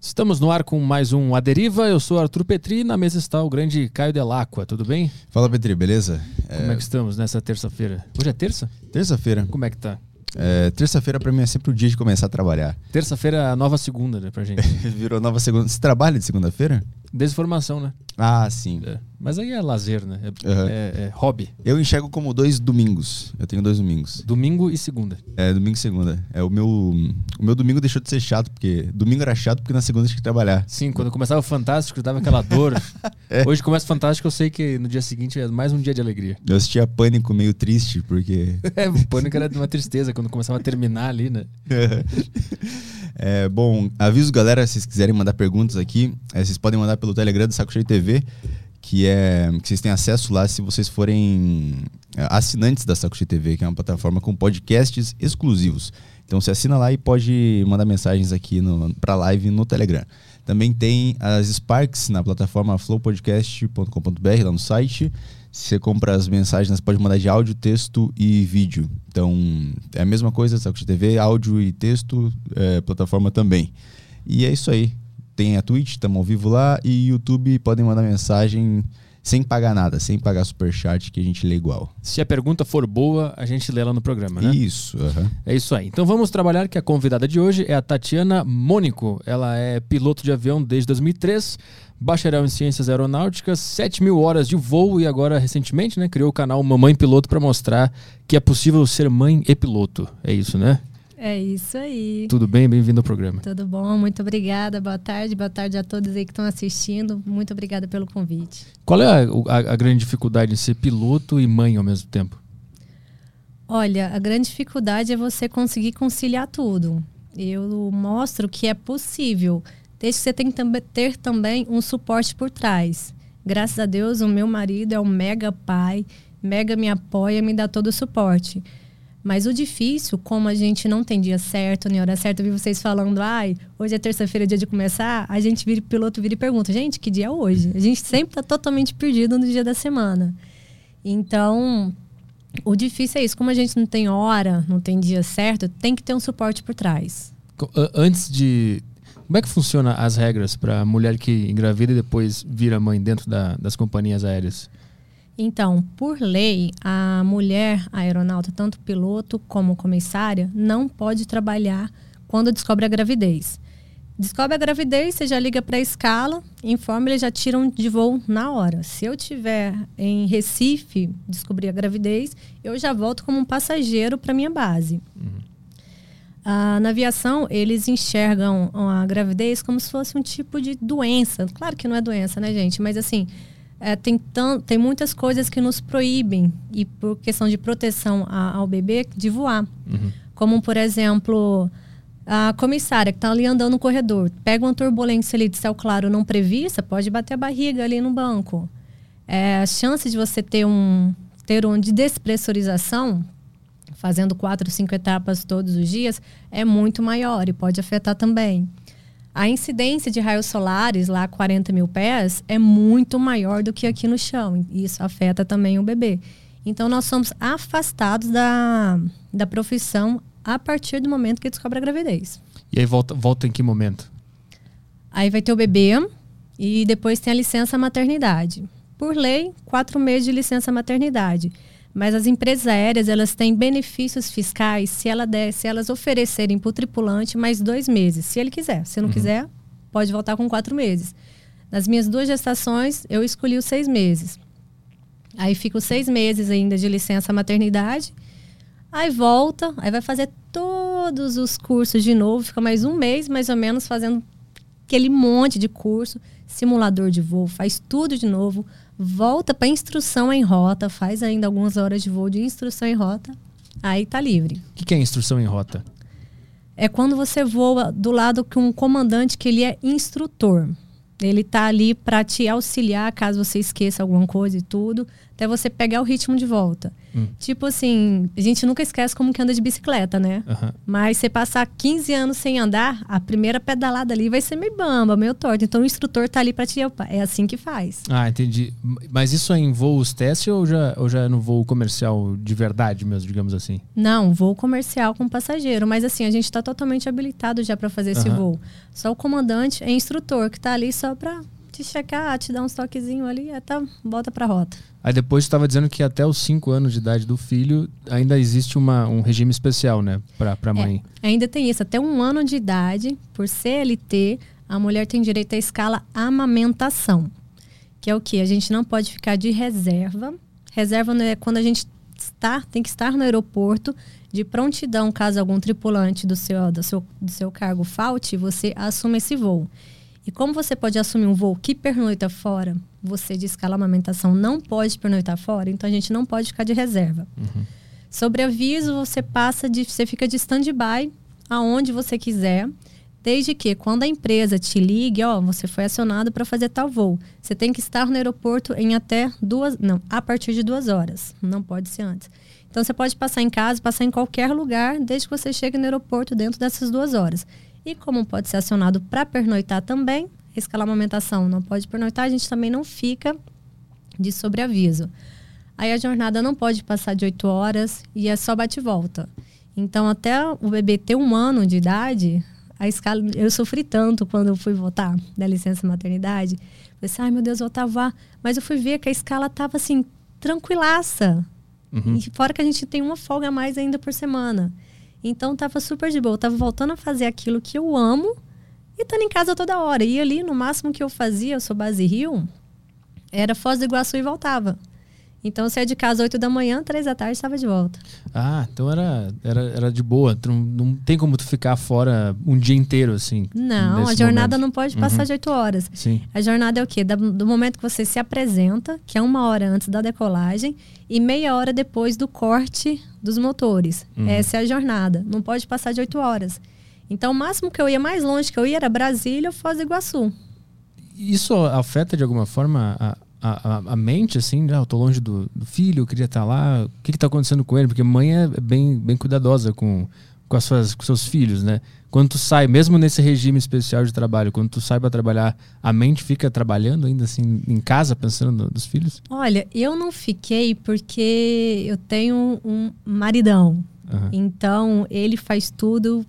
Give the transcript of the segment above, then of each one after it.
Estamos no ar com mais um A Deriva. Eu sou Arthur Petri e na mesa está o grande Caio Delacqua. Tudo bem? Fala, Petri, beleza? Como é que estamos nessa terça-feira? Hoje é terça? Terça-feira. Como é que tá? Terça-feira pra mim é sempre o dia de começar a trabalhar. Terça-feira é a nova segunda, né, pra gente. Virou nova segunda. Você trabalha de segunda-feira? Desinformação, né? Ah, sim. Mas aí é lazer, né? É hobby. Eu enxergo como 2 domingos. Eu tenho 2 domingos. Domingo e segunda. Domingo e segunda. O meu domingo deixou de ser chato, porque domingo era chato porque na segunda tinha que trabalhar. Sim, quando começava o Fantástico, dava aquela dor. Hoje começa o Fantástico, eu sei que no dia seguinte é mais um dia de alegria. Eu assistia Pânico meio triste, porque... O Pânico era de uma tristeza quando começava a terminar ali, né? Bom, aviso galera, se vocês quiserem mandar perguntas aqui, vocês podem mandar pelo Telegram do Saco Cheio TV, que vocês têm acesso lá se vocês forem assinantes da Saco Cheio TV, que é uma plataforma com podcasts exclusivos. Então você assina lá e pode mandar mensagens aqui pra live no Telegram. Também tem as Sparks na plataforma flowpodcast.com.br, lá no site. Se você compra as mensagens, você pode mandar de áudio, texto e vídeo. Então, é a mesma coisa, Saco Cheio TV, áudio e texto, plataforma também. E é isso aí. Tem a Twitch, estamos ao vivo lá, e YouTube podem mandar mensagem sem pagar nada, sem pagar superchat, que a gente lê igual. Se a pergunta for boa, a gente lê ela no programa, né? Isso. É isso aí. Então vamos trabalhar, que a convidada de hoje é a Tatiana Mônico. Ela é piloto de avião desde 2003, bacharel em ciências aeronáuticas, 7.000 horas de voo e agora, recentemente, né, criou o canal Mamãe Piloto para mostrar que é possível ser mãe e piloto. É isso, né? É isso aí. Tudo bem? Bem-vindo ao programa. Tudo bom, muito obrigada. Boa tarde a todos aí que estão assistindo. Muito obrigada pelo convite. Qual é a grande dificuldade em ser piloto e mãe ao mesmo tempo? Olha, a grande dificuldade é você conseguir conciliar tudo. Eu mostro que é possível, desde que você tem que ter também um suporte por trás. Graças a Deus, o meu marido é um mega pai, mega me apoia, me dá todo o suporte. Mas o difícil, como a gente não tem dia certo, nem hora certa, eu vi vocês falando, hoje é terça-feira, dia de começar, a gente piloto vira e pergunta, gente, que dia é hoje? A gente sempre está totalmente perdido no dia da semana. Então, o difícil é isso, como a gente não tem hora, não tem dia certo, tem que ter um suporte por trás. Como é que funciona as regras para a mulher que engravida e depois vira mãe dentro das companhias aéreas? Então, por lei, a mulher aeronauta, tanto piloto como comissária, não pode trabalhar quando descobre a gravidez. Descobre a gravidez, você já liga para a escala, informa, eles já tiram de voo na hora. Se eu estiver em Recife, descobrir a gravidez, eu já volto como um passageiro para minha base. Na aviação, eles enxergam a gravidez como se fosse um tipo de doença. Claro que não é doença, né, gente? Mas assim... Tem muitas coisas que nos proíbem, e por questão de proteção ao bebê, de voar. Como, por exemplo, a comissária que está ali andando no corredor, pega uma turbulência ali de céu claro não prevista, pode bater a barriga ali no banco. A chance de você ter um de despressurização, fazendo 4 ou 5 etapas todos os dias, é muito maior e pode afetar também. A incidência de raios solares, lá a 40 mil pés, é muito maior do que aqui no chão. E isso afeta também o bebê. Então, nós somos afastados da profissão a partir do momento que descobre a gravidez. E aí volta em que momento? Aí vai ter o bebê e depois tem a licença maternidade. Por lei, 4 meses de licença maternidade. Mas as empresas aéreas, elas têm benefícios fiscais se elas oferecerem para o tripulante mais 2 meses, se ele quiser. Se não quiser, pode voltar com 4 meses. Nas minhas 2 gestações, eu escolhi os 6 meses. Aí fica os 6 meses ainda de licença maternidade. Aí volta, aí vai fazer todos os cursos de novo. Fica mais 1 mês, mais ou menos, fazendo aquele monte de curso. Simulador de voo, faz tudo de novo. Volta para instrução em rota, faz ainda algumas horas de voo de instrução em rota, aí tá livre. O que é instrução em rota? É quando você voa do lado com um comandante que ele é instrutor. Ele tá ali para te auxiliar caso você esqueça alguma coisa e tudo. até você pegar o ritmo de volta. Tipo assim, a gente nunca esquece como que anda de bicicleta, né? Mas você passar 15 anos sem andar, a primeira pedalada ali vai ser meio bamba, meio torta. Então o instrutor tá ali pra te... É assim que faz. Ah, entendi. Mas isso é em voos teste ou já é no voo comercial de verdade mesmo, digamos assim? Não, voo comercial com passageiro. Mas assim, a gente tá totalmente habilitado já pra fazer esse voo. Só o comandante é instrutor, que tá ali só pra te checar, te dar uns toquezinhos ali, até volta pra rota. Aí depois você estava dizendo que até os 5 anos de idade do filho ainda existe um regime especial, né, pra mãe. Ainda tem isso. Até 1 ano de idade, por CLT, a mulher tem direito à escala amamentação. Que é o quê? A gente não pode ficar de reserva. Reserva é quando a gente tem que estar no aeroporto de prontidão, caso algum tripulante do seu cargo falte, você assume esse voo. E como você pode assumir um voo que pernoita fora, você de escala amamentação não pode pernoitar fora, então a gente não pode ficar de reserva. Sobre aviso, você fica de stand-by aonde você quiser, desde que quando a empresa te ligue, você foi acionado para fazer tal voo. Você tem que estar no aeroporto a partir de 2 horas, não pode ser antes. Então você pode passar em casa, passar em qualquer lugar, desde que você chegue no aeroporto dentro dessas 2 horas. E como pode ser acionado para pernoitar também, escala amamentação não pode pernoitar, a gente também não fica de sobreaviso. Aí a jornada não pode passar de 8 horas e é só bate e volta. Então até o bebê ter 1 ano de idade, a escala, eu sofri tanto quando eu fui voltar da licença maternidade. Pensei, ai meu Deus, eu voltar a voar. Mas eu fui ver que a escala estava assim, tranquilaça. E fora que a gente tem uma folga a mais ainda por semana. Então tava super de boa, tava voltando a fazer aquilo que eu amo e estando em casa toda hora. E ali, no máximo que eu fazia, eu sou base Rio, era Foz do Iguaçu e voltava. Então, eu saía de casa 8 da manhã, 3 da tarde, estava de volta. Ah, então era de boa. Não tem como tu ficar fora um dia inteiro, assim. Não, a jornada não pode passar de 8 horas. Sim. A jornada é o quê? Do momento que você se apresenta, que é 1 hora antes da decolagem, e meia hora depois do corte dos motores. Essa é a jornada. Não pode passar de 8 horas. Então, o máximo que eu ia, mais longe que eu ia, era Brasília ou Foz do Iguaçu. Isso afeta de alguma forma a mente, assim, eu tô longe do filho, eu queria estar lá, o que tá acontecendo com ele? Porque mãe é bem cuidadosa com seus filhos, né? Quando tu sai, mesmo nesse regime especial de trabalho, quando tu sai para trabalhar, a mente fica trabalhando ainda assim, em casa, pensando nos filhos? Olha, eu não fiquei porque eu tenho um maridão. Então, ele faz tudo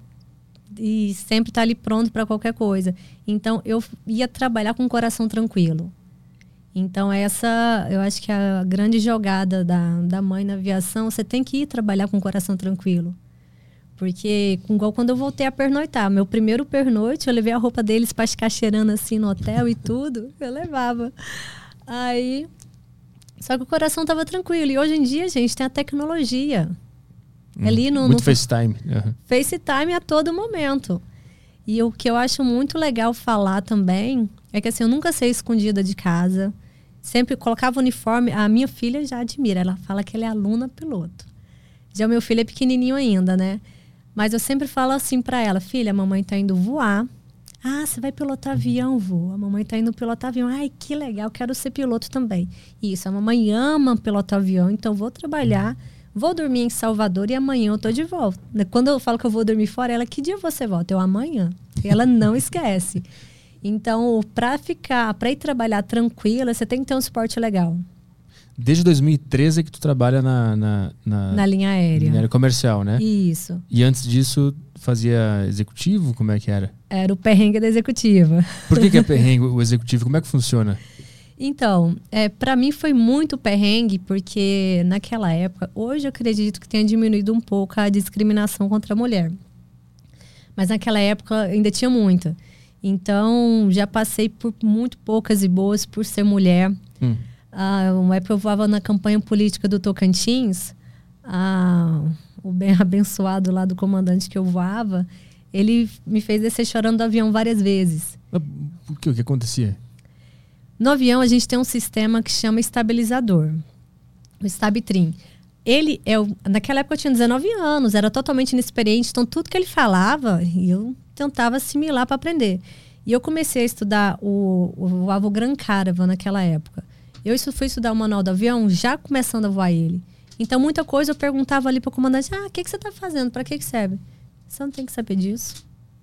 e sempre tá ali pronto para qualquer coisa. Então, eu ia trabalhar com o coração tranquilo. Então, eu acho que a grande jogada da mãe na aviação, você tem que ir trabalhar com o coração tranquilo. Porque, igual quando eu voltei a pernoitar, meu primeiro pernoite, eu levei a roupa deles para ficar cheirando assim no hotel e tudo, eu levava. Aí, só que o coração tava tranquilo. E hoje em dia, gente, tem a tecnologia. Ali muito FaceTime. FaceTime a todo momento. E o que eu acho muito legal falar também é que assim, eu nunca saí escondida de casa. Sempre colocava o uniforme. A minha filha já admira. Ela fala que ela é aluna piloto. Já o meu filho é pequenininho ainda, né? Mas eu sempre falo assim pra ela. Filha, a mamãe tá indo voar. Ah, você vai pilotar avião, vô. A mamãe tá indo pilotar avião. Ai, que legal, quero ser piloto também. Isso, a mamãe ama pilotar avião. Então vou trabalhar, vou dormir em Salvador e amanhã eu tô de volta. Quando eu falo que eu vou dormir fora, ela, que dia você volta? Eu, amanhã. E ela não esquece. Então, para ir trabalhar tranquila, você tem que ter um suporte legal. Desde 2013 que tu trabalha na linha aérea. Linha aérea comercial, né? Isso. E antes disso, fazia executivo? Como é que era? Era o perrengue da executiva. Por que é perrengue o executivo? Como é que funciona? Então, para mim foi muito perrengue, porque naquela época, hoje eu acredito que tenha diminuído um pouco a discriminação contra a mulher. Mas naquela época ainda tinha muita. Então, já passei por muito poucas e boas por ser mulher. Uma época eu voava na campanha política do Tocantins. O bem abençoado lá do comandante que eu voava, ele me fez descer chorando do avião várias vezes. O que acontecia? No avião, a gente tem um sistema que chama estabilizador. O Stabtrim. Ele naquela época eu tinha 19 anos, era totalmente inexperiente, então tudo que ele falava, eu tentava assimilar para aprender. E eu comecei a estudar o Gran Caravan naquela época. Eu fui estudar o manual do avião já começando a voar ele. Então, muita coisa eu perguntava ali para o comandante, o que você está fazendo? Para que serve? Você não tem que saber disso.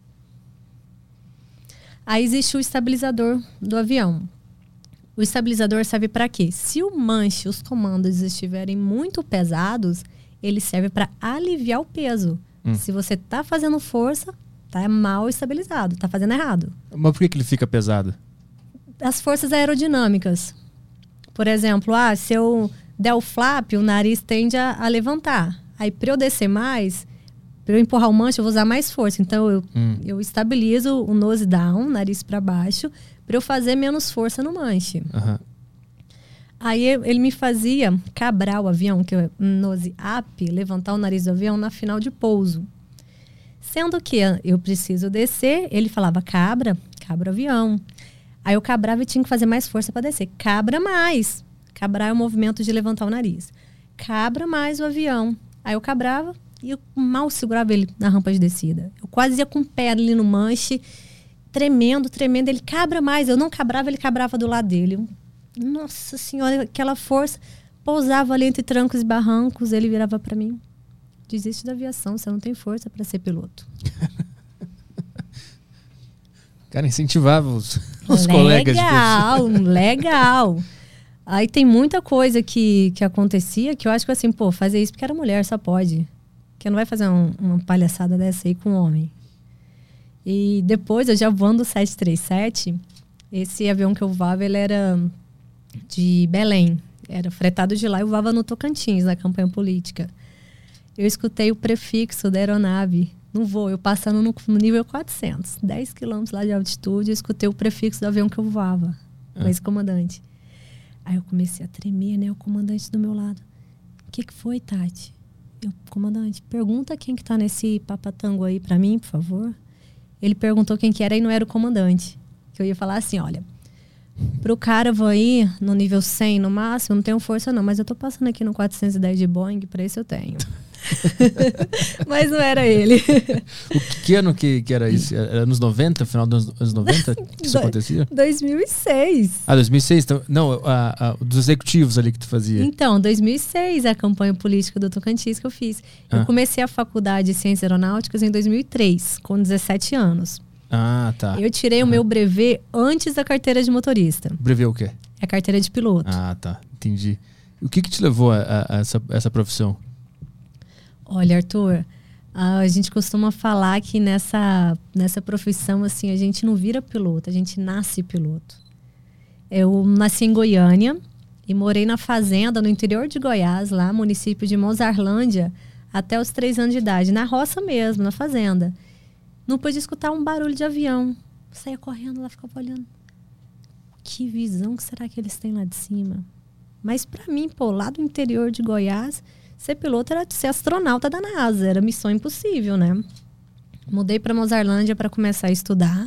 Aí existe o estabilizador do avião. O estabilizador serve para quê? Se o manche, os comandos estiverem muito pesados, ele serve para aliviar o peso. Se você está fazendo força, está mal estabilizado, está fazendo errado. Mas por que ele fica pesado? As forças aerodinâmicas. Por exemplo, se eu der o flap, o nariz tende a levantar. Aí, para eu descer mais, para eu empurrar o manche, eu vou usar mais força. Então, eu estabilizo o nose down, nariz para baixo, para eu fazer menos força no manche. Uhum. Aí, ele me fazia cabrar o avião, que é nose up, levantar o nariz do avião na final de pouso. Sendo que eu preciso descer, ele falava, cabra o avião. Aí eu cabrava e tinha que fazer mais força para descer. Cabra mais. Cabrar é o movimento de levantar o nariz. Cabra mais o avião. Aí eu cabrava e eu mal segurava ele na rampa de descida. Eu quase ia com o pé ali no manche, tremendo. Ele cabra mais. Eu não cabrava, ele cabrava do lado dele. Nossa Senhora, aquela força. Pousava ali entre trancos e barrancos. Ele virava para mim. Desiste da aviação, você não tem força para ser piloto. Cara, incentivava os colegas de profissão. Legal. Aí tem muita coisa que acontecia que eu acho que assim, fazer isso porque era mulher, só pode. Que não vai fazer uma palhaçada dessa aí com um homem. E depois, eu já voando o 737, esse avião que eu voava, ele era de Belém. Era fretado de lá e eu voava no Tocantins, na campanha política. Eu escutei o prefixo da aeronave no voo, eu passando no nível 400, 10 quilômetros lá de altitude, eu escutei o prefixo do avião que eu voava, com esse comandante. Aí eu comecei a tremer, né? O comandante do meu lado. O que foi, Tati? Comandante, pergunta quem que tá nesse papatango aí pra mim, por favor. Ele perguntou quem que era e não era o comandante. Que eu ia falar assim, olha, pro cara eu vou aí no nível 100 no máximo, não tenho força não, mas eu tô passando aqui no 410 de Boeing, pra isso eu tenho. Mas não era ele. Que ano que era isso? Era nos 90, final dos anos 90 que isso acontecia? 2006. 2006. Então, não, dos executivos ali que tu fazia. Então, 2006 é a campanha política do Tocantins que eu fiz. Eu comecei a faculdade de Ciências Aeronáuticas em 2003, com 17 anos. Ah, tá. Eu tirei o meu brevet antes da carteira de motorista. Brevet o quê? É a carteira de piloto. Ah, tá. Entendi. O que te levou a essa profissão? Olha, Arthur, a gente costuma falar que nessa profissão, assim, a gente não vira piloto, a gente nasce piloto. Eu nasci em Goiânia e morei na fazenda, no interior de Goiás, lá, município de Mozarlândia, até os 3 anos de idade, na roça mesmo, na fazenda. Não podia escutar um barulho de avião. Saía correndo lá, ficava olhando. Que visão que será que eles têm lá de cima? Mas pra mim, lá do interior de Goiás, ser piloto era ser astronauta da NASA. Era missão impossível, né? Mudei pra Mozarlândia para começar a estudar.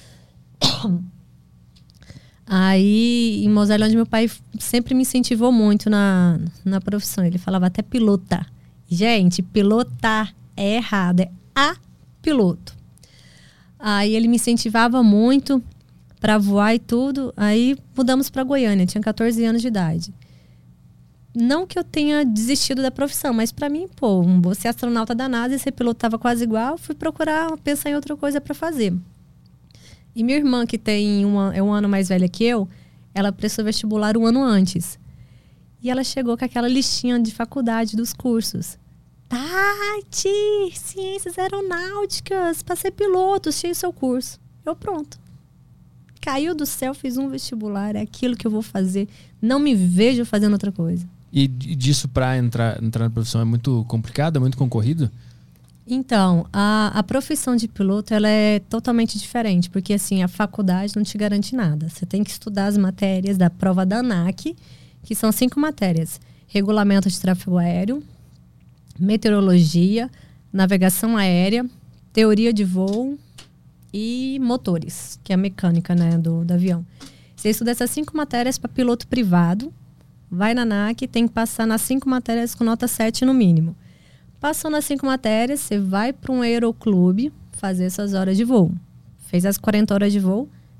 Aí, em Mozarlândia, meu pai sempre me incentivou muito na profissão. Ele falava até pilotar. Gente, pilotar é errado. É a piloto. Aí, ele me incentivava muito para voar e tudo. Aí, mudamos para Goiânia. Tinha 14 anos de idade. Não que eu tenha desistido da profissão, mas para mim, vou ser astronauta da NASA e ser piloto estava quase igual. Fui pensar em outra coisa para fazer. E minha irmã, que é um ano mais velha que eu, ela prestou vestibular um ano antes. E ela chegou com aquela listinha de faculdade dos cursos. Tati, Ciências Aeronáuticas, para ser piloto, tinha o seu curso. Eu pronto. Caiu do céu, fiz um vestibular, é aquilo que eu vou fazer. Não me vejo fazendo outra coisa. E disso para entrar na profissão é muito complicado, é muito concorrido? Então, a profissão de piloto ela é totalmente diferente, porque assim, a faculdade não te garante nada. Você tem que estudar as matérias da prova da ANAC, que são 5 matérias. Regulamento de tráfego aéreo, meteorologia, navegação aérea, teoria de voo e motores, que é a mecânica, né, do avião. Você estuda essas 5 matérias para piloto privado, vai na ANAC, tem que passar nas 5 matérias com nota 7 no mínimo. Passou nas 5 matérias, você vai para um aeroclube fazer suas horas de voo. Fez as 40 horas de voo,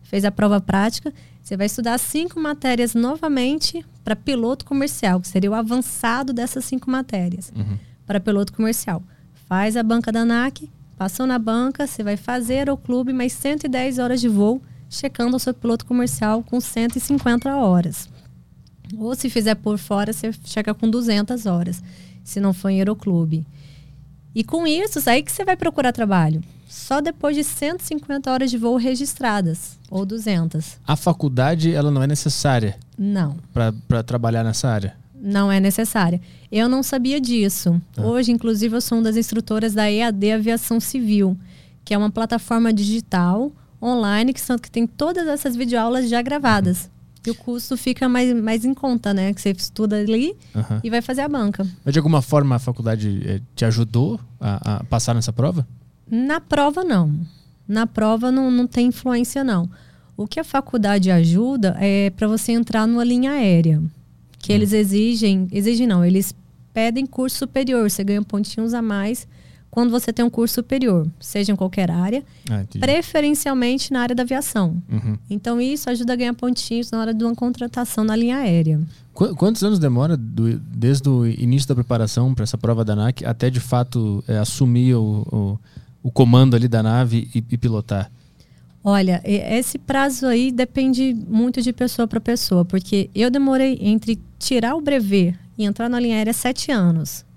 fez a prova prática, você vai estudar 5 matérias novamente para piloto comercial, que seria o avançado dessas 5 matérias, para piloto comercial. Faz a banca da ANAC, passou na banca, você vai fazer aeroclube mais 110 horas de voo, checando o seu piloto comercial com 150 horas. Ou se fizer por fora, você checa com 200 horas, se não for em aeroclube. E com isso, aí que você vai procurar trabalho. Só depois de 150 horas de voo registradas, ou 200. A faculdade, ela não é necessária? Não. Para trabalhar nessa área? Não é necessária. Eu não sabia disso. Hoje, inclusive, eu sou uma das instrutoras da EAD Aviação Civil, que é uma plataforma digital, online, que tem todas essas videoaulas já gravadas. E o custo fica mais em conta, né? Que você estuda ali e vai fazer a banca. Mas de alguma forma a faculdade te ajudou a passar nessa prova? Na prova, não. Na prova não tem influência, não. O que a faculdade ajuda é para você entrar numa linha aérea. Que eles exigem não, eles pedem curso superior. Você ganha pontinhos a mais quando você tem um curso superior, seja em qualquer área, preferencialmente na área da aviação. Então isso ajuda a ganhar pontinhos na hora de uma contratação na linha aérea. Quantos anos demora desde o início da preparação para essa prova da ANAC até de fato assumir o comando ali da nave e pilotar? Olha, esse prazo aí depende muito de pessoa para pessoa, porque eu demorei entre tirar o brevet e entrar na linha aérea 7 anos.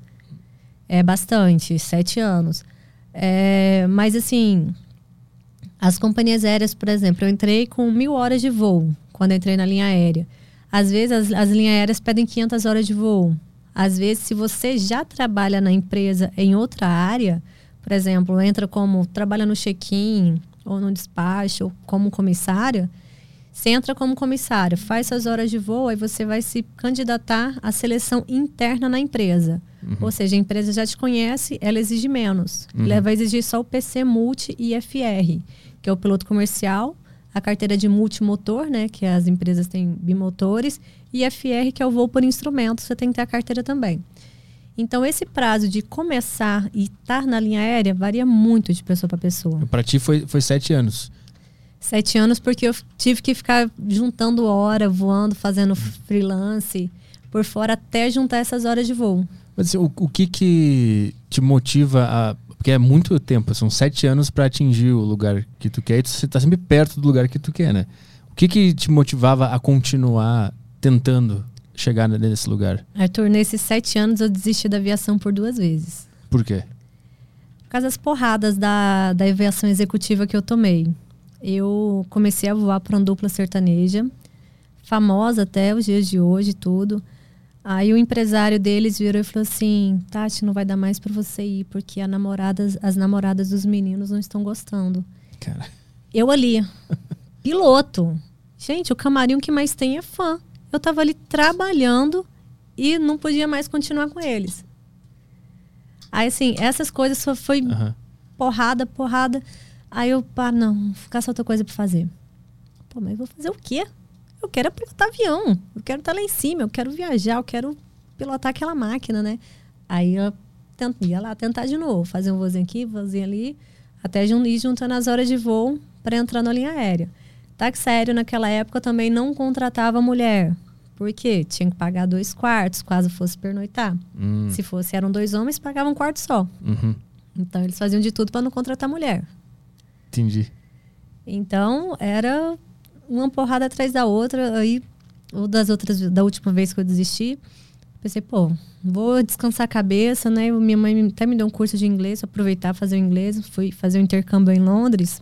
É bastante, 7 anos. Mas assim, as companhias aéreas, por exemplo, eu entrei com 1000 horas de voo quando eu entrei na linha aérea. Às vezes as linhas aéreas pedem 500 horas de voo. Às vezes, se você já trabalha na empresa em outra área, por exemplo, trabalha no check-in ou no despacho ou como comissária, você entra como comissário, faz suas horas de voo, aí você vai se candidatar à seleção interna na empresa. Ou seja, a empresa já te conhece, ela exige menos. Ela vai exigir só o PC Multi e FR, que é o piloto comercial, a carteira de multimotor, né, que as empresas têm bimotores, e FR, que é o voo por instrumento, você tem que ter a carteira também. Então, esse prazo de começar e estar na linha aérea varia muito de pessoa para pessoa. Para ti foi 7 anos? 7 anos porque eu tive que ficar juntando hora, voando, fazendo freelance por fora até juntar essas horas de voo. Mas assim, o que te motiva porque é muito tempo, são 7 anos para atingir o lugar que tu quer e você tá sempre perto do lugar que tu quer, né? O que te motivava a continuar tentando chegar nesse lugar? Arthur, nesses 7 anos eu desisti da aviação por 2 vezes. Por quê? Por causa das porradas da aviação executiva que eu tomei. Eu comecei a voar para uma dupla sertaneja, famosa até os dias de hoje, tudo. Aí o empresário deles virou e falou assim: Tati, não vai dar mais para você ir, porque as namoradas dos meninos não estão gostando. Cara. Eu ali, piloto. Gente, o camarim que mais tem é fã. Eu tava ali trabalhando e não podia mais continuar com eles. Aí, assim, essas coisas só foi porrada. Aí eu, não, vou ficar só outra coisa pra fazer. Pô, mas eu vou fazer o quê? Eu quero pilotar avião. Eu quero estar lá em cima, eu quero viajar, eu quero pilotar aquela máquina, né? Aí eu ia lá tentar de novo, fazer um voozinho aqui, voozinho ali, até ir juntando as horas de voo para entrar na linha aérea. Táxi aéreo naquela época também não contratava mulher. Por quê? Tinha que pagar 2 quartos, caso fosse pernoitar. Se eram 2 homens, pagavam um quarto só. Então eles faziam de tudo para não contratar mulher. Entendi. Então era uma porrada atrás da outra. Aí, da última vez que eu desisti, pensei, vou descansar a cabeça, né? Minha mãe até me deu um curso de inglês, aproveitar fazer o inglês. Fui fazer um intercâmbio em Londres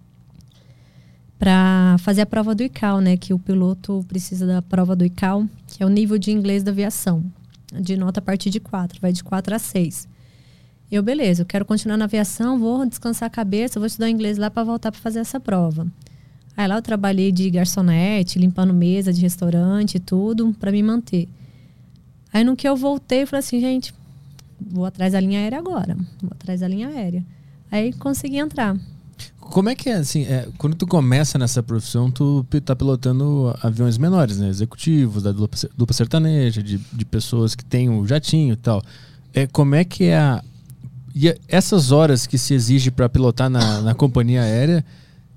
para fazer a prova do ICAO, né? Que o piloto precisa da prova do ICAO, que é o nível de inglês da aviação. De nota a partir de 4, vai de 4 a 6. Beleza, eu quero continuar na aviação, vou descansar a cabeça, vou estudar inglês lá para voltar para fazer essa prova. Aí lá eu trabalhei de garçonete, limpando mesa de restaurante e tudo, para me manter. Aí no que eu voltei, eu falei assim, gente, vou atrás da linha aérea agora. Vou atrás da linha aérea. Aí consegui entrar. Como é que é, assim, quando tu começa nessa profissão, tu tá pilotando aviões menores, né? Executivos, da dupla sertaneja, de pessoas que têm o jatinho e tal. Como é que é e essas horas que se exige para pilotar na companhia aérea,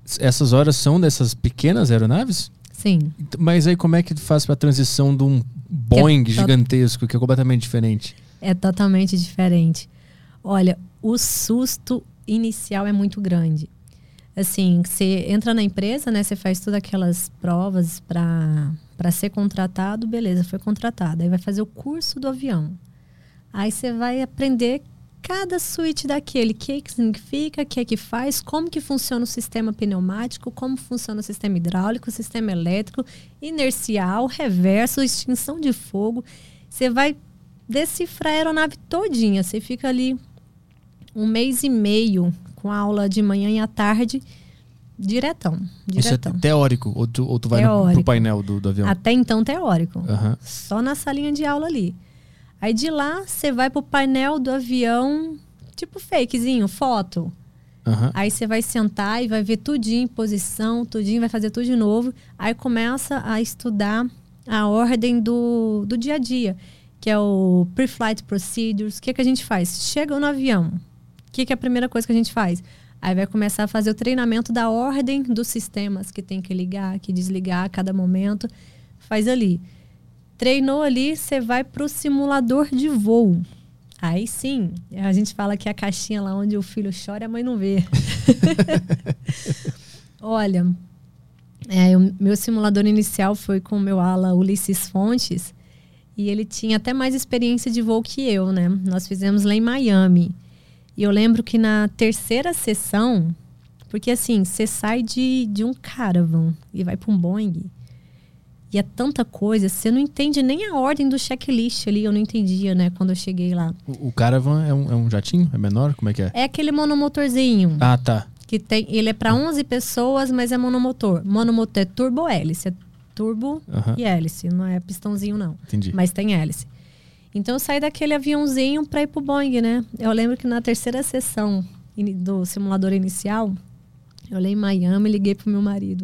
essas horas são dessas pequenas aeronaves? Sim. Mas aí como é que faz para a transição de um Boeing gigantesco, que é completamente diferente? É totalmente diferente. Olha, o susto inicial é muito grande. Assim, você entra na empresa, né? Você faz todas aquelas provas para ser contratado, beleza, foi contratado. Aí vai fazer o curso do avião. Aí você vai aprender cada suíte daquele, o que significa, o que faz, como que funciona o sistema pneumático, como funciona o sistema hidráulico, o sistema elétrico, inercial, reverso, extinção de fogo. Você vai decifrar a aeronave todinha. Você fica ali 1 mês e meio com a aula de manhã e à tarde, diretão. Isso é teórico? Ou tu vai pro painel do avião? Até então, teórico. Uhum. Só na salinha de aula ali. Aí de lá, você vai pro painel do avião, tipo fakezinho, foto. Uhum. Aí você vai sentar e vai ver tudinho em posição, tudinho, vai fazer tudo de novo. Aí começa a estudar a ordem do dia a dia, que é o Pre-Flight Procedures. O que a gente faz? Chega no avião. O que é a primeira coisa que a gente faz? Aí vai começar a fazer o treinamento da ordem dos sistemas que tem que ligar, que desligar a cada momento. Faz ali. Treinou ali, você vai para o simulador de voo. Aí sim, a gente fala que é a caixinha lá onde o filho chora e a mãe não vê. Olha, o meu simulador inicial foi com o meu ala Ulisses Fontes. E ele tinha até mais experiência de voo que eu, né? Nós fizemos lá em Miami. E eu lembro que na terceira sessão, porque assim, você sai de um Caravan e vai para um Boeing. E é tanta coisa, você não entende nem a ordem do checklist ali. Eu não entendia, né, quando eu cheguei lá. O Caravan é um jatinho? É menor? Como é que é? É aquele monomotorzinho. Ah, tá. Que tem, ele é para 11 pessoas, mas é monomotor. Monomotor é turbo-hélice. É turbo e hélice. Não é pistãozinho, não. Entendi. Mas tem hélice. Então eu saí daquele aviãozinho para ir pro Boeing, né? Eu lembro que na terceira sessão do simulador inicial, eu olhei em Miami e liguei pro meu marido.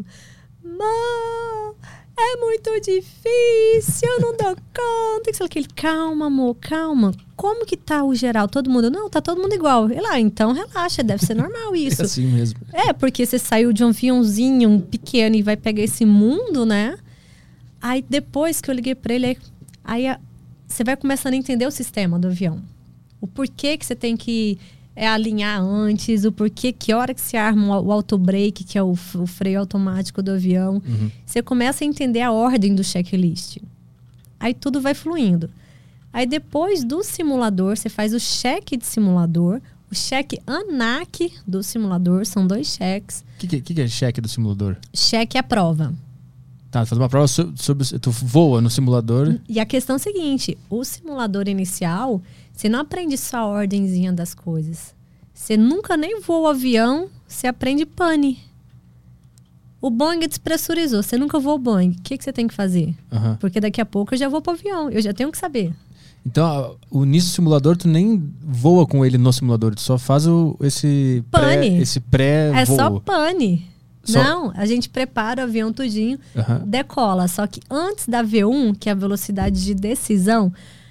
Mãe, é muito difícil, eu não dou conta. Ele, calma, amor, calma. Como que tá o geral? Todo mundo? Não, tá todo mundo igual. Ele, então relaxa, deve ser normal isso. É assim mesmo. É, porque você saiu de um aviãozinho pequeno e vai pegar esse mundo, né? Aí depois que eu liguei pra ele, você vai começando a entender o sistema do avião. O porquê que você tem que alinhar antes, o porquê, que hora que se arma o auto-brake, que é o freio automático do avião. Uhum. Você começa a entender a ordem do checklist. Aí tudo vai fluindo. Aí depois do simulador, você faz o cheque de simulador, o cheque ANAC do simulador, são 2 cheques. O que é cheque do simulador? Cheque é a prova. Tá, faz uma prova sobre tu voa no simulador. E a questão é a seguinte, o simulador inicial, você não aprende só a ordenzinha das coisas. Você nunca nem voa o avião, você aprende pane. O Boeing despressurizou, você nunca voou o Boeing. O que você tem que fazer? Uhum. Porque daqui a pouco eu já vou pro avião, eu já tenho que saber. Então, o início do simulador, tu nem voa com ele no simulador, tu só faz esse pane. Esse pré-voo. É só pane. Não, a gente prepara o avião tudinho, decola. Só que antes da V1, que é a velocidade de decisão,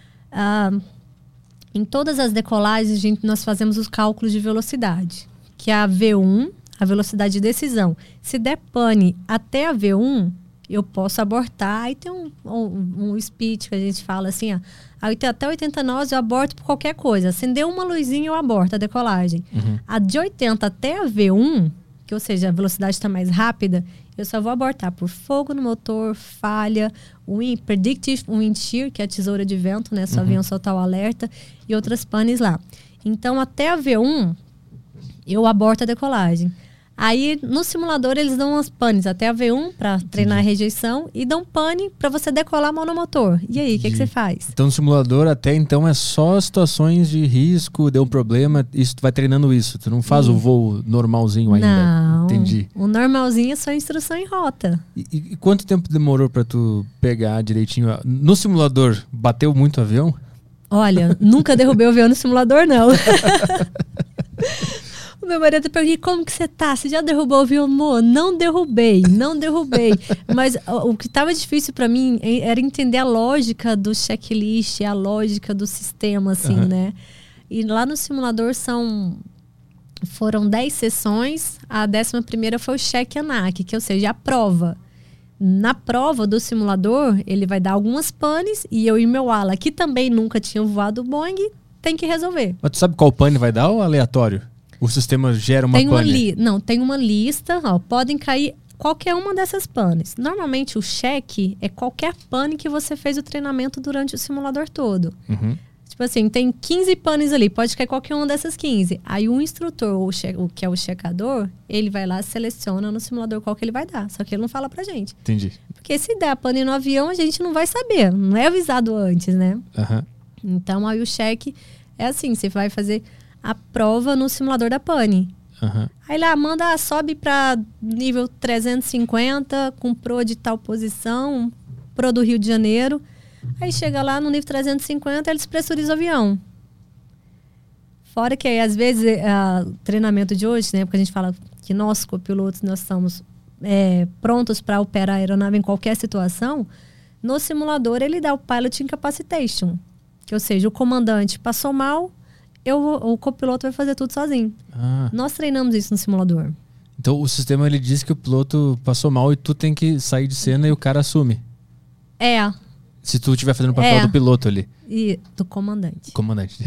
em todas as decolagens nós fazemos os cálculos de velocidade. Que é a V1, a velocidade de decisão. Se der pane até a V1, eu posso abortar. Aí tem um speech que a gente fala assim, até 80 nós eu aborto por qualquer coisa. Acendeu uma luzinha, eu aborto a decolagem. Uhum. A de 80 até a V1... ou seja, a velocidade está mais rápida, eu só vou abortar por fogo no motor, falha, predictive wind shear, que é a tesoura de vento, né? Só avião soltar o alerta, e outras panes lá. Então, até a V1, eu aborto a decolagem. Aí, no simulador, eles dão umas panes até a V1 para treinar a rejeição e dão pane para você decolar a mão no motor. E aí, o que você faz? Então, no simulador, até então, é só situações de risco, deu um problema, isso tu vai treinando isso. Tu não faz o voo normalzinho ainda. Não. Entendi. O normalzinho é só instrução em rota. E quanto tempo demorou para tu pegar direitinho? No simulador, bateu muito o avião? Olha, nunca derrubei o avião no simulador, não. O meu marido perguntou, como que você tá? Você já derrubou o avião? Amor, não derrubei. Mas o que estava difícil para mim era entender a lógica do checklist, a lógica do sistema, assim, né? E lá no simulador são Foram 10 sessões, a 11ª foi o cheque ANAC, que ou seja, a prova. Na prova do simulador, ele vai dar algumas panes e eu e meu ala, que também nunca tinha voado o Boeing, tem que resolver. Mas tu sabe qual pane vai dar ou aleatório? O sistema gera uma pane? Não, tem uma lista, ó, podem cair qualquer uma dessas panes. Normalmente o cheque é qualquer pane que você fez o treinamento durante o simulador todo. Uhum. Tipo assim, tem 15 panes ali, pode cair qualquer uma dessas 15. Aí o instrutor, o que é o checador, ele vai lá, seleciona no simulador qual que ele vai dar. Só que ele não fala pra gente. Entendi. Porque se der a pane no avião, a gente não vai saber. Não é avisado antes, né? Uhum. Então aí o cheque é assim, você vai fazer a prova no simulador da pane. Uhum. Aí lá, sobe pra nível 350, com pro de tal posição, pro do Rio de Janeiro. Aí chega lá no nível 350, eles pressurizam o avião. Fora que aí, às vezes, o treinamento de hoje, né? Porque a gente fala que nós, copilotos, nós estamos prontos para operar a aeronave em qualquer situação. No simulador, ele dá o Pilot Incapacitation. Que, ou seja, o comandante passou mal, o copiloto vai fazer tudo sozinho. Ah. Nós treinamos isso no simulador. Então o sistema ele diz que o piloto passou mal e tu tem que sair de cena e o cara assume. Se tu estiver fazendo o papel do piloto ali. E do comandante. Comandante.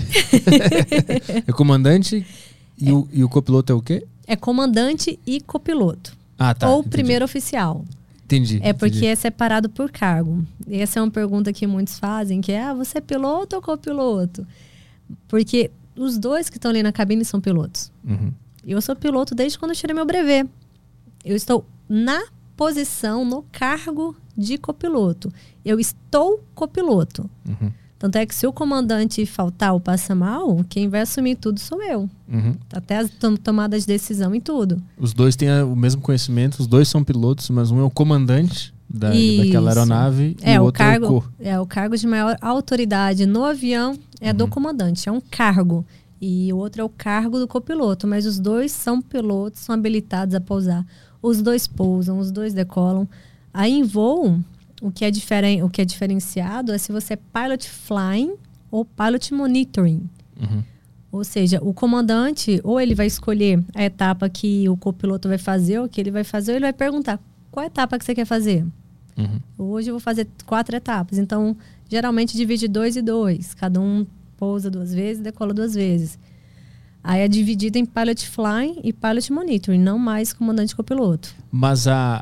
É comandante e o copiloto é o quê? É comandante e copiloto. Ah, tá. Ou entendi. primeiro oficial. Entendi. É porque entendi. é separado por cargo. E essa é uma pergunta que muitos fazem, que é, você é piloto ou copiloto? Porque os dois que estão ali na cabine são pilotos. Uhum. Eu sou piloto desde quando eu tirei meu brevet. Eu estou na posição, no cargo de copiloto. Eu estou copiloto. Uhum. Tanto é que se o comandante faltar ou passa mal, quem vai assumir tudo sou eu. Uhum. Até as tomadas de decisão e tudo. Os dois têm o mesmo conhecimento, os dois são pilotos, mas um é o comandante daquela aeronave e o outro é o cargo de maior autoridade no avião do comandante, é um cargo. E o outro é o cargo do copiloto, mas os dois são pilotos, são habilitados a pousar. Os dois pousam, os dois decolam. Aí em voo, o que é diferenciado é se você é pilot flying ou pilot monitoring. Uhum. Ou seja, o comandante, ou ele vai escolher a etapa que o copiloto vai fazer, ou que ele vai fazer, ou ele vai perguntar, qual etapa que você quer fazer? Uhum. Hoje eu vou fazer 4 etapas. Então, geralmente divide 2 e 2. Cada um pousa 2 vezes, decola 2 vezes. Aí é dividido em pilot flying e pilot monitoring, não mais comandante e copiloto. Mas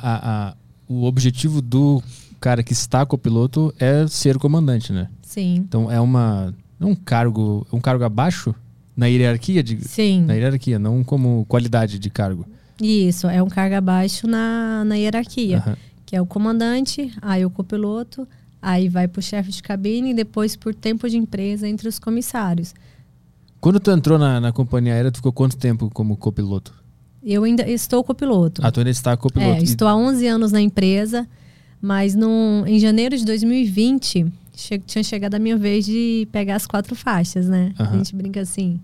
o objetivo do cara que está copiloto é ser comandante, né? Sim. Então é um cargo abaixo na hierarquia? Sim. Na hierarquia, não como qualidade de cargo. Isso, é um cargo abaixo na hierarquia. Uhum. Que é o comandante, aí o copiloto, aí vai pro chefe de cabine e depois por tempo de empresa entre os comissários. Quando tu entrou na companhia aérea, tu ficou quanto tempo como copiloto? Eu ainda estou copiloto. Ah, tu ainda está copiloto. Estou há 11 anos na empresa, mas em janeiro de 2020 tinha chegado a minha vez de pegar as 4 faixas, né? Uhum. A gente brinca assim.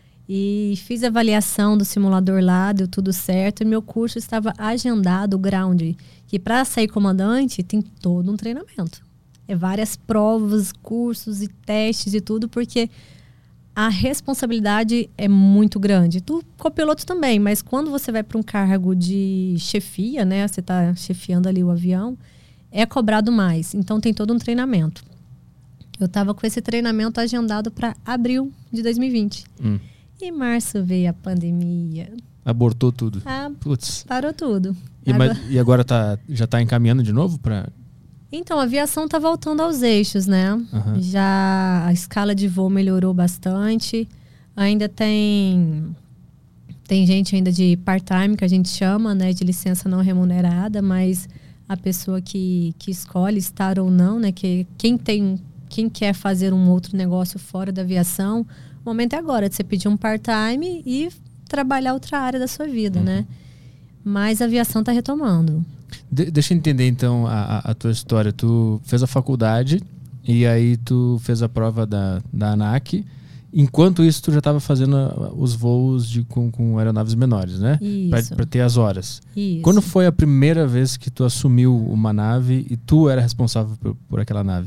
E fiz a avaliação do simulador lá, deu tudo certo. E meu curso estava agendado, o ground, que para sair comandante tem todo um treinamento. É várias provas, cursos e testes e tudo, porque a responsabilidade é muito grande. Tu, copiloto também, mas quando você vai para um cargo de chefia, né? Você está chefiando ali o avião, é cobrado mais. Então tem todo um treinamento. Eu estava com esse treinamento agendado para abril de 2020. Em março veio a pandemia. Abortou tudo. Putz. Parou tudo. E agora já está encaminhando de novo para... Então, a aviação está voltando aos eixos, né? Uhum. Já a escala de voo melhorou bastante. Ainda tem gente ainda de part-time, que a gente chama, né? De licença não remunerada, mas a pessoa que escolhe estar ou não, né? Quem quer fazer um outro negócio fora da aviação, o momento é agora, de você pedir um part-time e trabalhar outra área da sua vida, né? Mas a aviação está retomando. Deixa eu entender, então, a tua história. Tu fez a faculdade e aí tu fez a prova da ANAC. Enquanto isso, tu já estava fazendo os voos com aeronaves menores, né? Isso. Para ter as horas. Isso. Quando foi a primeira vez que tu assumiu uma nave e tu era responsável por aquela nave?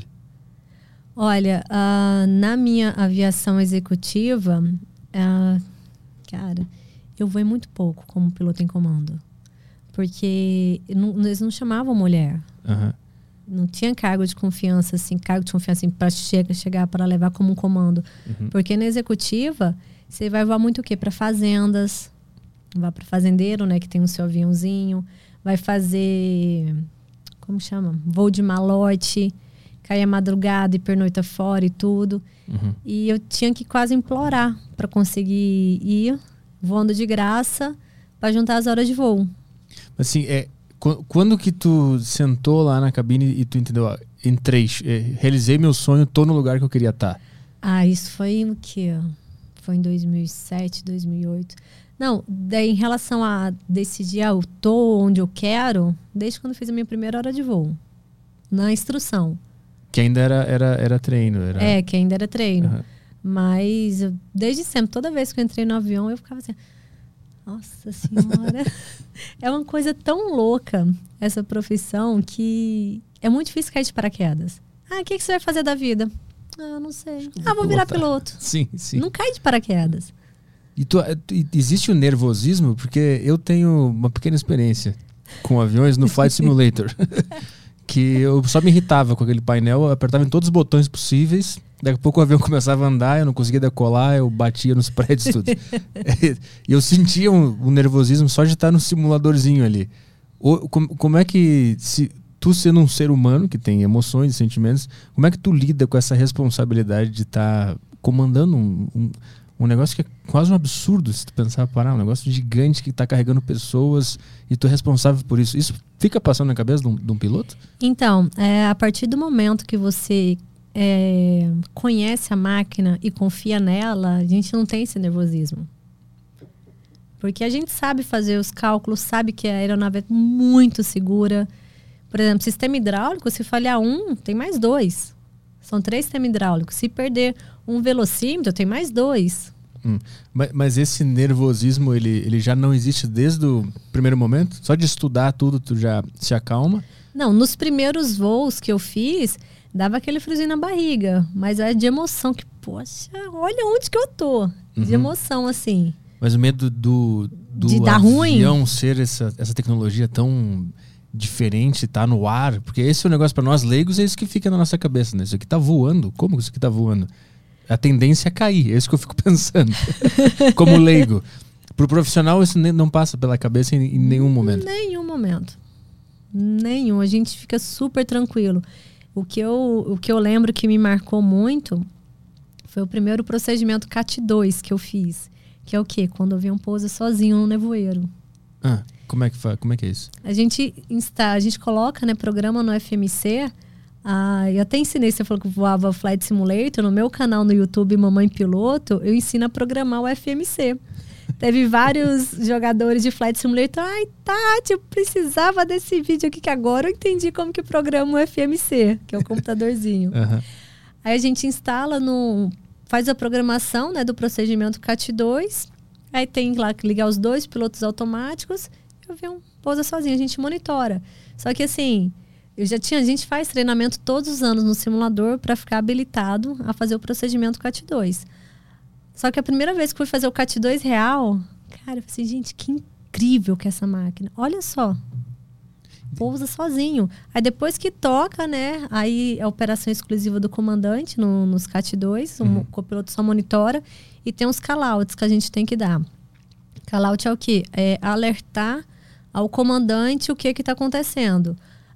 Olha, na minha aviação executiva, cara, eu voei muito pouco como piloto em comando. Porque eles não chamavam mulher. Uhum. Não tinha cargo de confiança, assim, para chegar para levar como um comando. Uhum. Porque na executiva, você vai voar muito o quê? Para fazendas. Vai para fazendeiro, né? Que tem o seu aviãozinho. Vai fazer... Como chama? Voo de malote. Cair a madrugada e pernoita fora e tudo. Uhum. E eu tinha que quase implorar para conseguir ir voando de graça para juntar as horas de voo. Assim, quando que tu sentou lá na cabine e tu entendeu, ó, entrei, realizei meu sonho, tô no lugar que eu queria estar? Isso foi o quê? Foi em 2007, 2008. Não, daí em relação a decidir, eu tô onde eu quero, desde quando eu fiz a minha primeira hora de voo. Na instrução. Que ainda era treino. Que ainda era treino. Uhum. Mas desde sempre, toda vez que eu entrei no avião, eu ficava assim... Nossa Senhora! É uma coisa tão louca, essa profissão, que é muito difícil cair de paraquedas. O que você vai fazer da vida? Não sei. Vou virar piloto. Sim, sim. Não cai de paraquedas. E existe o nervosismo? Porque eu tenho uma pequena experiência com aviões no Flight Simulator. Que eu só me irritava com aquele painel, eu apertava em todos os botões possíveis, daqui a pouco o avião começava a andar, eu não conseguia decolar, eu batia nos prédios tudo. E eu sentia um nervosismo só de estar no simuladorzinho ali. Como é que, se tu sendo um ser humano que tem emoções e sentimentos, como é que tu lida com essa responsabilidade de estar comandando um negócio que é quase um absurdo se tu pensar, um negócio gigante que está carregando pessoas e tu é responsável por isso. Isso fica passando na cabeça de um piloto? Então, a partir do momento que você conhece a máquina e confia nela, a gente não tem esse nervosismo. Porque a gente sabe fazer os cálculos, sabe que a aeronave é muito segura. Por exemplo, sistema hidráulico, se falhar tem mais 2. São 3 sistemas hidráulicos. Se perder um velocímetro, tem mais 2. Mas esse nervosismo, ele já não existe desde o primeiro momento? Só de estudar tudo, tu já se acalma? Não, nos primeiros voos que eu fiz, dava aquele friozinho na barriga. Mas é de emoção, que, poxa, olha onde que eu tô. De emoção, assim. Mas o medo do de dar avião ruim? Ser essa tecnologia tão diferente, tá no ar, porque esse é o negócio para nós leigos, é isso que fica na nossa cabeça, né? Isso aqui tá voando, como isso aqui tá voando? A tendência é cair, é isso que eu fico pensando como leigo. Pro profissional isso não passa pela cabeça em nenhum momento. Nenhum, a gente fica super tranquilo. O que eu lembro que me marcou muito foi o primeiro procedimento CAT 2 que eu fiz, que é o quê? Quando o avião pousa sozinho no nevoeiro. Como é que é isso? A gente coloca, né, programa no FMC. Eu até ensinei, você falou que voava Flight Simulator. No meu canal no YouTube, Mamãe Piloto, eu ensino a programar o FMC. Teve vários jogadores de Flight Simulator. Tati, eu precisava desse vídeo aqui, que agora eu entendi como que programa o FMC, que é o computadorzinho. Uhum. Aí a gente instala, faz a programação, né, do procedimento CAT 2. Aí tem lá que ligar os 2 pilotos automáticos. O avião pousa sozinho, a gente monitora. Só que assim, a gente faz treinamento todos os anos no simulador para ficar habilitado a fazer o procedimento CAT 2. Só que a primeira vez que fui fazer o CAT 2 real, cara, eu falei assim, gente, que incrível que é essa máquina. Olha só, pousa sozinho. Aí depois que toca, né, aí é a operação exclusiva do comandante nos CAT 2, o copiloto só monitora, e tem uns call-outs que a gente tem que dar. Call-out é o quê? É alertar ao comandante o que está acontecendo.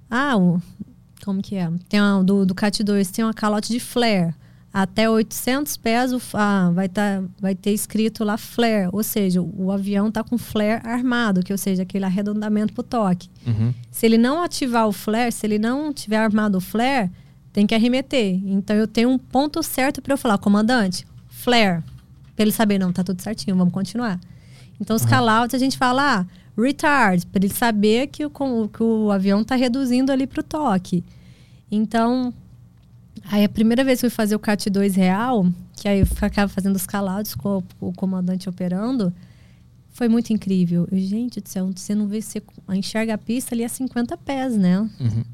Como que é? Tem do CAT 2 tem uma call-out de flare. Até 800 pés vai ter escrito lá flare, ou seja, o avião está com flare armado, que ou seja, aquele arredondamento para o toque. Uhum. Se ele não ativar o flare, se ele não tiver armado o flare, tem que arremeter. Então eu tenho um ponto certo para eu falar, comandante, flare, para ele saber, não, tá tudo certinho, vamos continuar. Então os call-outs a gente fala, retard, para ele saber que o avião está reduzindo ali para o toque. Então, aí a primeira vez que eu fui fazer o CAT 2 real, que aí eu ficava fazendo os call-outs com o comandante operando, foi muito incrível. Gente do céu, você não vê, você enxerga a pista ali a 50 pés, né? Uhum.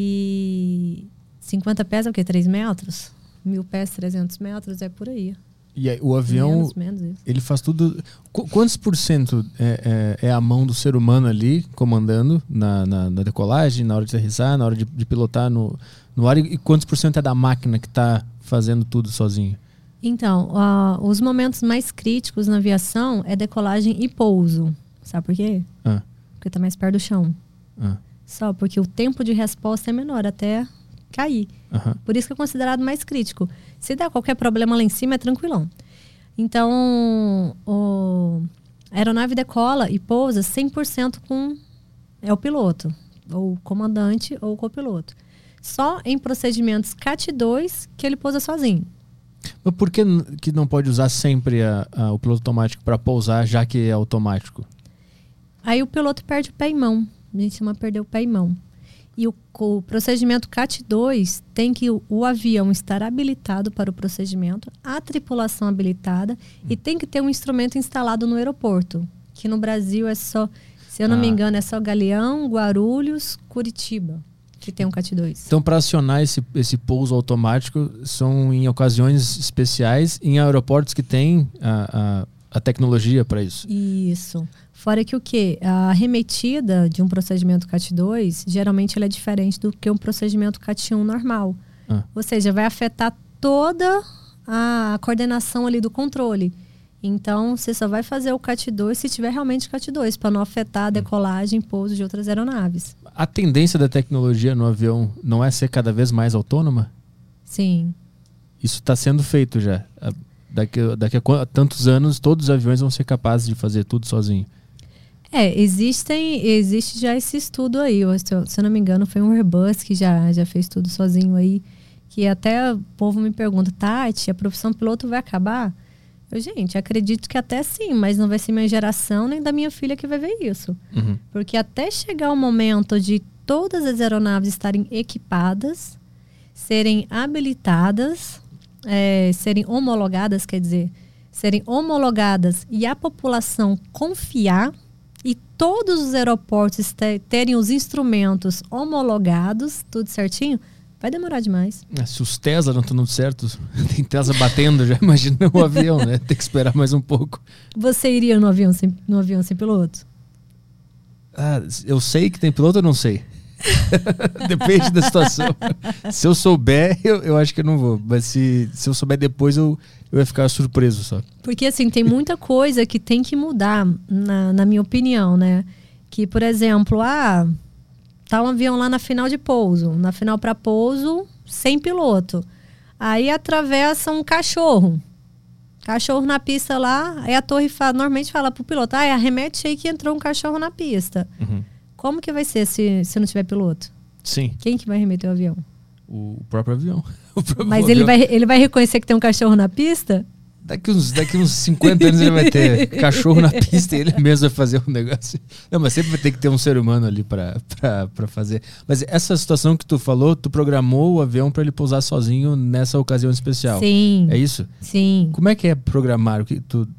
E 50 pés é o quê? 3 metros? 1000 pés, 300 metros, é por aí. E aí, o avião, Menos isso. ele faz tudo... Quantos por cento é a mão do ser humano ali, comandando na decolagem, na hora de aterrissar, na hora de pilotar no ar? E quantos por cento é da máquina que está fazendo tudo sozinho? Então, os momentos mais críticos na aviação é decolagem e pouso. Sabe por quê? Porque tá mais perto do chão. Só porque o tempo de resposta é menor até cair. Por isso que é considerado mais crítico. Se der qualquer problema lá em cima, é tranquilão. Então, a aeronave decola e pousa 100% com o piloto, ou o comandante ou o copiloto. Só em procedimentos CAT 2 que ele pousa sozinho. Mas por que não pode usar sempre o piloto automático para pousar, já que é automático? Aí o piloto perde o pé e mão. A gente chama perder o pé e mão. E o procedimento CAT 2 tem que o avião estar habilitado para o procedimento, a tripulação habilitada e tem que ter um instrumento instalado no aeroporto. Que no Brasil é só, se eu não me engano, é só Galeão, Guarulhos, Curitiba, que tem um CAT 2. Então, para acionar esse pouso automático, são em ocasiões especiais, em aeroportos que têm a tecnologia para isso. Isso. Fora que o quê? A arremetida de um procedimento CAT 2, geralmente ela é diferente do que um procedimento CAT 1 normal. Ou seja, vai afetar toda a coordenação ali do controle. Então, você só vai fazer o CAT 2 se tiver realmente CAT 2, para não afetar a decolagem e pouso de outras aeronaves. A tendência da tecnologia no avião não é ser cada vez mais autônoma? Sim. Isso está sendo feito já. Daqui a tantos anos, todos os aviões vão ser capazes de fazer tudo sozinho. Existe já esse estudo aí. Se eu não me engano, foi um Airbus que já fez tudo sozinho aí. Que até o povo me pergunta, Tati, a profissão piloto vai acabar? Gente, acredito que até sim, mas não vai ser minha geração nem da minha filha que vai ver isso. Porque até chegar o momento de todas as aeronaves estarem equipadas, serem habilitadas, serem homologadas, quer dizer, serem homologadas e a população confiar e todos os aeroportos terem os instrumentos homologados, tudo certinho, vai demorar demais. Se os Tesla não estão dando certo, tem Tesla batendo, já imagina o avião, né? Tem que esperar mais um pouco. Você iria no avião sem piloto? Eu sei que tem piloto ou não sei? Depende da situação. Se eu souber, eu acho que eu não vou. Mas se eu souber depois, eu ia ficar surpreso só. Porque assim, tem muita coisa que tem que mudar, na minha opinião, né? Que, por exemplo, tá um avião lá na final de pouso. Na final para pouso, sem piloto. Aí atravessa um cachorro. Cachorro na pista lá, aí a torre normalmente fala pro piloto, arremete aí que entrou um cachorro na pista. Como que vai ser se não tiver piloto? Sim. Quem que vai remeter o avião? O próprio avião. Mas ele vai reconhecer que tem um cachorro na pista? Daqui uns 50 anos ele vai ter cachorro na pista e ele mesmo vai fazer um negócio. Não, mas sempre vai ter que ter um ser humano ali pra fazer. Mas essa situação que tu falou, tu programou o avião pra ele pousar sozinho nessa ocasião especial. Sim. É isso? Sim. Como é que é programar? O que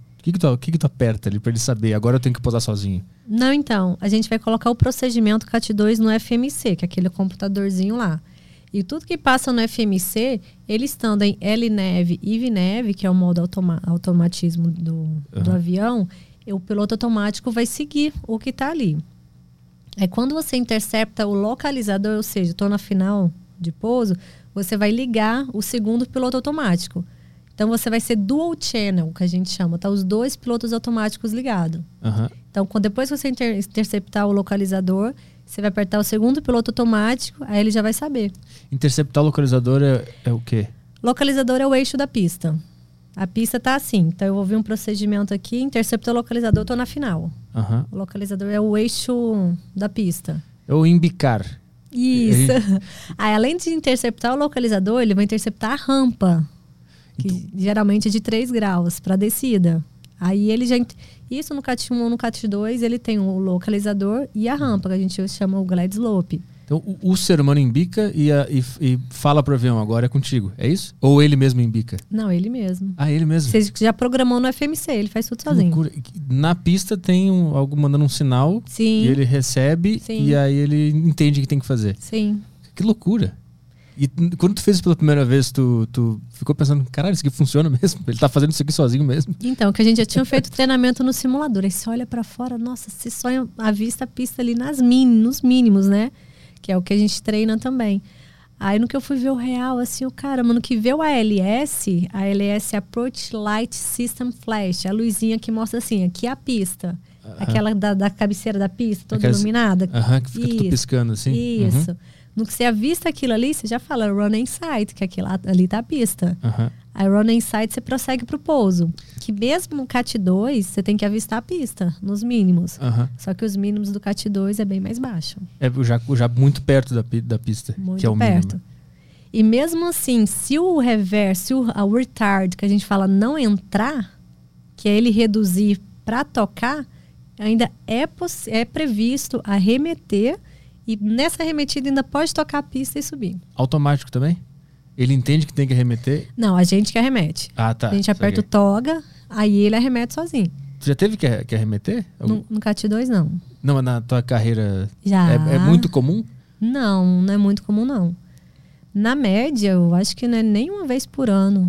tu aperta ali pra ele saber? Agora eu tenho que pousar sozinho. Não, então. A gente vai colocar o procedimento CAT 2 no FMC, que é aquele computadorzinho lá. E tudo que passa no FMC, ele estando em LNAV e VNAV, que é o modo automatismo do avião, o piloto automático vai seguir o que está ali. É quando você intercepta o localizador, ou seja, estou na final de pouso, você vai ligar o segundo piloto automático. Então, você vai ser dual channel, que a gente chama, tá? Os dois pilotos automáticos ligados. Então, depois que você interceptar o localizador, você vai apertar o segundo piloto automático, aí ele já vai saber. Interceptar o localizador é o quê? Localizador é o eixo da pista. A pista tá assim. Então, eu vou ver um procedimento aqui, interceptar o localizador, tô na final. O localizador é o eixo da pista. É o embicar. Isso. Aí, além de interceptar o localizador, ele vai interceptar a rampa. Que geralmente é de 3 graus para descida. Aí ele já... Isso no CAT 1 ou no CAT 2, ele tem o localizador e a rampa, que a gente chama o glide slope. Então o ser humano embica e fala pro avião, agora é contigo, é isso? Ou ele mesmo embica? Não, ele mesmo. Ele mesmo? Você já programou no FMC, ele faz tudo sozinho. Loucura. Na pista tem algo mandando um sinal. Sim. E ele recebe. Sim. E aí ele entende o que tem que fazer. Sim. Que loucura. E quando tu fez isso pela primeira vez, tu ficou pensando, caralho, isso aqui funciona mesmo? Ele tá fazendo isso aqui sozinho mesmo? Então, que a gente já tinha feito treinamento no simulador. Aí você olha pra fora, nossa, você sonha a vista a pista ali nos mínimos, né? Que é o que a gente treina também. Aí no que eu fui ver o real, assim, o cara, mano, que vê o ALS é Approach Light System Flash, a luzinha que mostra assim, aqui é a pista. Aquela da cabeceira da pista, toda iluminada. Que fica tudo piscando assim. Isso. No que você avista aquilo ali, você já fala Run in Sight, que aquilo ali tá a pista. Aí Run in Sight você prossegue pro pouso. Que mesmo no CAT 2, você tem que avistar a pista, nos mínimos. Só que os mínimos do CAT 2 é bem mais baixo. É já muito perto da pista, muito que é o perto. mínimo. E mesmo assim, se o reverse, o retard, que a gente fala, não entrar, que é ele reduzir para tocar, ainda é previsto arremeter. E nessa arremetida ainda pode tocar a pista e subir. Automático também? Ele entende que tem que arremeter? Não, a gente que arremete. Ah, tá. A gente aperta o toga, aí ele arremete sozinho. Tu já teve que arremeter? No CAT 2, não. Não, mas na tua carreira já. É muito comum? Não é muito comum, não. Na média, eu acho que não é nem uma vez por ano.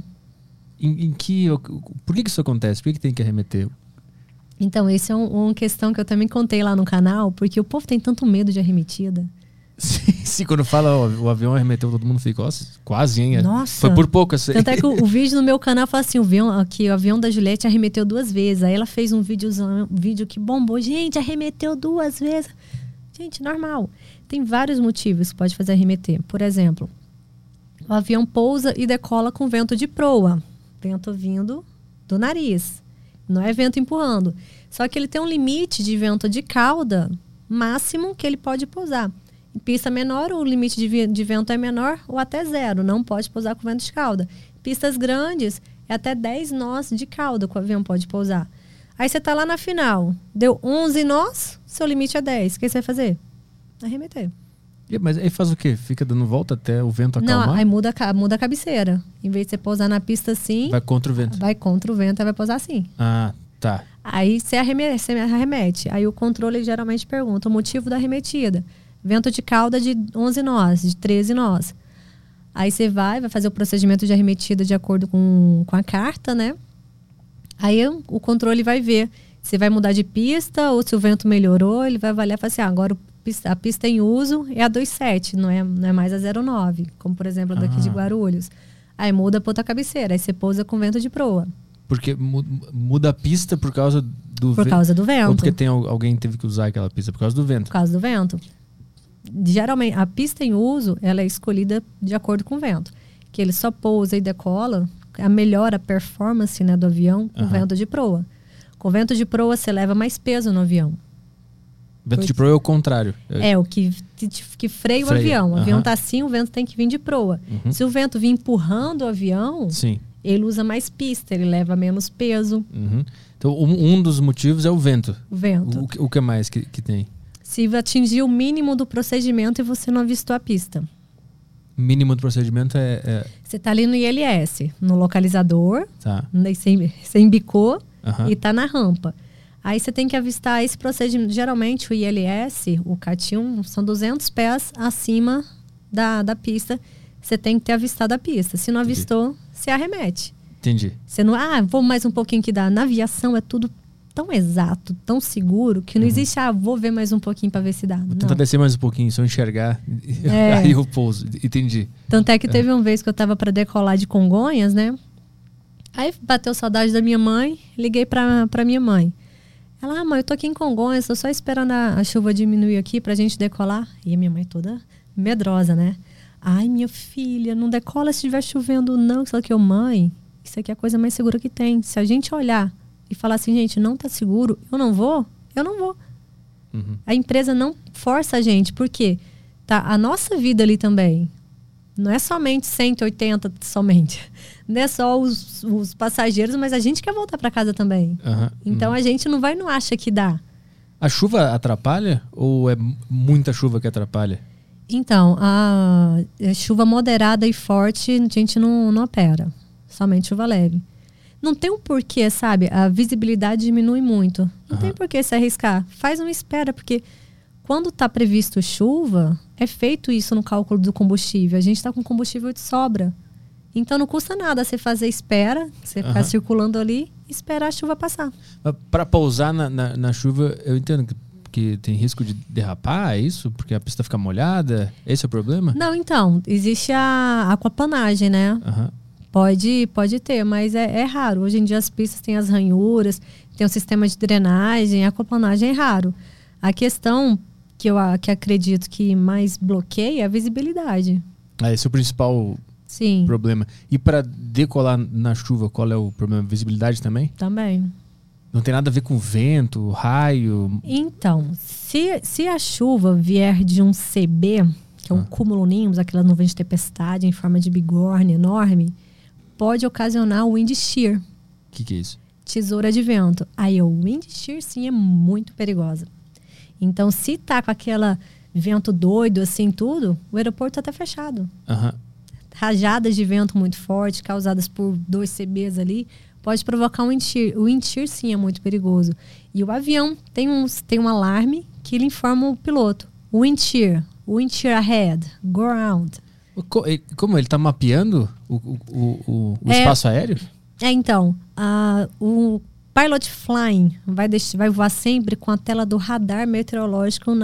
Por que isso acontece? Por que tem que arremeter? Então, essa é uma questão que eu também contei lá no canal, porque o povo tem tanto medo de arremetida. Sim, quando fala o avião arremeteu, todo mundo fica, quase, hein? Nossa. Foi por pouco, assim. Tanto é que o vídeo no meu canal fala assim, o avião da Juliette arremeteu 2 vezes. Aí ela fez um vídeo que bombou. Gente, arremeteu 2 vezes. Gente, normal. Tem vários motivos que pode fazer arremeter. Por exemplo, o avião pousa e decola com vento de proa. Vento vindo do nariz. Não é vento empurrando. Só que ele tem um limite de vento de cauda máximo que ele pode pousar. Em pista menor, o limite de vento é menor ou até 0. Não pode pousar com vento de cauda. Pistas grandes, é até 10 nós de cauda que o avião pode pousar. Aí você tá lá na final. Deu 11 nós, seu limite é 10. O que você vai fazer? Arremeter. Mas aí faz o quê? Fica dando volta até o vento acalmar? Não, aí muda a cabeceira. Em vez de você pousar na pista assim... Vai contra o vento. Vai contra o vento e vai pousar assim. Ah, tá. Aí você arremete. Aí o controle geralmente pergunta o motivo da arremetida. Vento de cauda de 11 nós, de 13 nós. Aí você vai fazer o procedimento de arremetida de acordo com a carta, né? Aí o controle vai ver se vai mudar de pista ou se o vento melhorou. Ele vai avaliar e falar assim, agora a pista em uso é a 27, não é mais a 09, como por exemplo daqui de Guarulhos. Aí muda para outra cabeceira, aí você pousa com vento de proa. Porque muda a pista por causa do vento? Por causa do vento. Ou porque alguém teve que usar aquela pista por causa do vento? Por causa do vento. Geralmente, a pista em uso, ela é escolhida de acordo com o vento. Que ele só pousa e decola, melhora a performance, né, do avião com vento de proa. Com vento de proa, você leva mais peso no avião. Vento de proa é o contrário. É o que freia o avião. O avião tá assim, o vento tem que vir de proa. Se o vento vir empurrando o avião, sim, ele usa mais pista, ele leva menos peso. Então, um dos motivos é o vento. O vento. O que mais que tem? Se atingir o mínimo do procedimento e você não avistou a pista. Mínimo do procedimento é... Você tá ali no ILS, no localizador, tá. Você embicou e tá na rampa. Aí você tem que avistar esse procedimento. Geralmente o ILS, o CAT 1, são 200 pés acima da pista. Você tem que ter avistado a pista. Se não avistou, você arremete. Entendi. Você não, vou mais um pouquinho que dá. Na aviação é tudo tão exato, tão seguro, que não existe, vou ver mais um pouquinho para ver se dá. Vou tentar descer mais um pouquinho, se eu enxergar, aí eu pouso. Entendi. Tanto é que teve uma vez que eu tava para decolar de Congonhas, né? Aí bateu saudade da minha mãe, liguei pra minha mãe. Ela, mãe, eu tô aqui em Congonhas, tô só esperando a chuva diminuir aqui pra gente decolar. E a minha mãe toda medrosa, né? Ai, minha filha, não decola se estiver chovendo não. Só que eu, mãe, isso aqui é a coisa mais segura que tem. Se a gente olhar e falar assim, gente, não tá seguro, eu não vou. A empresa não força a gente, porque tá a nossa vida ali também. Não é somente 180 somente. Não é só os passageiros, mas a gente quer voltar para casa também. Então a gente não acha que dá. A chuva atrapalha ou é muita chuva que atrapalha? Então, a chuva moderada e forte a gente não opera. Somente chuva leve. Não tem um porquê, sabe? A visibilidade diminui muito. Não tem porquê se arriscar. Faz uma espera, porque quando está previsto chuva, é feito isso no cálculo do combustível. A gente está com combustível de sobra. Então não custa nada você fazer espera, você ficar circulando ali e esperar a chuva passar. Para pousar na chuva, eu entendo que tem risco de derrapar, é isso? Porque a pista fica molhada? Esse é o problema? Não, então, existe a aquaplanagem, né? Pode ter, mas é raro. Hoje em dia as pistas têm as ranhuras, tem um sistema de drenagem, a aquaplanagem é raro. A questão que acredito que mais bloqueia é a visibilidade. Esse é o principal problema. E para decolar na chuva, qual é o problema? Visibilidade também? Também. Não tem nada a ver com vento, raio? Então, se a chuva vier de um CB, que é um cumulonimbus, aquela nuvem de tempestade em forma de bigorna enorme, pode ocasionar o wind shear. O que é isso? Tesoura de vento. Aí o wind shear, sim, é muito perigosa. Então, se tá com aquele vento doido, assim, tudo, o aeroporto tá até fechado. Rajadas de vento muito forte, causadas por 2 CBs ali, pode provocar um wind shear. O wind shear, sim, é muito perigoso. E o avião tem um alarme que ele informa o piloto. Wind shear ahead, go around. Como? Ele tá mapeando o espaço aéreo? Então, o pilot flying vai voar sempre com a tela do radar meteorológico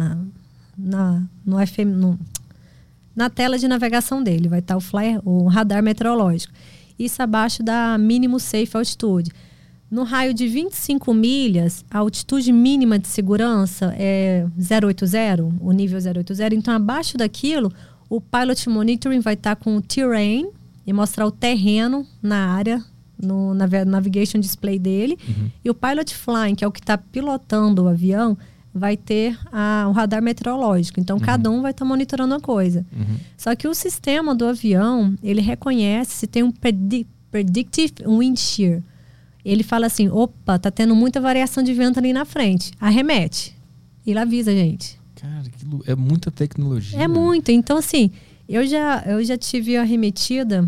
na tela de navegação dele. Vai estar o radar meteorológico. Isso abaixo da mínimo safe altitude. No raio de 25 milhas, a altitude mínima de segurança é 080, o nível 080. Então, abaixo daquilo, o pilot monitoring vai estar com o terrain e mostrar o terreno na área, no navigation display dele. E o pilot flying, que é o que está pilotando o avião, vai ter o radar meteorológico. Então, cada um vai estar monitorando uma coisa. Só que o sistema do avião, ele reconhece se tem um predictive wind shear. Ele fala assim, opa, tá tendo muita variação de vento ali na frente. Arremete. Ele avisa a gente. Cara, é muita tecnologia. É muito. Então, assim, eu já tive arremetida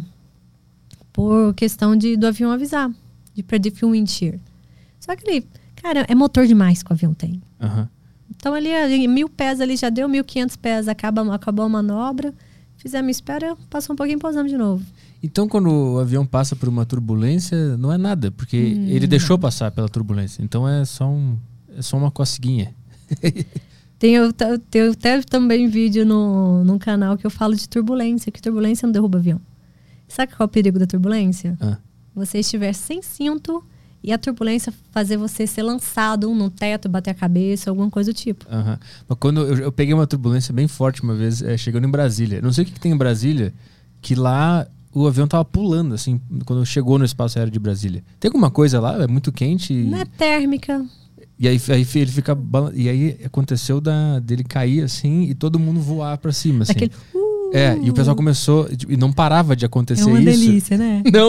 por questão do avião avisar. De predictive wind shear. Só que ele, cara, é motor demais que o avião tem. Então, ali, 1.000 pés ali já deu, 1.500 pés acabou a manobra. Fizemos espera, passou um pouquinho e pousamos de novo. Então, quando o avião passa por uma turbulência, não é nada, porque ele deixou passar pela turbulência. Então, é só uma coceguinha. Tem até também vídeo num canal que eu falo de turbulência, que turbulência não derruba avião. Sabe qual é o perigo da turbulência? Você estiver sem cinto e a turbulência fazer você ser lançado no teto, bater a cabeça, alguma coisa do tipo. Mas quando eu peguei uma turbulência bem forte uma vez, chegando em Brasília. Não sei o que tem em Brasília, que lá o avião tava pulando, assim, quando chegou no espaço aéreo de Brasília. Tem alguma coisa lá? É muito quente? Não é térmica. E aí ele fica... E aí aconteceu dele cair, assim, e todo mundo voar pra cima, assim. Aquele... E o pessoal começou... E não parava de acontecer isso. É uma delícia, né? Não.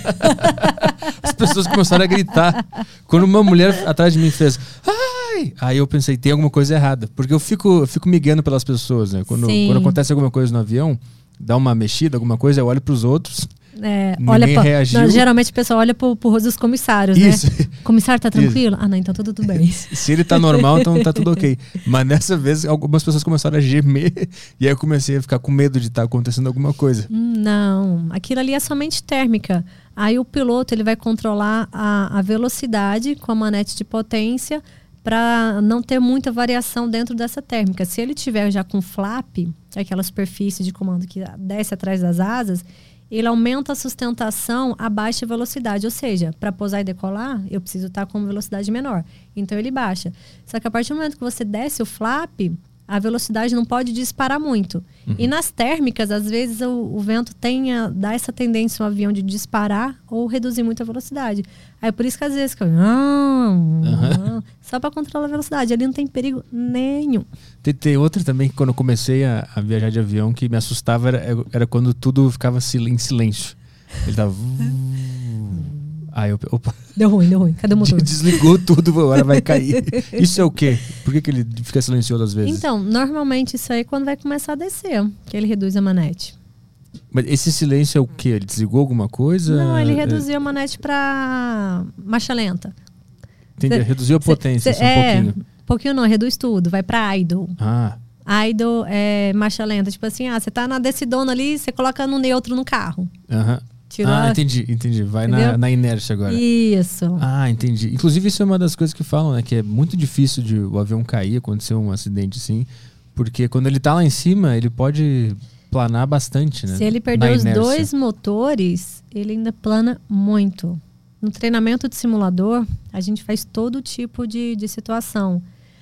As pessoas começaram a gritar. Quando uma mulher atrás de mim fez... Ai! Aí eu pensei, tem alguma coisa errada. Porque eu fico miguando pelas pessoas, né? Quando acontece alguma coisa no avião, dá uma mexida, alguma coisa, eu olho pros outros... Ninguém reagiu. Não, geralmente o pessoal olha pro rosto dos comissários, isso. né? O comissário tá tranquilo? Não, então tá tudo bem. Se ele tá normal, então tá tudo ok. Mas nessa vez, algumas pessoas começaram a gemer e aí eu comecei a ficar com medo de estar acontecendo alguma coisa. Não, aquilo ali é somente térmica. Aí o piloto ele vai controlar a velocidade com a manete de potência para não ter muita variação dentro dessa térmica. Se ele tiver já com flap, aquela superfície de comando que desce atrás das asas, ele aumenta a sustentação a baixa velocidade. Ou seja, para pousar e decolar, eu preciso estar com velocidade menor. Então, ele baixa. Só que a partir do momento que você desce o flap, a velocidade não pode disparar muito. E nas térmicas, às vezes, o vento dá essa tendência ao avião de disparar ou reduzir muito a velocidade. Aí, por isso que às vezes... Só para controlar a velocidade. Ali não tem perigo nenhum. Tem outra também que quando eu comecei a viajar de avião que me assustava era quando tudo ficava em silêncio. Ele tava... Aí opa. Deu ruim. Cadê o motor? Desligou tudo, agora vai cair. Isso é o quê? Por que ele fica silencioso às vezes? Então, normalmente isso aí é quando vai começar a descer, que ele reduz a manete. Mas esse silêncio é o quê? Ele desligou alguma coisa? Não, ele reduziu a manete para marcha lenta. Entendi, reduziu a potência um pouquinho. Pouquinho não, reduz tudo, vai para idle. Idle é marcha lenta. Tipo assim, você tá na decidona ali, você coloca no neutro no carro. Entendi. Vai na inércia agora. Isso. Entendi. Inclusive, isso é uma das coisas que falam, né? Que é muito difícil de o avião cair, acontecer um acidente assim. Porque quando ele tá lá em cima, ele pode planar bastante, né? Se ele perder os 2 motores, ele ainda plana muito. No treinamento de simulador, a gente faz todo tipo de situação.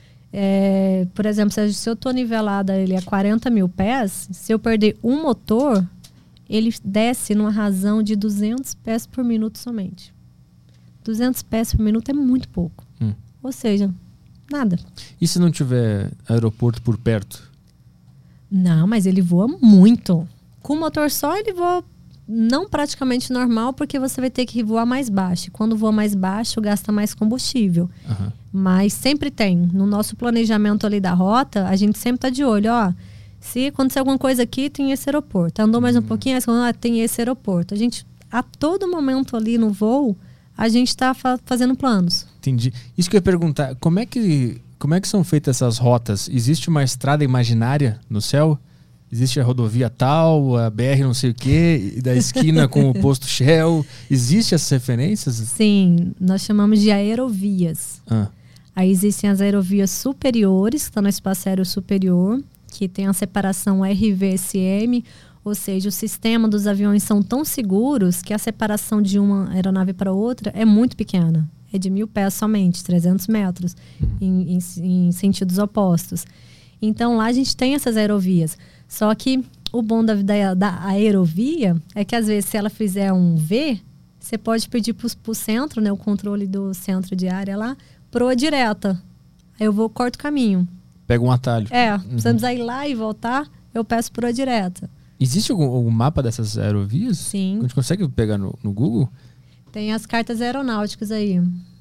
Por exemplo, se eu tô nivelada ele a 40 mil pés, se eu perder um motor, ele desce numa razão de 200 pés por minuto somente. 200 pés por minuto é muito pouco. Ou seja, nada. E se não tiver aeroporto por perto? Não, mas ele voa muito. Com o motor só, ele voa não praticamente normal, porque você vai ter que voar mais baixo. Quando voa mais baixo, gasta mais combustível. Mas sempre tem. No nosso planejamento ali da rota, a gente sempre tá de olho. Se acontecer alguma coisa aqui, tem esse aeroporto. Andou mais um pouquinho, tem esse aeroporto. A gente, a todo momento ali no voo, a gente está fazendo planos. Entendi. Isso que eu ia perguntar, como é que são feitas essas rotas? Existe uma estrada imaginária no céu? Existe a rodovia tal, a BR não sei o quê, da esquina com o posto Shell? Existe essas referências? Sim, nós chamamos de aerovias. Aí existem as aerovias superiores, que estão no espaço aéreo superior, que tem a separação RVSM, ou seja, o sistema dos aviões são tão seguros que a separação de uma aeronave para outra é muito pequena. É de 1.000 pés somente, 300 metros, em sentidos opostos. Então, lá a gente tem essas aerovias. Só que o bom da aerovia é que, às vezes, se ela fizer um V, você pode pedir para o centro, né, o controle do centro de área lá, proa direta. Aí eu corto o caminho. Pega um atalho. Precisamos ir lá e voltar, eu peço proa direta. Existe algum mapa dessas aerovias? Sim. A gente consegue pegar no Google? Tem as cartas aeronáuticas aí.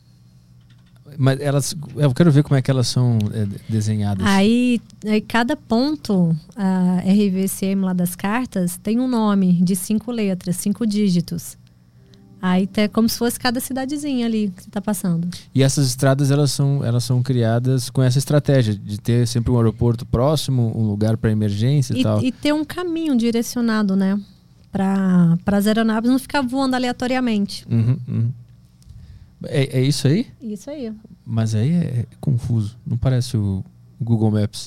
Mas eu quero ver como é que elas são desenhadas. Aí cada ponto, a RVSM lá das cartas, tem um nome de 5 letras, 5 dígitos. Aí é como se fosse cada cidadezinha ali que você está passando. E essas estradas, elas são criadas com essa estratégia de ter sempre um aeroporto próximo, um lugar para emergência e tal. E ter um caminho direcionado, né? Para as aeronaves não ficar voando aleatoriamente. É isso aí? Isso aí. Mas aí é confuso. Não parece o Google Maps.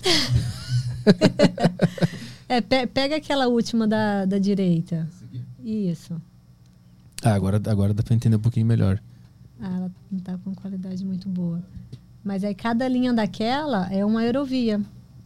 Pega aquela última da direita. Isso. Agora dá para entender um pouquinho melhor. Ela não tá com qualidade muito boa. Mas aí cada linha daquela é uma aerovia.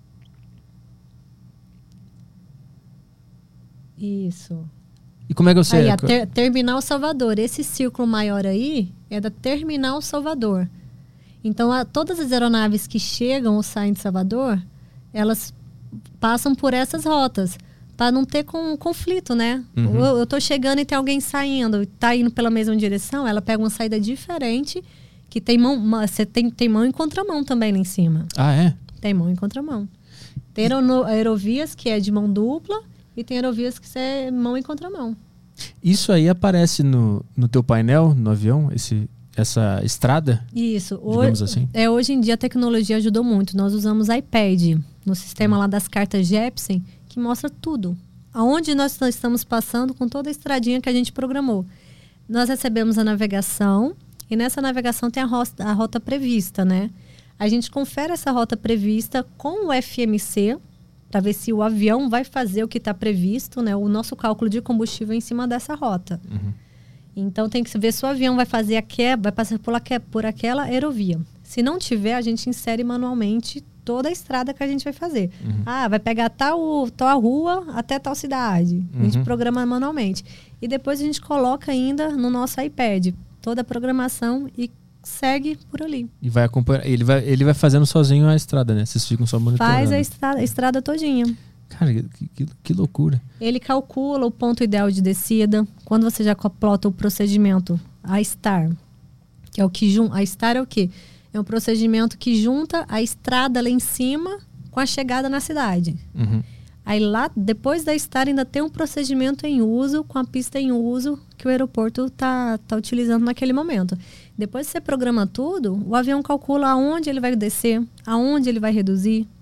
Isso. E como é que eu sei? Aí, Terminal Salvador. Esse círculo maior aí é da Terminal Salvador. Então, todas as aeronaves que chegam ou saem de Salvador, elas passam por essas rotas, para não ter conflito, né? Eu tô chegando e tem alguém saindo, tá indo pela mesma direção, ela pega uma saída diferente, que tem você tem mão e contramão também lá em cima. É? Tem mão e contramão. Tem aerovias que é de mão dupla, e tem aerovias que é mão e contramão. Isso aí aparece no teu painel, no avião, essa estrada? Isso. Digamos assim. Hoje em dia a tecnologia ajudou muito. Nós usamos iPad no sistema lá das cartas Jepsen, que mostra tudo. Aonde nós estamos passando com toda a estradinha que a gente programou. Nós recebemos a navegação e nessa navegação tem a rota prevista, né? A gente confere essa rota prevista com o FMC, para ver se o avião vai fazer o que está previsto, né? O nosso cálculo de combustível em cima dessa rota. Então tem que ver se o avião vai fazer vai passar por aquela aerovia. Se não tiver, a gente insere manualmente toda a estrada que a gente vai fazer. Vai pegar tal rua até tal cidade. A gente programa manualmente. E depois a gente coloca ainda no nosso iPad toda a programação e segue por ali. E vai acompanhar. Ele vai fazendo sozinho a estrada, né? Vocês ficam só monitorando. Faz a estrada todinha. Cara, que loucura. Ele calcula o ponto ideal de descida. Quando você já plota o procedimento, a STAR, que é o que a STAR é o quê? É um procedimento que junta a estrada lá em cima com a chegada na cidade. Aí lá, depois da STAR, ainda tem um procedimento em uso, com a pista em uso, que o aeroporto está utilizando naquele momento. Depois que você programa tudo, o avião calcula aonde ele vai descer, aonde ele vai reduzir,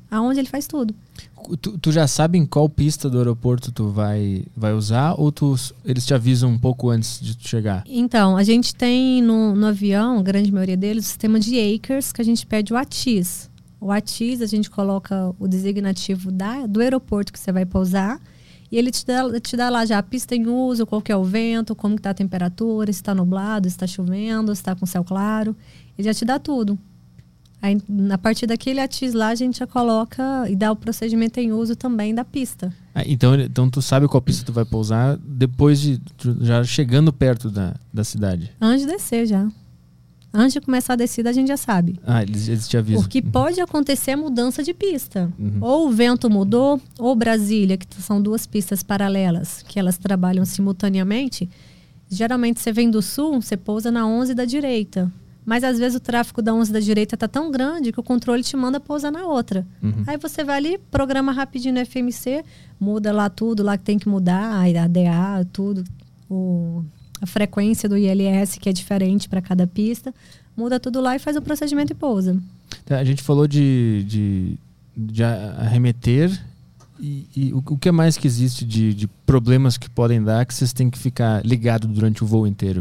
aonde ele faz tudo. Tu já sabe em qual pista do aeroporto tu vai usar ou eles te avisam um pouco antes de tu chegar? Então, a gente tem no avião, a grande maioria deles, o sistema de acres, que a gente pede o ATIS. O ATIS, a gente coloca o designativo do aeroporto que você vai pousar e ele te dá lá já a pista em uso, qual que é o vento, como que está a temperatura, se está nublado, se está chovendo, se está com céu claro. Ele já te dá tudo. Aí, a partir daquele ATIS lá, a gente já coloca e dá o procedimento em uso também da pista. Então tu sabe qual pista tu vai pousar depois já chegando perto da cidade? Antes de descer já. Antes de começar a descida, a gente já sabe. Eles te avisam. Porque pode acontecer a mudança de pista. Ou o vento mudou, ou Brasília, que são duas pistas paralelas, que elas trabalham simultaneamente. Geralmente você vem do sul, você pousa na 11 da direita. Mas às vezes o tráfego da 11 da direita está tão grande que o controle te manda pousar na outra. Aí você vai ali, programa rapidinho no FMC, muda lá tudo, lá que tem que mudar, a ADA, tudo, a frequência do ILS, que é diferente para cada pista, muda tudo lá e faz o procedimento e pousa. A gente falou de arremeter e o que mais que existe de problemas que podem dar que vocês têm que ficar ligado durante o voo inteiro?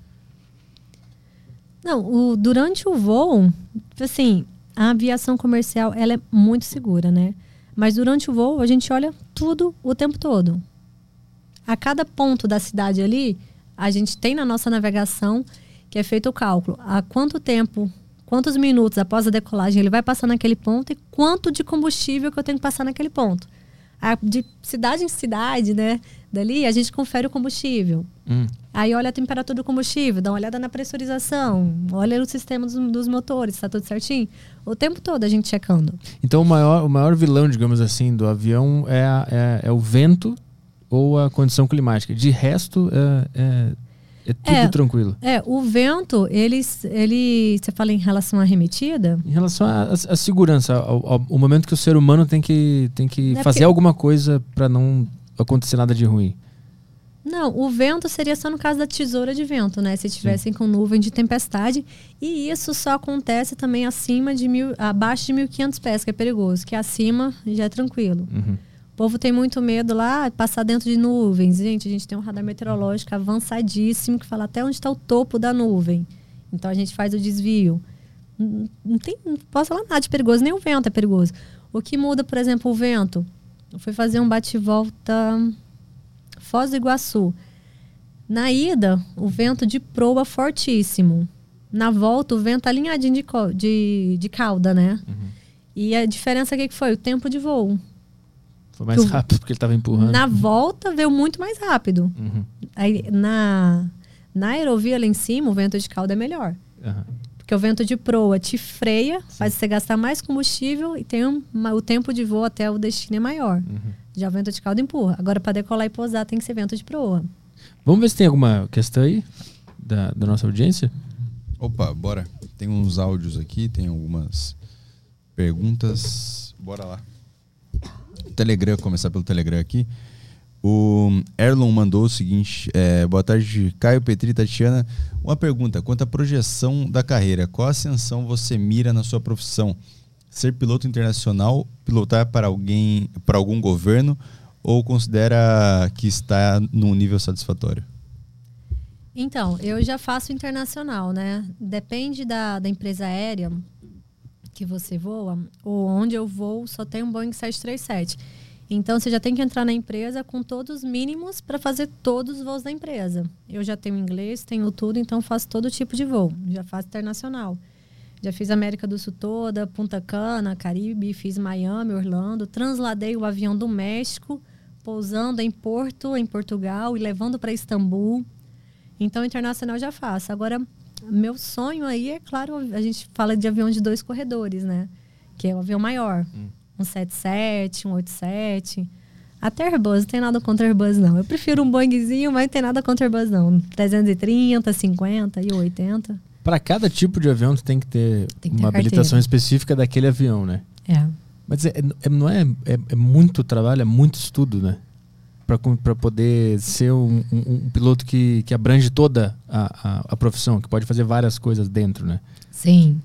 Não, durante o voo, assim, a aviação comercial, ela é muito segura, né? Mas durante o voo, a gente olha tudo o tempo todo. A cada ponto da cidade ali, a gente tem na nossa navegação que é feito o cálculo. A quanto tempo, quantos minutos após a decolagem ele vai passar naquele ponto e quanto de combustível que eu tenho que passar naquele ponto. De cidade em cidade, né? Dali, a gente confere o combustível. Aí olha a temperatura do combustível, dá uma olhada na pressurização, olha o sistema dos motores, tá tudo certinho. O tempo todo a gente checando. Então o maior vilão, digamos assim, do avião é o vento ou a condição climática. De resto, é tudo tranquilo. O vento, você fala em relação à arremetida? Em relação à segurança, ao momento que o ser humano tem que fazer alguma coisa para não acontecer nada de ruim. Não, o vento seria só no caso da tesoura de vento, né? Se tivessem com nuvem de tempestade. E isso só acontece também abaixo de 1.500 pés, que é perigoso. Que acima já é tranquilo. O povo tem muito medo lá, passar dentro de nuvens. Gente, a gente tem um radar meteorológico avançadíssimo que fala até onde está o topo da nuvem. Então a gente faz o desvio. Não posso falar nada de perigoso, nem o vento é perigoso. O que muda, por exemplo, o vento? Eu fui fazer um bate-volta Foz do Iguaçu. Na ida, o vento de proa fortíssimo. Na volta, o vento alinhadinho de cauda, né? E a diferença aqui que foi? O tempo de voo. Foi mais rápido porque ele estava empurrando. Na volta veio muito mais rápido. Aí, na aerovia lá em cima, o vento de cauda é melhor. Porque o vento de proa te freia, faz você gastar mais combustível e tem o tempo de voo até o destino é maior. Já o vento de cauda empurra. Agora, para decolar e pousar, tem que ser vento de proa. Vamos ver se tem alguma questão aí da nossa audiência? Opa, bora. Tem uns áudios aqui, tem algumas perguntas. Bora lá. Telegram, começar pelo Telegram aqui. O Erlon mandou o seguinte: boa tarde, Caio, Petri, Tatiana. Uma pergunta, quanto à projeção da carreira, qual ascensão você mira na sua profissão? Ser piloto internacional, pilotar para algum governo ou considera que está num nível satisfatório? Então, eu já faço internacional, né? Depende da empresa aérea que você voa, ou onde eu vou só tem um Boeing 737. Então, você já tem que entrar na empresa com todos os mínimos para fazer todos os voos da empresa. Eu já tenho inglês, tenho tudo, então faço todo tipo de voo. Já faço internacional. Já fiz América do Sul toda, Punta Cana, Caribe, fiz Miami, Orlando. Transladei o avião do México, pousando em Portugal e levando para Istambul. Então, internacional já faço. Agora, meu sonho aí é, claro, a gente fala de avião de 2 corredores, né? Que é o avião maior. Um 77, um 87. Até Airbus, não tem nada contra Airbus, não. Eu prefiro um Boeingzinho, mas não tem nada contra Airbus, não. 330, 50 e 80. Para cada tipo de avião, tu tem que ter uma habilitação específica daquele avião, né? Mas não é muito trabalho, é muito estudo, né? Para poder ser um piloto que abrange toda a profissão, que pode fazer várias coisas dentro, né? Sim.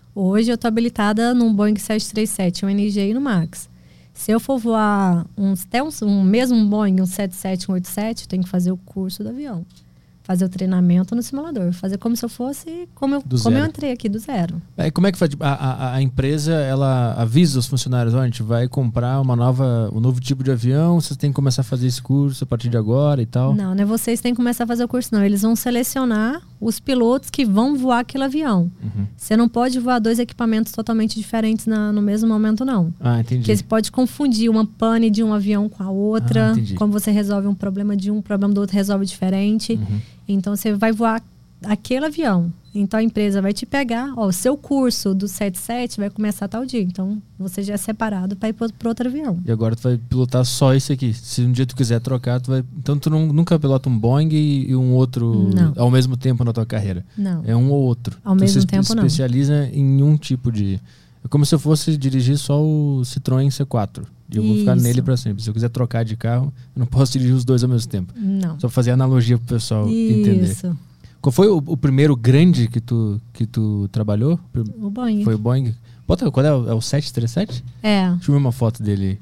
Hoje eu estou habilitada num Boeing 737, um NG e no MAX. Se eu for voar um mesmo Boeing, um 77, um 87, eu tenho que fazer o curso do avião. Fazer o treinamento no simulador. Fazer como se eu fosse, como eu entrei aqui, do zero. Como é que faz? A empresa, ela avisa os funcionários, a gente vai comprar um novo tipo de avião, vocês têm que começar a fazer esse curso a partir de agora e tal? Não, não é vocês que têm que começar a fazer o curso, não. Eles vão selecionar os pilotos que vão voar aquele avião. Você não pode voar 2 equipamentos totalmente diferentes no mesmo momento, não. Ah, entendi. Porque você pode confundir uma pane de um avião com a outra. Como você resolve um problema de um, o problema do outro resolve diferente. Então, você vai voar aquele avião. Então, a empresa vai te pegar. O seu curso do 77 vai começar tal dia. Então, você já é separado para ir para outro avião. E agora tu vai pilotar só esse aqui. Se um dia tu quiser trocar, tu vai... Então, tu nunca pilota um Boeing e um outro ao mesmo tempo na tua carreira? Não. É um ou outro. Ao mesmo tempo, não. Tu especializa em um tipo de... É como se eu fosse dirigir só o Citroën C4. E eu vou ficar nele para sempre. Se eu quiser trocar de carro, eu não posso dirigir os dois ao mesmo tempo. Não. Só pra fazer analogia pro pessoal entender. Qual foi o primeiro grande que tu trabalhou? O Boeing. Foi o Boeing. Qual é o 737? É. Deixa eu ver uma foto dele.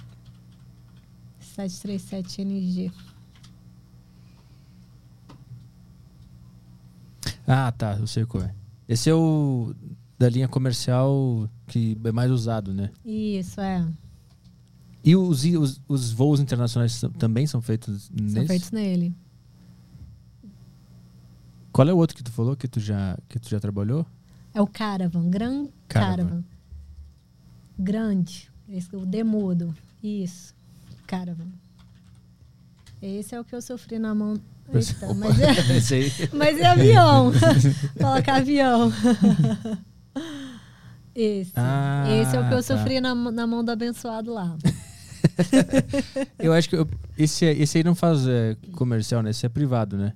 737 NG. Ah, tá. Eu sei qual é. Esse é o da linha comercial que é mais usado, né? Isso, é. E os voos internacionais também são feitos nesse? São feitos nele. Qual é o outro que tu falou que tu já trabalhou? É o Caravan, Grand Caravan. Grande. Esse, o demudo. Isso. Caravan. Esse é o que eu sofri na mão. Eita, mas é avião. Coloca avião. Esse. Esse é o que eu sofri na mão do abençoado lá. Eu acho que esse aí não faz comercial, né? Esse é privado, né?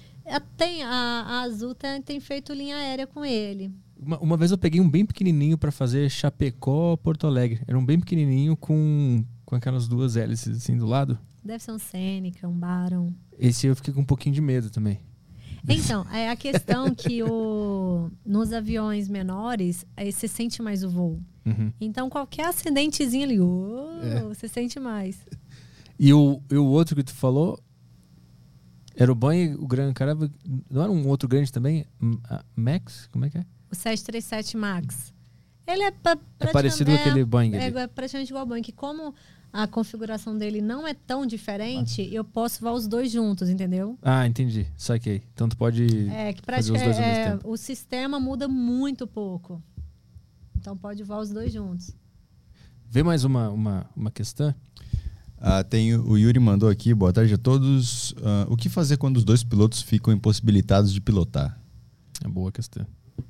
A Azul tem feito linha aérea com ele. Uma vez eu peguei um bem pequenininho para fazer Chapecó, Porto Alegre. Era um bem pequenininho com aquelas duas hélices assim do lado. Deve ser um Seneca, um Baron. Esse eu fiquei com um pouquinho de medo também. Então, é a questão que nos aviões menores, você sente mais o voo. Então, qualquer acidentezinho ali, você sente mais. E o outro que tu falou, era o Boeing, o Grand Caravan, não era um outro grande também? Max? Como é que é? O 737 MAX. Ele é parecido com aquele Boeing ali. É praticamente igual ao Boeing, que como a configuração dele não é tão diferente, eu posso voar os dois juntos, entendeu? Ah, entendi. Saquei. Então tu pode que fazer os dois ao mesmo tempo. O sistema muda muito pouco. Então pode voar os dois juntos. Vê mais uma questão? O Yuri mandou aqui, boa tarde a todos. O que fazer quando os dois pilotos ficam impossibilitados de pilotar? É boa questão.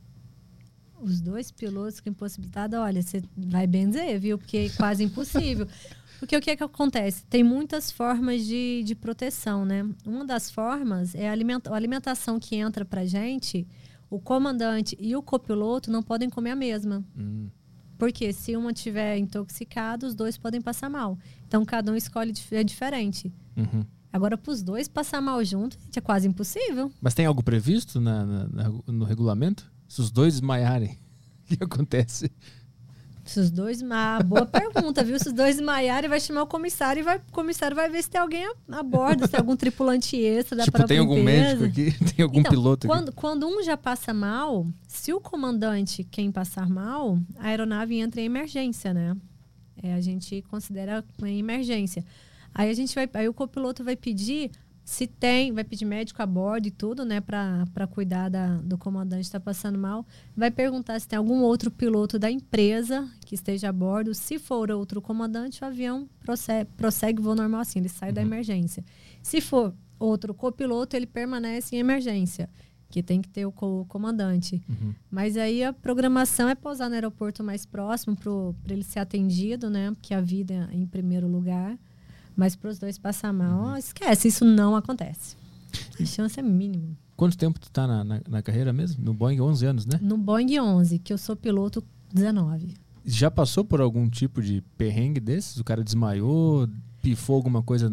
Os dois pilotos ficam impossibilitados, olha, você vai benzer, viu? Porque é quase impossível. Porque o que é que acontece? Tem muitas formas de proteção, né? Uma das formas é a alimentação que entra pra gente. O comandante e o copiloto não podem comer a mesma. Porque se uma estiver intoxicada, os dois podem passar mal. Então, cada um escolhe diferente. Agora, para os dois passar mal junto, é quase impossível. Mas tem algo previsto no regulamento? Se os dois desmaiarem, o que acontece? Se os dois... boa pergunta, viu? Se os dois desmaiarem, vai chamar o comissário e o comissário vai ver se tem alguém a bordo, se tem algum tripulante extra da própria tem algum empresa. médico aqui? Tem algum piloto aqui? Quando um já passa mal, se o comandante, quem passar mal, a aeronave entra em emergência, né? A gente considera em emergência. Aí o copiloto vai pedir... vai pedir médico a bordo e tudo, né, para cuidar do comandante que está passando mal. Vai perguntar se tem algum outro piloto da empresa que esteja a bordo. Se for outro comandante, o avião prossegue o voo normal assim, ele sai da emergência. Se for outro copiloto, ele permanece em emergência, que tem que ter o comandante. Mas aí a programação é pousar no aeroporto mais próximo para ele ser atendido, né, porque a vida é em primeiro lugar. Mas para os dois passar mal, esquece, isso não acontece. A chance é mínima. Quanto tempo tu tá na carreira mesmo? No Boeing, 11 anos, né? No Boeing 11, que eu sou piloto 19. Já passou por algum tipo de perrengue desses? O cara desmaiou, pifou alguma coisa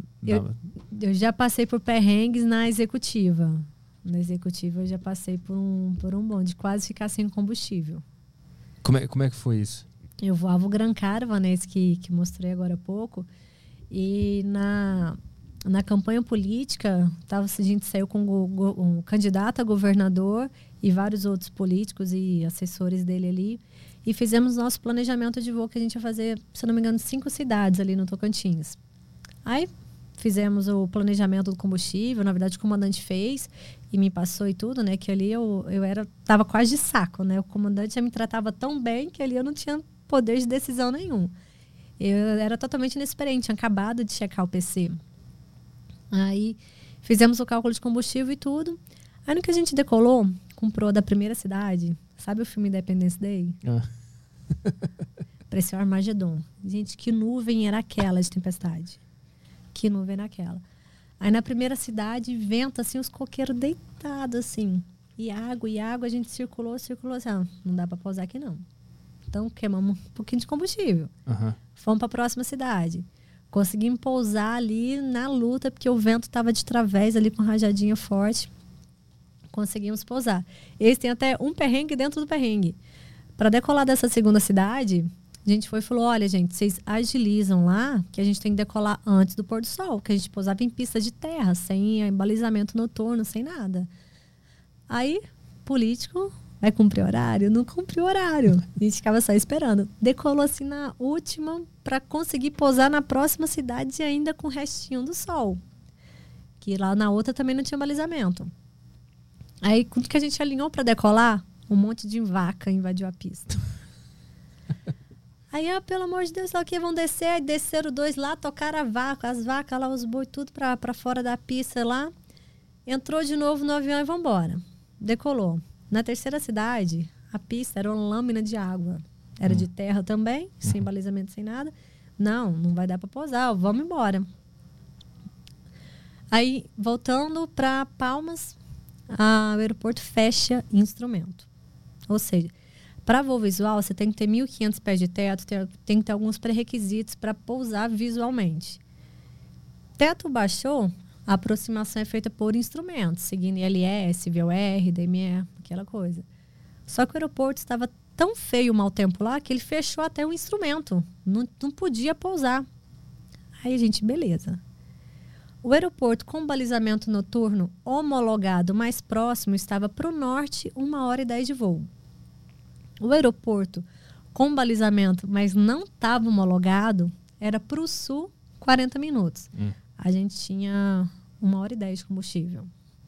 Eu já passei por perrengues na executiva. Na executiva eu já passei por um bonde, quase ficar sem combustível. Como é que foi isso? Eu voava o Gran Caravan, né, esse que mostrei agora há pouco. E na campanha política, a gente saiu com um candidato a governador e vários outros políticos e assessores dele ali. E fizemos nosso planejamento de voo, que a gente ia fazer, se não me engano, 5 cidades ali no Tocantins. Aí fizemos o planejamento do combustível, na verdade o comandante fez e me passou e tudo, né? Que ali eu tava quase de saco, né? O comandante já me tratava tão bem que ali eu não tinha poder de decisão nenhum. Eu era totalmente inexperiente, tinha acabado de checar o PC. Aí fizemos o cálculo de combustível e tudo. Aí no que a gente decolou, comprou da primeira cidade, sabe o filme Independence Day? Parecia o Armagedon. Gente, que nuvem era aquela de tempestade? Que nuvem era aquela? Aí na primeira cidade, vento, assim, os coqueiros deitados, assim. E água, a gente circulou, assim, não dá pra pousar aqui não. Então queimamos um pouquinho de combustível. Fomos pra próxima cidade. Conseguimos pousar ali na luta, porque o vento estava de través ali com rajadinha forte. Conseguimos pousar. Eles têm até um perrengue dentro do perrengue. Para decolar dessa segunda cidade, a gente foi e falou, olha, gente, vocês agilizam lá, que a gente tem que decolar antes do pôr do sol, que a gente pousava em pista de terra, sem balizamento noturno, sem nada. Aí, político vai cumprir horário? Não cumpriu horário. A gente ficava só esperando. Decolou assim na última para conseguir pousar na próxima cidade ainda com o restinho do sol. Que lá na outra também não tinha balizamento. Aí, quando que a gente alinhou para decolar, um monte de vaca invadiu a pista. Aí, pelo amor de Deus, aqui vão descer. Aí desceram 2 lá, tocaram as vacas lá, os boi, tudo para fora da pista lá. Entrou de novo no avião e vamos embora. Decolou. Na terceira cidade, a pista era uma lâmina de água. Era de terra também, sem balizamento, sem nada. Não vai dar para pousar, vamos embora. Aí, voltando para Palmas, o aeroporto fecha instrumento. Ou seja, para voo visual, você tem que ter 1.500 pés de teto, tem que ter alguns pré-requisitos para pousar visualmente. Teto baixou, a aproximação é feita por instrumentos, seguindo ILS, VOR, DME, aquela coisa. Só que o aeroporto estava tão feio o mau tempo lá que ele fechou até o instrumento. Não podia pousar. Aí, gente, beleza. O aeroporto com balizamento noturno homologado mais próximo estava para o norte, 1h10 de voo. O aeroporto com balizamento, mas não estava homologado, era para o sul, 40 minutos. A gente tinha 1h10 de combustível.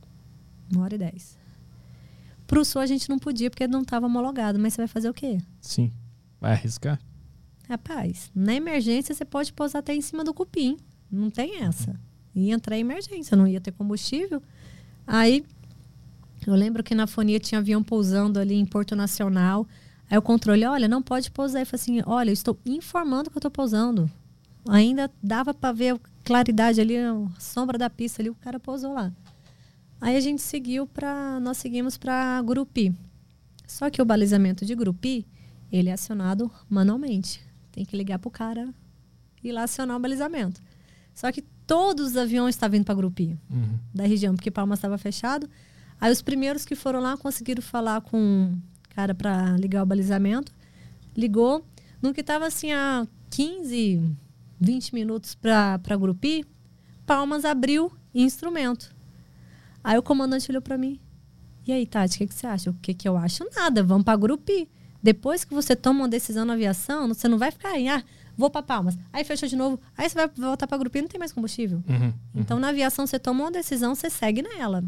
1h10. Para o sul a gente não podia, porque não estava homologado. Mas você vai fazer o quê? Sim. Vai arriscar? Rapaz, na emergência você pode pousar até em cima do cupim. Não tem essa. Ia entrar em emergência, não ia ter combustível. Aí, eu lembro que na Fonia tinha avião pousando ali em Porto Nacional. Aí o controle, olha, não pode pousar. Eu falei assim, olha, eu estou informando que eu estou pousando. Ainda dava para ver a claridade ali, a sombra da pista ali, o cara pousou lá. Aí a gente nós seguimos para Gurupi. Só que o balizamento de Gurupi, ele é acionado manualmente. Tem que ligar pro cara e ir lá acionar o balizamento. Só que todos os aviões estavam indo para Gurupi, da região, porque Palmas estava fechado. Aí os primeiros que foram lá conseguiram falar com o cara para ligar o balizamento. Ligou. No que estava assim a 15, 20 minutos para Gurupi, Palmas abriu instrumento. Aí o comandante olhou para mim. E aí, Tati, o que você acha? O que eu acho? Nada, vamos para Gurupi. Depois que você toma uma decisão na aviação, você não vai ficar aí, vou para Palmas. Aí fechou de novo. Aí você vai voltar para Gurupi e não tem mais combustível. Então, na aviação, você toma uma decisão, você segue nela.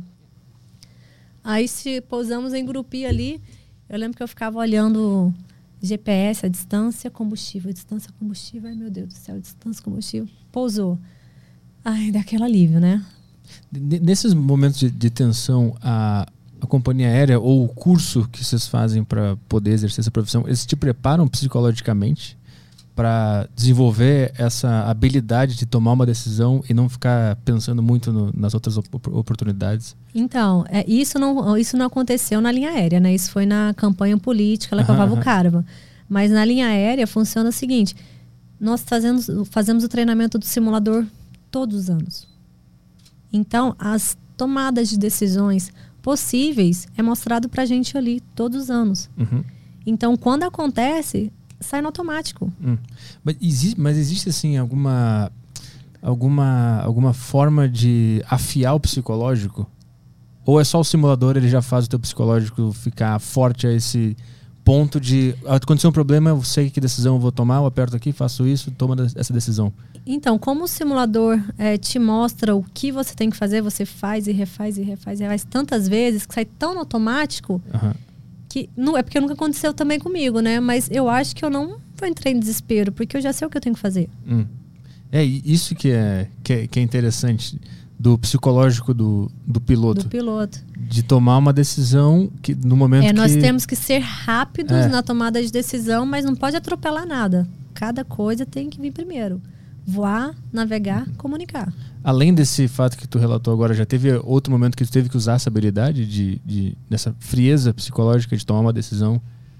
Aí, se pousamos em Gurupi ali, eu lembro que eu ficava olhando GPS, a distância, combustível. Ai, meu Deus do céu, distância, combustível. Pousou. Ai, dá aquele alívio, né? Nesses momentos de tensão, a companhia aérea ou o curso que vocês fazem para poder exercer essa profissão, eles te preparam psicologicamente para desenvolver essa habilidade de tomar uma decisão e não ficar pensando muito nas outras oportunidades? Então, isso não aconteceu na linha aérea, né? Isso foi na campanha política, lá que eu levava o Caravan. Mas na linha aérea funciona o seguinte, nós fazemos o treinamento do simulador todos os anos. Então, as tomadas de decisões possíveis é mostrado pra gente ali todos os anos. Então, quando acontece, sai no automático. Mas existe, assim, alguma forma de afiar o psicológico? Ou é só o simulador, ele já faz o teu psicológico ficar forte a esse ponto de acontecer um problema, eu sei que decisão eu vou tomar, eu aperto aqui, faço isso, toma essa decisão? Então, como o simulador te mostra o que você tem que fazer, você faz e refaz tantas vezes, que sai tão automático, que não, é porque nunca aconteceu também comigo, né? Mas eu acho que eu não vou entrar em desespero, porque eu já sei o que eu tenho que fazer. Isso que é interessante do psicológico do piloto. Do piloto. De tomar uma decisão que no momento nós temos que ser rápidos na tomada de decisão, mas não pode atropelar nada. Cada coisa tem que vir primeiro. Voar, navegar, comunicar. Além desse fato que tu relatou agora, já teve outro momento que tu teve que usar essa habilidade dessa frieza psicológica de tomar uma decisão?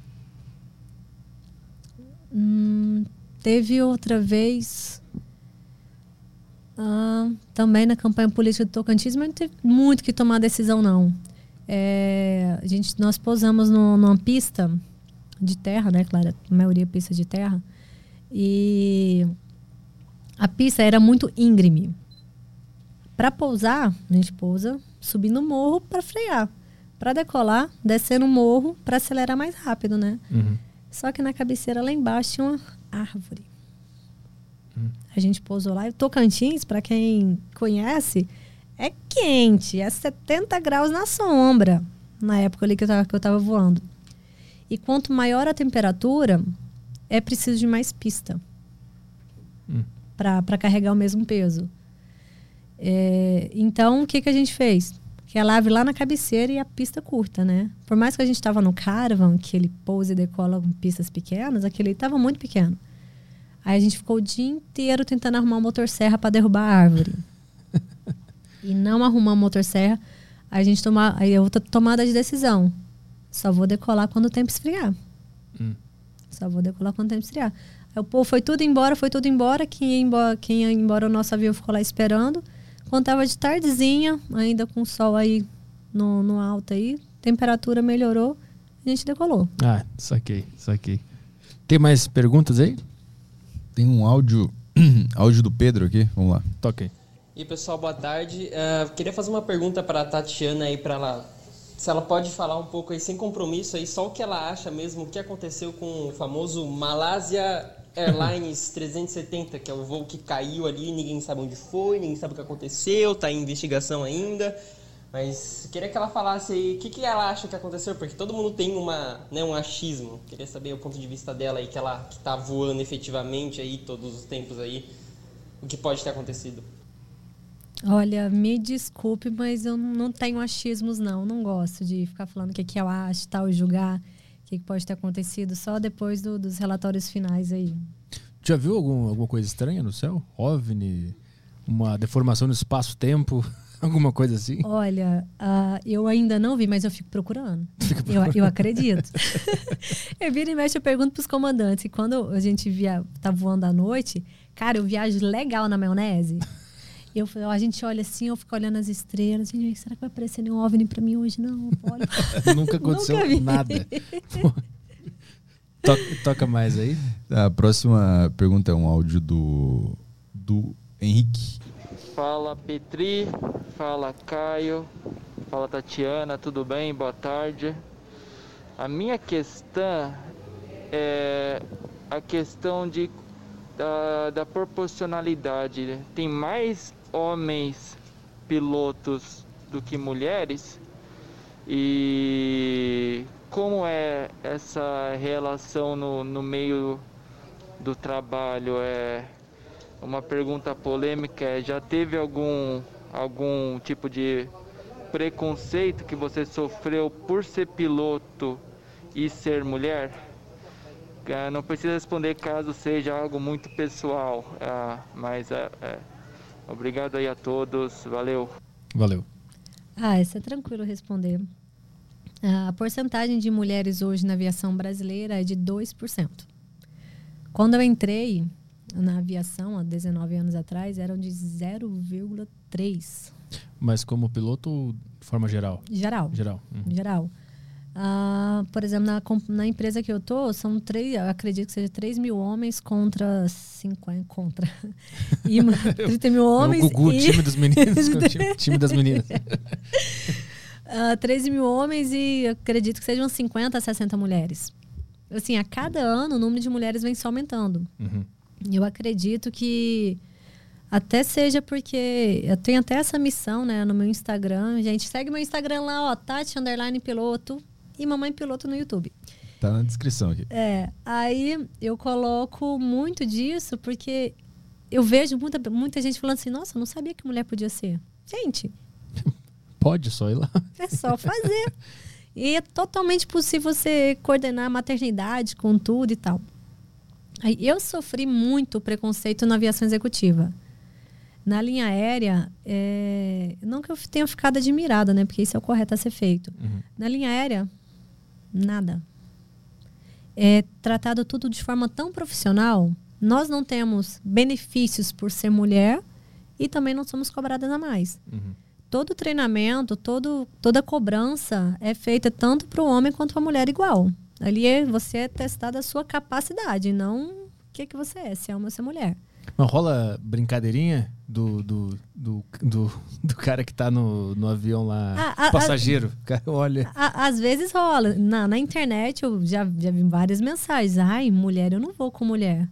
Teve outra vez... também na campanha política do Tocantins, mas não teve muito que tomar decisão, não. Nós pousamos numa pista de terra, né? Claro, a maioria é pista de terra. E a pista era muito íngreme. Para pousar, a gente pousa subindo o morro para frear. Para decolar, descendo o morro para acelerar mais rápido, né? Só que na cabeceira lá embaixo tinha uma árvore. A gente pousou lá. E o Tocantins, para quem conhece, é quente. É 70 graus na sombra. Na época ali que eu tava voando. E quanto maior a temperatura, é preciso de mais pista. Para carregar o mesmo peso. Então, o que a gente fez? Aquela árvore lá na cabeceira e a pista curta, né? Por mais que a gente estava no Caravan, que ele pousa e decola com pistas pequenas, aquele estava muito pequeno. Aí a gente ficou o dia inteiro tentando arrumar um motosserra para derrubar a árvore. E não arrumar um motosserra, aí é outra tomada de decisão. Só vou decolar quando o tempo esfriar. Só vou decolar quando o tempo esfriar. Aí o povo foi tudo embora. Quem ia embora, o nosso avião ficou lá esperando. Quando tava de tardezinha, ainda com o sol aí no alto aí, temperatura melhorou, a gente decolou. Saquei. Tem mais perguntas aí? Tem um áudio do Pedro aqui, vamos lá. Toquei. E pessoal, boa tarde. Queria fazer uma pergunta para a Tatiana aí, para ela, se ela pode falar um pouco aí, sem compromisso aí, só o que ela acha mesmo, o que aconteceu com o famoso Malaysia Airlines 370, que é o voo que caiu ali, ninguém sabe onde foi, ninguém sabe o que aconteceu, tá em investigação ainda. Mas queria que ela falasse aí o que ela acha que aconteceu, porque todo mundo tem um achismo. Queria saber o ponto de vista dela aí, que tá voando efetivamente aí todos os tempos aí, o que pode ter acontecido. Olha, me desculpe, mas eu não tenho achismos, não. Não gosto de ficar falando o que eu acho, tal, julgar o que pode ter acontecido, só depois dos relatórios finais aí. Já viu alguma coisa estranha no céu? OVNI? Uma deformação no espaço-tempo? Alguma coisa assim? Olha, eu ainda não vi, mas eu fico procurando. Eu acredito. Eu viro e mexe, eu pergunto pros comandantes. E quando a gente tá voando à noite, cara, eu viajo legal na maionese. A gente olha assim, eu fico olhando as estrelas. Gente, será que vai aparecer nenhum OVNI pra mim hoje? Não, olha. Nunca aconteceu nada. Toca mais aí. A próxima pergunta é um áudio do Henrique. Fala Petri, fala Caio, fala Tatiana, tudo bem? Boa tarde. A minha questão é a questão da proporcionalidade. Tem mais homens pilotos do que mulheres? E como é essa relação no meio do trabalho? Uma pergunta polêmica, já teve algum tipo de preconceito que você sofreu por ser piloto e ser mulher? Não precisa responder caso seja algo muito pessoal, mas obrigado aí a todos, valeu. Isso é tranquilo responder. A porcentagem de mulheres hoje na aviação brasileira é de 2%. Quando eu entrei na aviação, há 19 anos atrás, eram de 0,3%. Mas como piloto ou de forma geral? Geral. Geral. Por exemplo, na empresa que eu tô, são eu acredito que seja 3 mil homens contra 50. 30 mil homens. É o Gugu, time dos meninos, time das meninas. 13 mil homens e acredito que sejam 50 a 60 mulheres. Assim, a cada ano o número de mulheres vem só aumentando. Uhum. Eu acredito que até seja porque eu tenho até essa missão, né, no meu Instagram. Gente, segue meu Instagram lá, ó, Tati_Piloto e Mamãe Piloto no YouTube. Tá na descrição aqui. Aí eu coloco muito disso porque eu vejo muita gente falando assim, nossa, eu não sabia que mulher podia ser. Gente, pode só ir lá. é só fazer. E é totalmente possível você coordenar a maternidade com tudo e tal. Aí eu sofri muito preconceito na aviação executiva. Na linha aérea, não que eu tenha ficado admirada, né? Porque isso é o correto a ser feito. Uhum. Na linha aérea, nada. É tratado tudo de forma tão profissional. Nós não temos benefícios por ser mulher e também não somos cobradas a mais. Uhum. Todo treinamento, toda cobrança é feita tanto para o homem quanto para a mulher igual. Ali você é testada a sua capacidade, não o que você é, se é homem ou se é mulher. Mas rola brincadeirinha do cara que tá no avião lá, passageiro? O cara olha. Às vezes rola. Na internet eu já vi várias mensagens. Ai, mulher, eu não vou com mulher.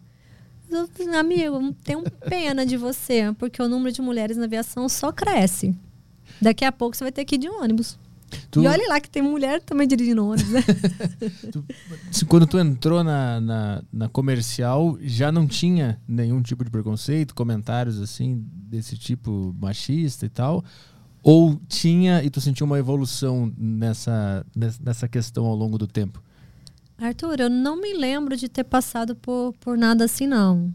Amigo, tenho pena de você, porque o número de mulheres na aviação só cresce. Daqui a pouco você vai ter que ir de ônibus. E olha lá que tem mulher também dirigindo ônibus, né? Quando tu entrou na comercial, já não tinha nenhum tipo de preconceito, comentários assim, desse tipo machista e tal? Ou tinha e tu sentiu uma evolução nessa questão ao longo do tempo? Arthur, eu não me lembro de ter passado por nada assim, não.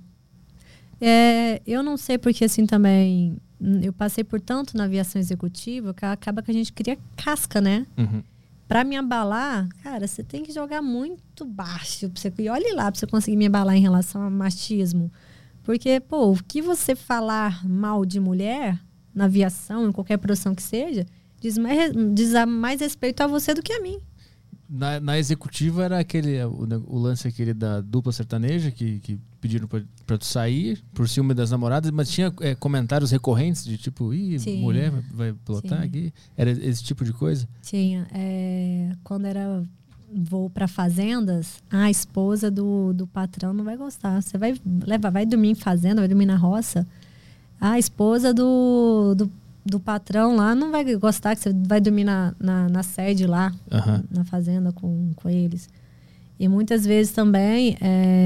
Eu não sei porque assim também... Eu passei por tanto na aviação executiva que acaba que a gente cria casca, né? Uhum. Pra me abalar, cara, você tem que jogar muito baixo. E olhe lá pra você conseguir me abalar em relação ao machismo. Porque, pô, o que você falar mal de mulher na aviação, em qualquer profissão que seja, diz mais respeito a você do que a mim. Na executiva era o lance aquele da dupla sertaneja que pediram pra tu sair por ciúme das namoradas, mas tinha comentários recorrentes de tipo, mulher vai pilotar aqui? Era esse tipo de coisa? Tinha. Quando era voo para fazendas, a esposa do patrão não vai gostar. Você vai dormir em fazenda, vai dormir na roça. A esposa do patrão lá não vai gostar que você vai dormir na sede lá, uhum, na fazenda com eles. E muitas vezes também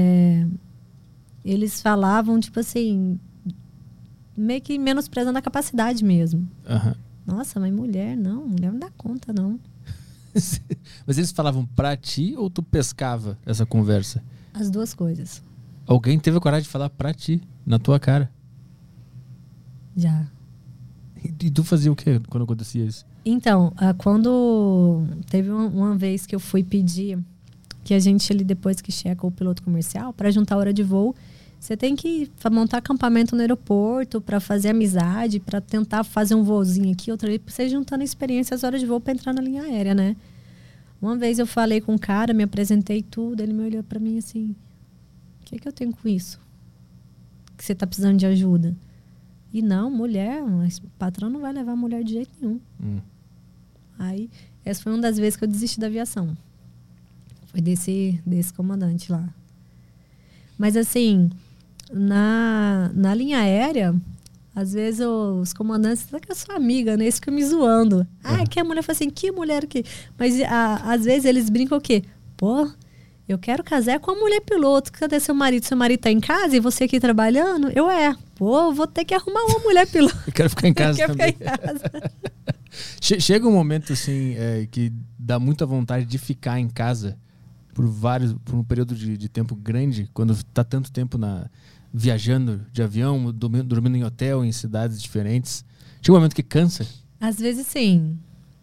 eles falavam, tipo assim, meio que menosprezando a capacidade mesmo. Uhum. Nossa, mas mulher não dá conta, não. Mas eles falavam pra ti ou tu pescava essa conversa? As duas coisas. Alguém teve a coragem de falar pra ti, na tua cara? Já. E tu fazia o quê quando acontecia isso? Então, quando teve uma vez que eu fui pedir que a gente ali, depois que checa o piloto comercial, para juntar a hora de voo, você tem que montar acampamento no aeroporto para fazer amizade, para tentar fazer um voozinho aqui, outro ali, para você juntando experiência as horas de voo para entrar na linha aérea, né? Uma vez eu falei com um cara, me apresentei tudo, ele me olhou para mim assim, o que eu tenho com isso? Que você tá precisando de ajuda? E não, mulher, mas o patrão não vai levar a mulher de jeito nenhum. Aí, essa foi uma das vezes que eu desisti da aviação. Foi desse comandante lá. Mas assim, na linha aérea, às vezes os comandantes, será que eu sou amiga, né? Eles ficam me zoando. Que a mulher fala assim, que mulher que... Mas às vezes eles brincam o quê? Pô, eu quero casar com a mulher piloto. Cadê seu marido? Seu marido tá em casa e você aqui trabalhando? Pô, vou ter que arrumar uma mulher piloto. Eu quero ficar em casa também. Ficar em casa. Chega um momento assim que dá muita vontade de ficar em casa por um período de tempo grande, quando tá tanto tempo viajando de avião, dormindo em hotel, em cidades diferentes. Chega um momento que cansa? Às vezes sim.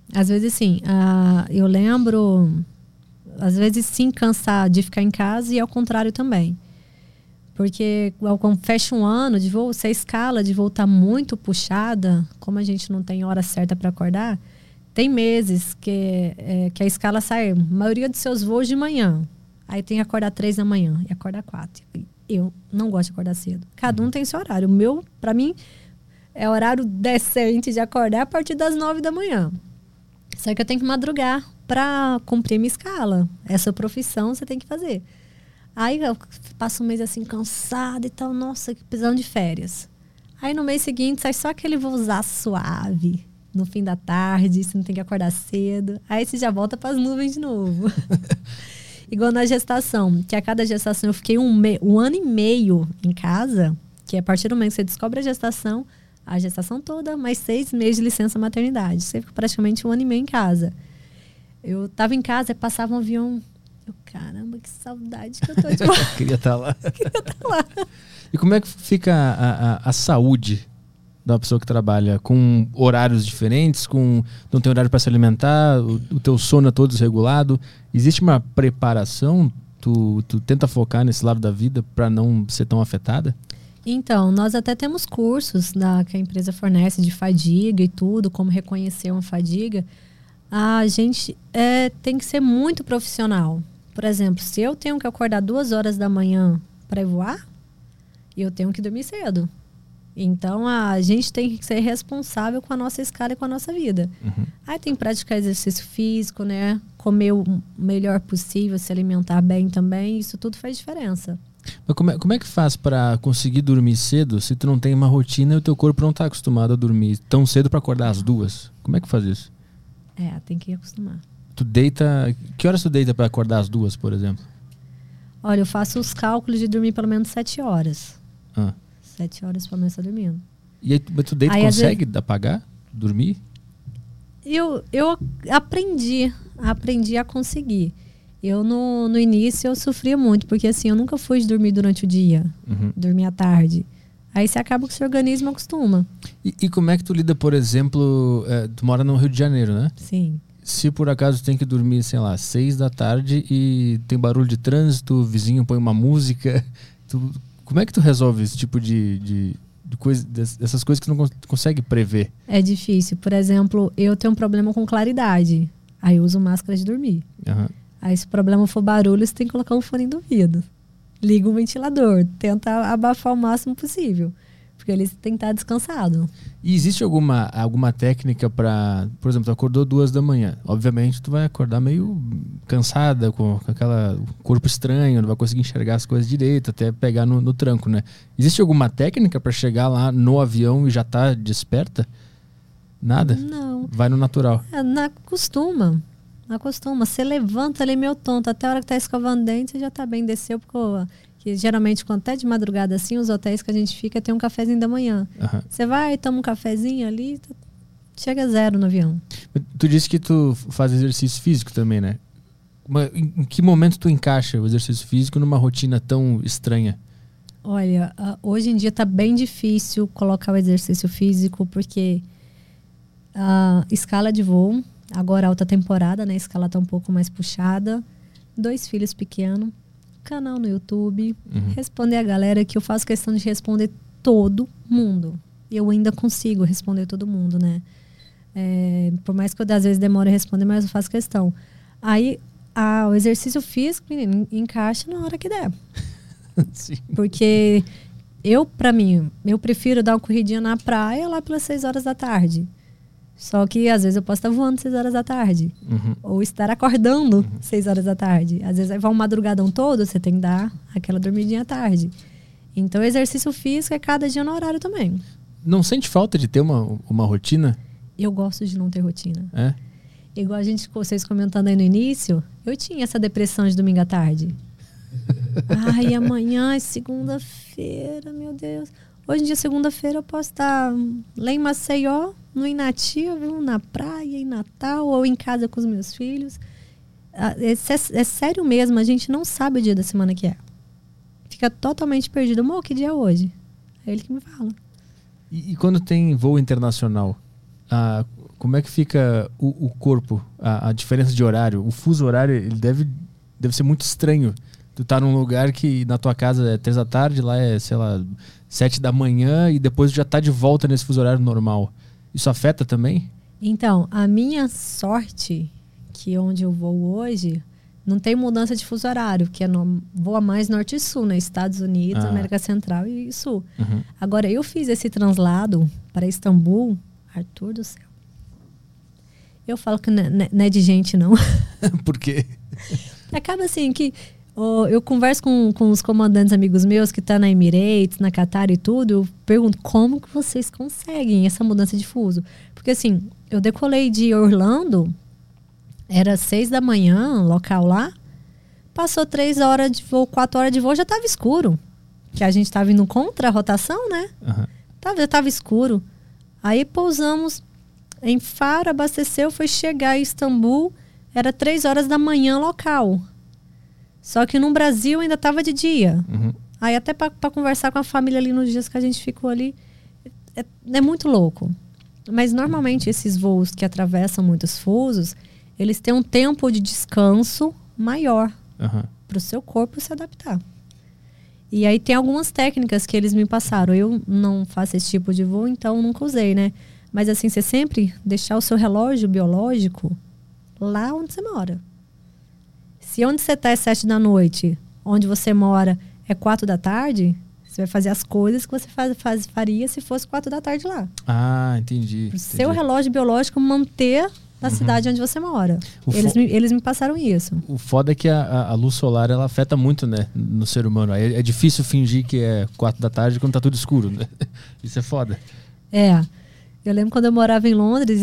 Eu lembro, às vezes sim, cansar de ficar em casa e ao contrário também. Porque quando fecha um ano de voo, se a escala de voo tá muito puxada, como a gente não tem hora certa para acordar, Tem meses que a escala sai, a maioria dos seus voos de manhã. Aí tem que acordar 3 da manhã e acordar 4. Eu não gosto de acordar cedo. Cada um tem seu horário. O meu, pra mim, é horário decente de acordar a partir das 9 da manhã. Só que eu tenho que madrugar pra cumprir minha escala. Essa profissão você tem que fazer. Aí eu passo um mês assim, cansada e tal. Nossa, precisando de férias. Aí no mês seguinte sai só aquele voozaço suave. No fim da tarde, você não tem que acordar cedo. Aí você já volta para as nuvens de novo. Igual na gestação, que a cada gestação eu fiquei um ano e meio em casa, que é a partir do momento que você descobre a gestação toda, mais 6 meses de licença maternidade. Você fica praticamente um ano e meio em casa. Eu tava em casa, passava um avião. Eu, caramba, que saudade que eu tô de lá. Queria estar lá. Queria estar lá. E como é que fica a saúde da pessoa que trabalha com horários diferentes, não tem horário para se alimentar, o teu sono é todo desregulado? Existe uma preparação? Tu tenta focar nesse lado da vida para não ser tão afetada? Então, nós até temos cursos que a empresa fornece de fadiga e tudo, como reconhecer uma fadiga. A gente tem que ser muito profissional. Por exemplo, se eu tenho que acordar 2 horas da manhã para voar, eu tenho que dormir cedo. Então, a gente tem que ser responsável com a nossa escala e com a nossa vida. Uhum. Aí tem que praticar exercício físico, né? Comer o melhor possível, se alimentar bem também. Isso tudo faz diferença. Mas como é que faz para conseguir dormir cedo se tu não tem uma rotina e o teu corpo não está acostumado a dormir tão cedo para acordar às 2? Como é que faz isso? Tem que acostumar. Tu deita... Que horas tu deita para acordar às 2, por exemplo? Olha, eu faço os cálculos de dormir pelo menos 7 horas. 7 horas pelo menos tá dormindo. E aí, tu deita e consegue apagar? Dormir? Eu aprendi a conseguir. Eu, no início, eu sofria muito, porque assim, eu nunca fui de dormir durante o dia. Uhum. Dormir à tarde. Aí você acaba que o seu organismo acostuma. E como é que tu lida, por exemplo, tu mora no Rio de Janeiro, né? Sim. Se por acaso tem que dormir, sei lá, 6 da tarde e tem barulho de trânsito, o vizinho põe uma música, como é que tu resolve esse tipo de coisa, dessas coisas que tu não consegue prever? É difícil. Por exemplo, eu tenho um problema com claridade. Aí eu uso máscara de dormir. Uhum. Aí se o problema for barulho, você tem que colocar um fone do ouvido. Liga o ventilador. Tenta abafar o máximo possível. Porque ele tem que estar descansado. E existe alguma técnica para, por exemplo, tu acordou 2 da manhã. Obviamente tu vai acordar meio cansada, com aquela corpo estranho, não vai conseguir enxergar as coisas direito, até pegar no tranco, né? Existe alguma técnica para chegar lá no avião e já tá desperta? Nada? Não. Vai no natural. Acostuma. Você levanta ali meio tonto. Até a hora que tá escovando dente, você já tá bem. Desceu, porque geralmente, quando tá de madrugada assim, os hotéis que a gente fica tem um cafezinho da manhã. Uhum. Você vai, toma um cafezinho ali, chega 0 no avião. Tu disse que tu faz exercício físico também, né? Mas em que momento tu encaixa o exercício físico numa rotina tão estranha? Olha, hoje em dia tá bem difícil colocar o exercício físico, porque a escala de voo, agora alta temporada, né? A escala tá um pouco mais puxada. 2 filhos pequenos. Canal no YouTube, responder a galera, que eu faço questão de responder todo mundo. E eu ainda consigo responder todo mundo, né? Por mais que eu às vezes demore a responder, mas eu faço questão. Aí, o exercício físico, menino, encaixa na hora que der. Sim. Porque pra mim, eu prefiro dar uma corridinha na praia lá pelas 6 horas da tarde. Só que às vezes eu posso estar voando 6 horas da tarde. Uhum. Ou estar acordando 6 horas da tarde. Às vezes vai um madrugadão todo, você tem que dar aquela dormidinha à tarde. Então, exercício físico é cada dia no horário também. Não sente falta de ter uma rotina? Eu gosto de não ter rotina. É? Igual vocês comentando aí no início, eu tinha essa depressão de domingo à tarde. Ai, amanhã é segunda-feira, meu Deus. Hoje em dia, segunda-feira, eu posso estar lá em Maceió, no Inativo, na praia, em Natal, ou em casa com os meus filhos. É sério mesmo, a gente não sabe o dia da semana que é. Fica totalmente perdido. Amor, que dia é hoje? É ele que me fala. E quando tem voo internacional, como é que fica o corpo? A diferença de horário? O fuso horário, ele deve ser muito estranho. Tu tá num lugar que na tua casa é 3 da tarde, lá é, sei lá, 7 da manhã, e depois já tá de volta nesse fuso horário normal. Isso afeta também? Então, a minha sorte, que onde eu vou hoje, não tem mudança de fuso horário, que voa mais norte e sul, né? Estados Unidos, América Central e Sul. Uhum. Agora, eu fiz esse translado para Istambul, Arthur do céu. Eu falo que não é de gente, não. Por quê? Acaba assim que eu converso com os comandantes amigos meus que estão na Emirates, na Qatar e tudo, eu pergunto como que vocês conseguem essa mudança de fuso? Porque assim, eu decolei de Orlando, era 6 da manhã, local lá, passou 3 horas de voo, 4 horas de voo, já estava escuro. Que a gente estava indo contra a rotação, né? Uhum. Já estava escuro. Aí pousamos em Faro, abasteceu, foi chegar em Istambul, era 3 horas da manhã local. Só que no Brasil ainda estava de dia. Uhum. Aí até para conversar com a família ali nos dias que a gente ficou ali, é muito louco. Mas normalmente esses voos que atravessam muitos fusos, eles têm um tempo de descanso maior para o seu corpo se adaptar. E aí tem algumas técnicas que eles me passaram. Eu não faço esse tipo de voo, então nunca usei, né? Mas assim, você sempre deixar o seu relógio biológico lá onde você mora. Se onde você está é 7 da noite, onde você mora é 4 da tarde, você vai fazer as coisas que você faria se fosse 4 da tarde lá. Ah, entendi. O seu relógio biológico manter na cidade onde você mora. Eles me passaram isso. O foda é que a luz solar, ela afeta muito, né, no ser humano. Aí é difícil fingir que é 4 da tarde quando tá tudo escuro, né? Isso é foda. É. Eu lembro quando eu morava em Londres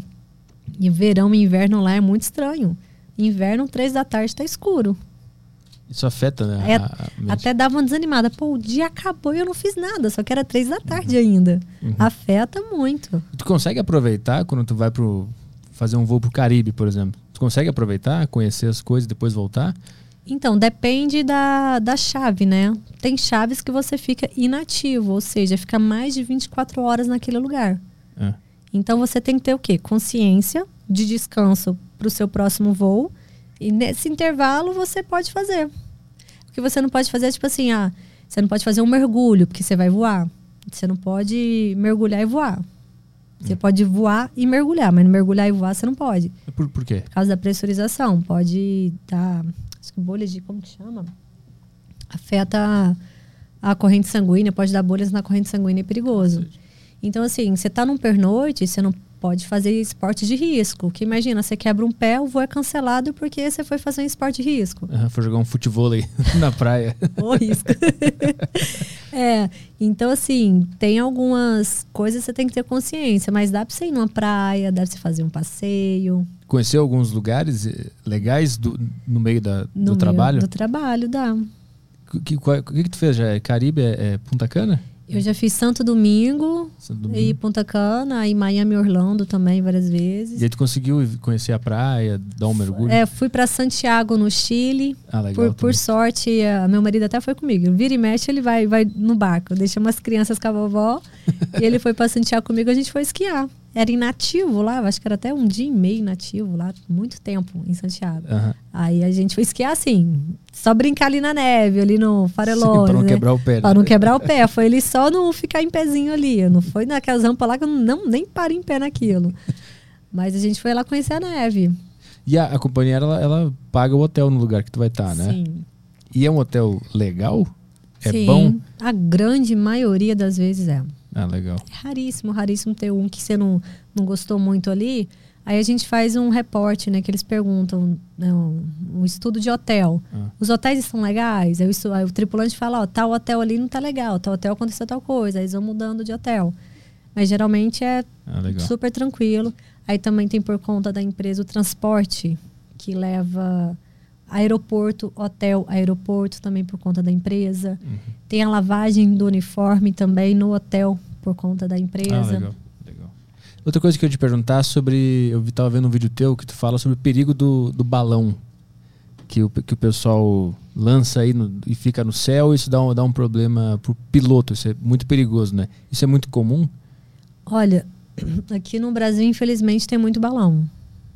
e verão e inverno lá é muito estranho. Inverno, 3 da tarde tá escuro. Isso afeta, né? Até dava uma desanimada. Pô, o dia acabou e eu não fiz nada, só que era 3 da tarde ainda. Afeta muito. Tu consegue aproveitar quando tu vai fazer um voo pro Caribe, por exemplo? Tu consegue aproveitar, conhecer as coisas e depois voltar? Então, depende da chave, né? Tem chaves que você fica inativo, ou seja, fica mais de 24 horas naquele lugar. Então, você tem que ter o quê? Consciência de descanso para o seu próximo voo. E nesse intervalo, você pode fazer. O que você não pode fazer é tipo assim, você não pode fazer um mergulho, porque você vai voar. Você não pode mergulhar e voar. Você pode voar e mergulhar, mas mergulhar e voar você não pode. Por quê? Por causa da pressurização. Pode dar, acho que bolha de, como que chama? Afeta a corrente sanguínea, pode dar bolhas na corrente sanguínea, é perigoso. Então, assim, você tá num pernoite, você não pode fazer esporte de risco. Que imagina, você quebra um pé, o voo é cancelado porque você foi fazer um esporte de risco. Foi jogar um futevôlei na praia. O risco. Então assim, tem algumas coisas que você tem que ter consciência, mas dá pra você ir numa praia, dá pra você fazer um passeio. Conheceu alguns lugares legais no meio do trabalho? Do trabalho, dá. O que tu fez já? Caribe é Punta Cana? Eu já fiz Santo Domingo e Punta Cana, e Miami, Orlando também várias vezes. E aí tu conseguiu conhecer a praia, dar um mergulho? Fui para Santiago, no Chile. Legal. Por sorte, meu marido até foi comigo. Vira e mexe, ele vai no barco. Deixa umas crianças com a vovó. E ele foi para Santiago comigo, a gente foi esquiar. Era inativo lá, acho que era até 1 dia e meio inativo lá, muito tempo em Santiago. Aí a gente foi esquiar assim, só brincar ali na neve, ali no farelão. Para não quebrar o pé. Para não quebrar o pé. Foi ele só não ficar em pezinho ali. Não foi naquelas rampas lá que eu nem paro em pé naquilo. Mas a gente foi lá conhecer a neve. E a companhia, ela paga o hotel no lugar que tu vai estar, né? Sim. E é um hotel legal? Sim, bom? A grande maioria das vezes é. Legal. É raríssimo ter um que você não gostou muito ali. Aí a gente faz um reporte, né? Que eles perguntam, né, um estudo de hotel. Os hotéis estão legais? Aí o tripulante fala, tal hotel ali não tá legal, tal hotel aconteceu tal coisa. Aí eles vão mudando de hotel. Mas geralmente é super tranquilo. Aí também tem por conta da empresa o transporte, que leva aeroporto, hotel, aeroporto também por conta da empresa. Tem a lavagem do uniforme também no hotel por conta da empresa. Legal. Outra coisa que eu ia te perguntar sobre... Eu estava vendo um vídeo teu que tu fala sobre o perigo do balão. Que o pessoal lança aí e fica no céu, e isso dá um problema pro piloto. Isso é muito perigoso, né? Isso é muito comum? Olha, aqui no Brasil, infelizmente, tem muito balão.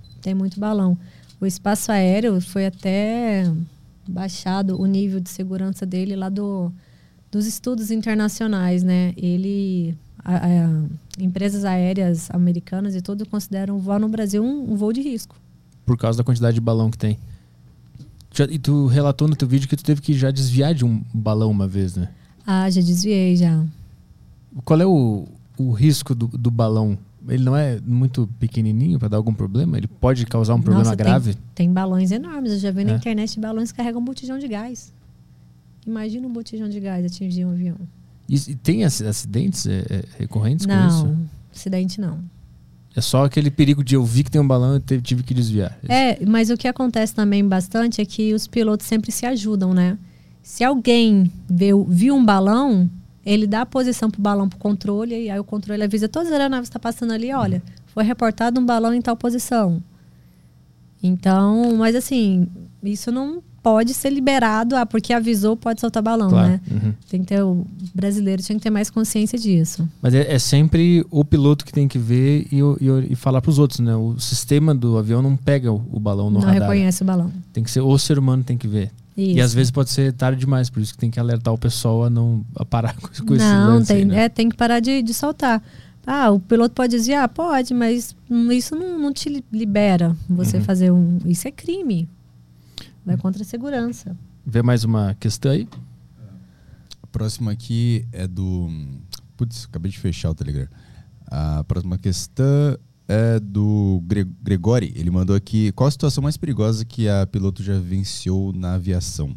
O espaço aéreo foi até baixado o nível de segurança dele lá dos estudos internacionais, né? empresas aéreas americanas e tudo consideram o voo no Brasil um voo de risco. Por causa da quantidade de balão que tem. E tu relatou no teu vídeo que tu teve que já desviar de um balão uma vez, né? Já desviei já. Qual é o risco do balão? Ele não é muito pequenininho para dar algum problema? Ele pode causar um problema grave? Tem balões enormes. Eu já vi na internet balões que carregam um botijão de gás. Imagina um botijão de gás atingir um avião. E tem acidentes recorrentes com isso? Não, acidente não. É só aquele perigo de eu vi que tem um balão e tive que desviar. Mas o que acontece também bastante é que os pilotos sempre se ajudam, né? Se alguém viu um balão, ele dá a posição pro balão pro controle, e aí o controle avisa todas as aeronaves que estão passando ali, olha, foi reportado um balão em tal posição. Então, mas assim, isso não pode ser liberado, porque avisou, pode soltar balão, claro. Né? Uhum. Tem que ter, o brasileiro tinha que ter mais consciência disso. Mas é sempre o piloto que tem que ver e falar pros outros, né? O sistema do avião não pega o balão no radar. Não reconhece o balão. Tem que ser o ser humano tem que ver. Isso. E às vezes pode ser tarde demais, por isso que tem que alertar o pessoal a parar com esse lance. Não, né? Tem que parar de soltar. O piloto pode desviar? Pode, mas isso não te libera você fazer Isso é crime. Vai contra a segurança. Vê mais uma questão aí? A próxima aqui é do... Putz, acabei de fechar o Telegram. A próxima questão é do Gregori. Ele mandou aqui: qual a situação mais perigosa que a piloto já vivenciou na aviação?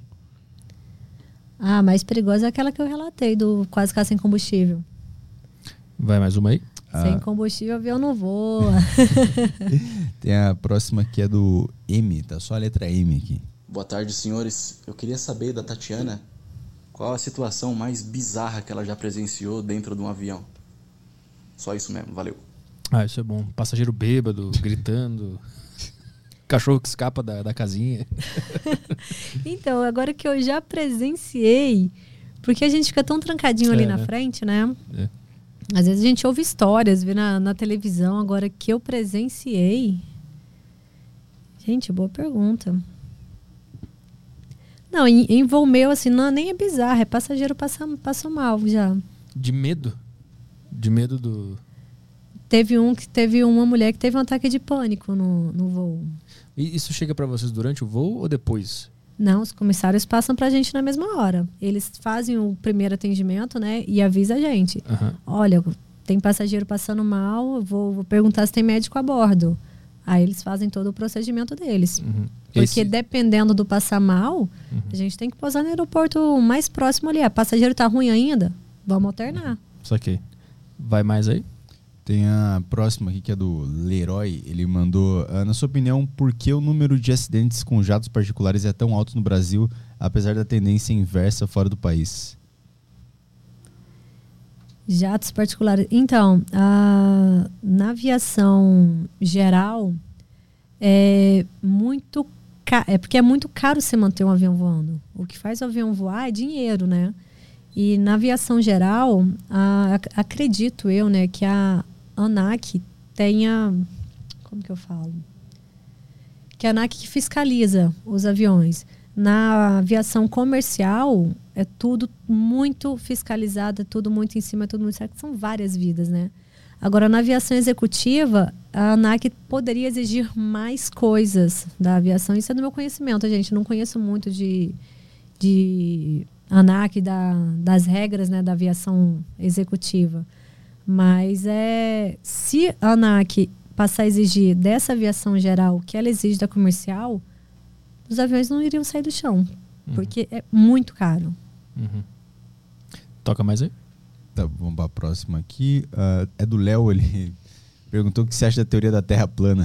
A mais perigosa é aquela que eu relatei, do quase ficar sem combustível. Vai mais uma aí? Sem combustível, o avião não voa. Tem a próxima que é do M, tá só a letra M aqui. Boa tarde, senhores. Eu queria saber da Tatiana qual a situação mais bizarra que ela já presenciou dentro de um avião. Só isso mesmo, valeu. Isso é bom. Passageiro bêbado, gritando. Cachorro que escapa da casinha. Então, agora que eu já presenciei, porque a gente fica tão trancadinho ali na frente, né? Às vezes a gente ouve histórias, vê na televisão. Agora que eu presenciei... Gente, boa pergunta. Não, em voo meu, assim, não, nem é bizarro. É passageiro passou mal já. De medo? De medo do... Teve uma mulher que teve um ataque de pânico no voo. E isso chega para vocês durante o voo ou depois? Não, os comissários passam pra gente na mesma hora. Eles fazem o primeiro atendimento, né? E avisa a gente. Olha, tem passageiro passando mal, eu vou perguntar se tem médico a bordo. Aí eles fazem todo o procedimento deles. Porque dependendo do passar mal, a gente tem que pousar no aeroporto mais próximo ali. Passageiro tá ruim ainda? Vamos alternar. Só que vai mais aí? Tem a próxima aqui que é do Leroy. Ele mandou: na sua opinião, por que o número de acidentes com jatos particulares é tão alto no Brasil, apesar da tendência inversa fora do país? Jatos particulares. Então, na aviação geral, é porque é muito caro você manter um avião voando. O que faz o avião voar é dinheiro, né? E na aviação geral, acredito eu, né, que a ANAC tenha... Como que eu falo? Que a ANAC que fiscaliza os aviões. Na aviação comercial, é tudo muito fiscalizado, é tudo muito em cima, é tudo muito certo. São várias vidas, né? Agora, na aviação executiva, a ANAC poderia exigir mais coisas da aviação. Isso é do meu conhecimento, gente. Não conheço muito de ANAC, das regras, né, da aviação executiva. Mas se a ANAC passar a exigir dessa aviação geral o que ela exige da comercial, os aviões não iriam sair do chão. Porque é muito caro. Toca mais aí? Tá, vamos para a próxima aqui. É do Léo, ele perguntou o que você acha da teoria da Terra plana.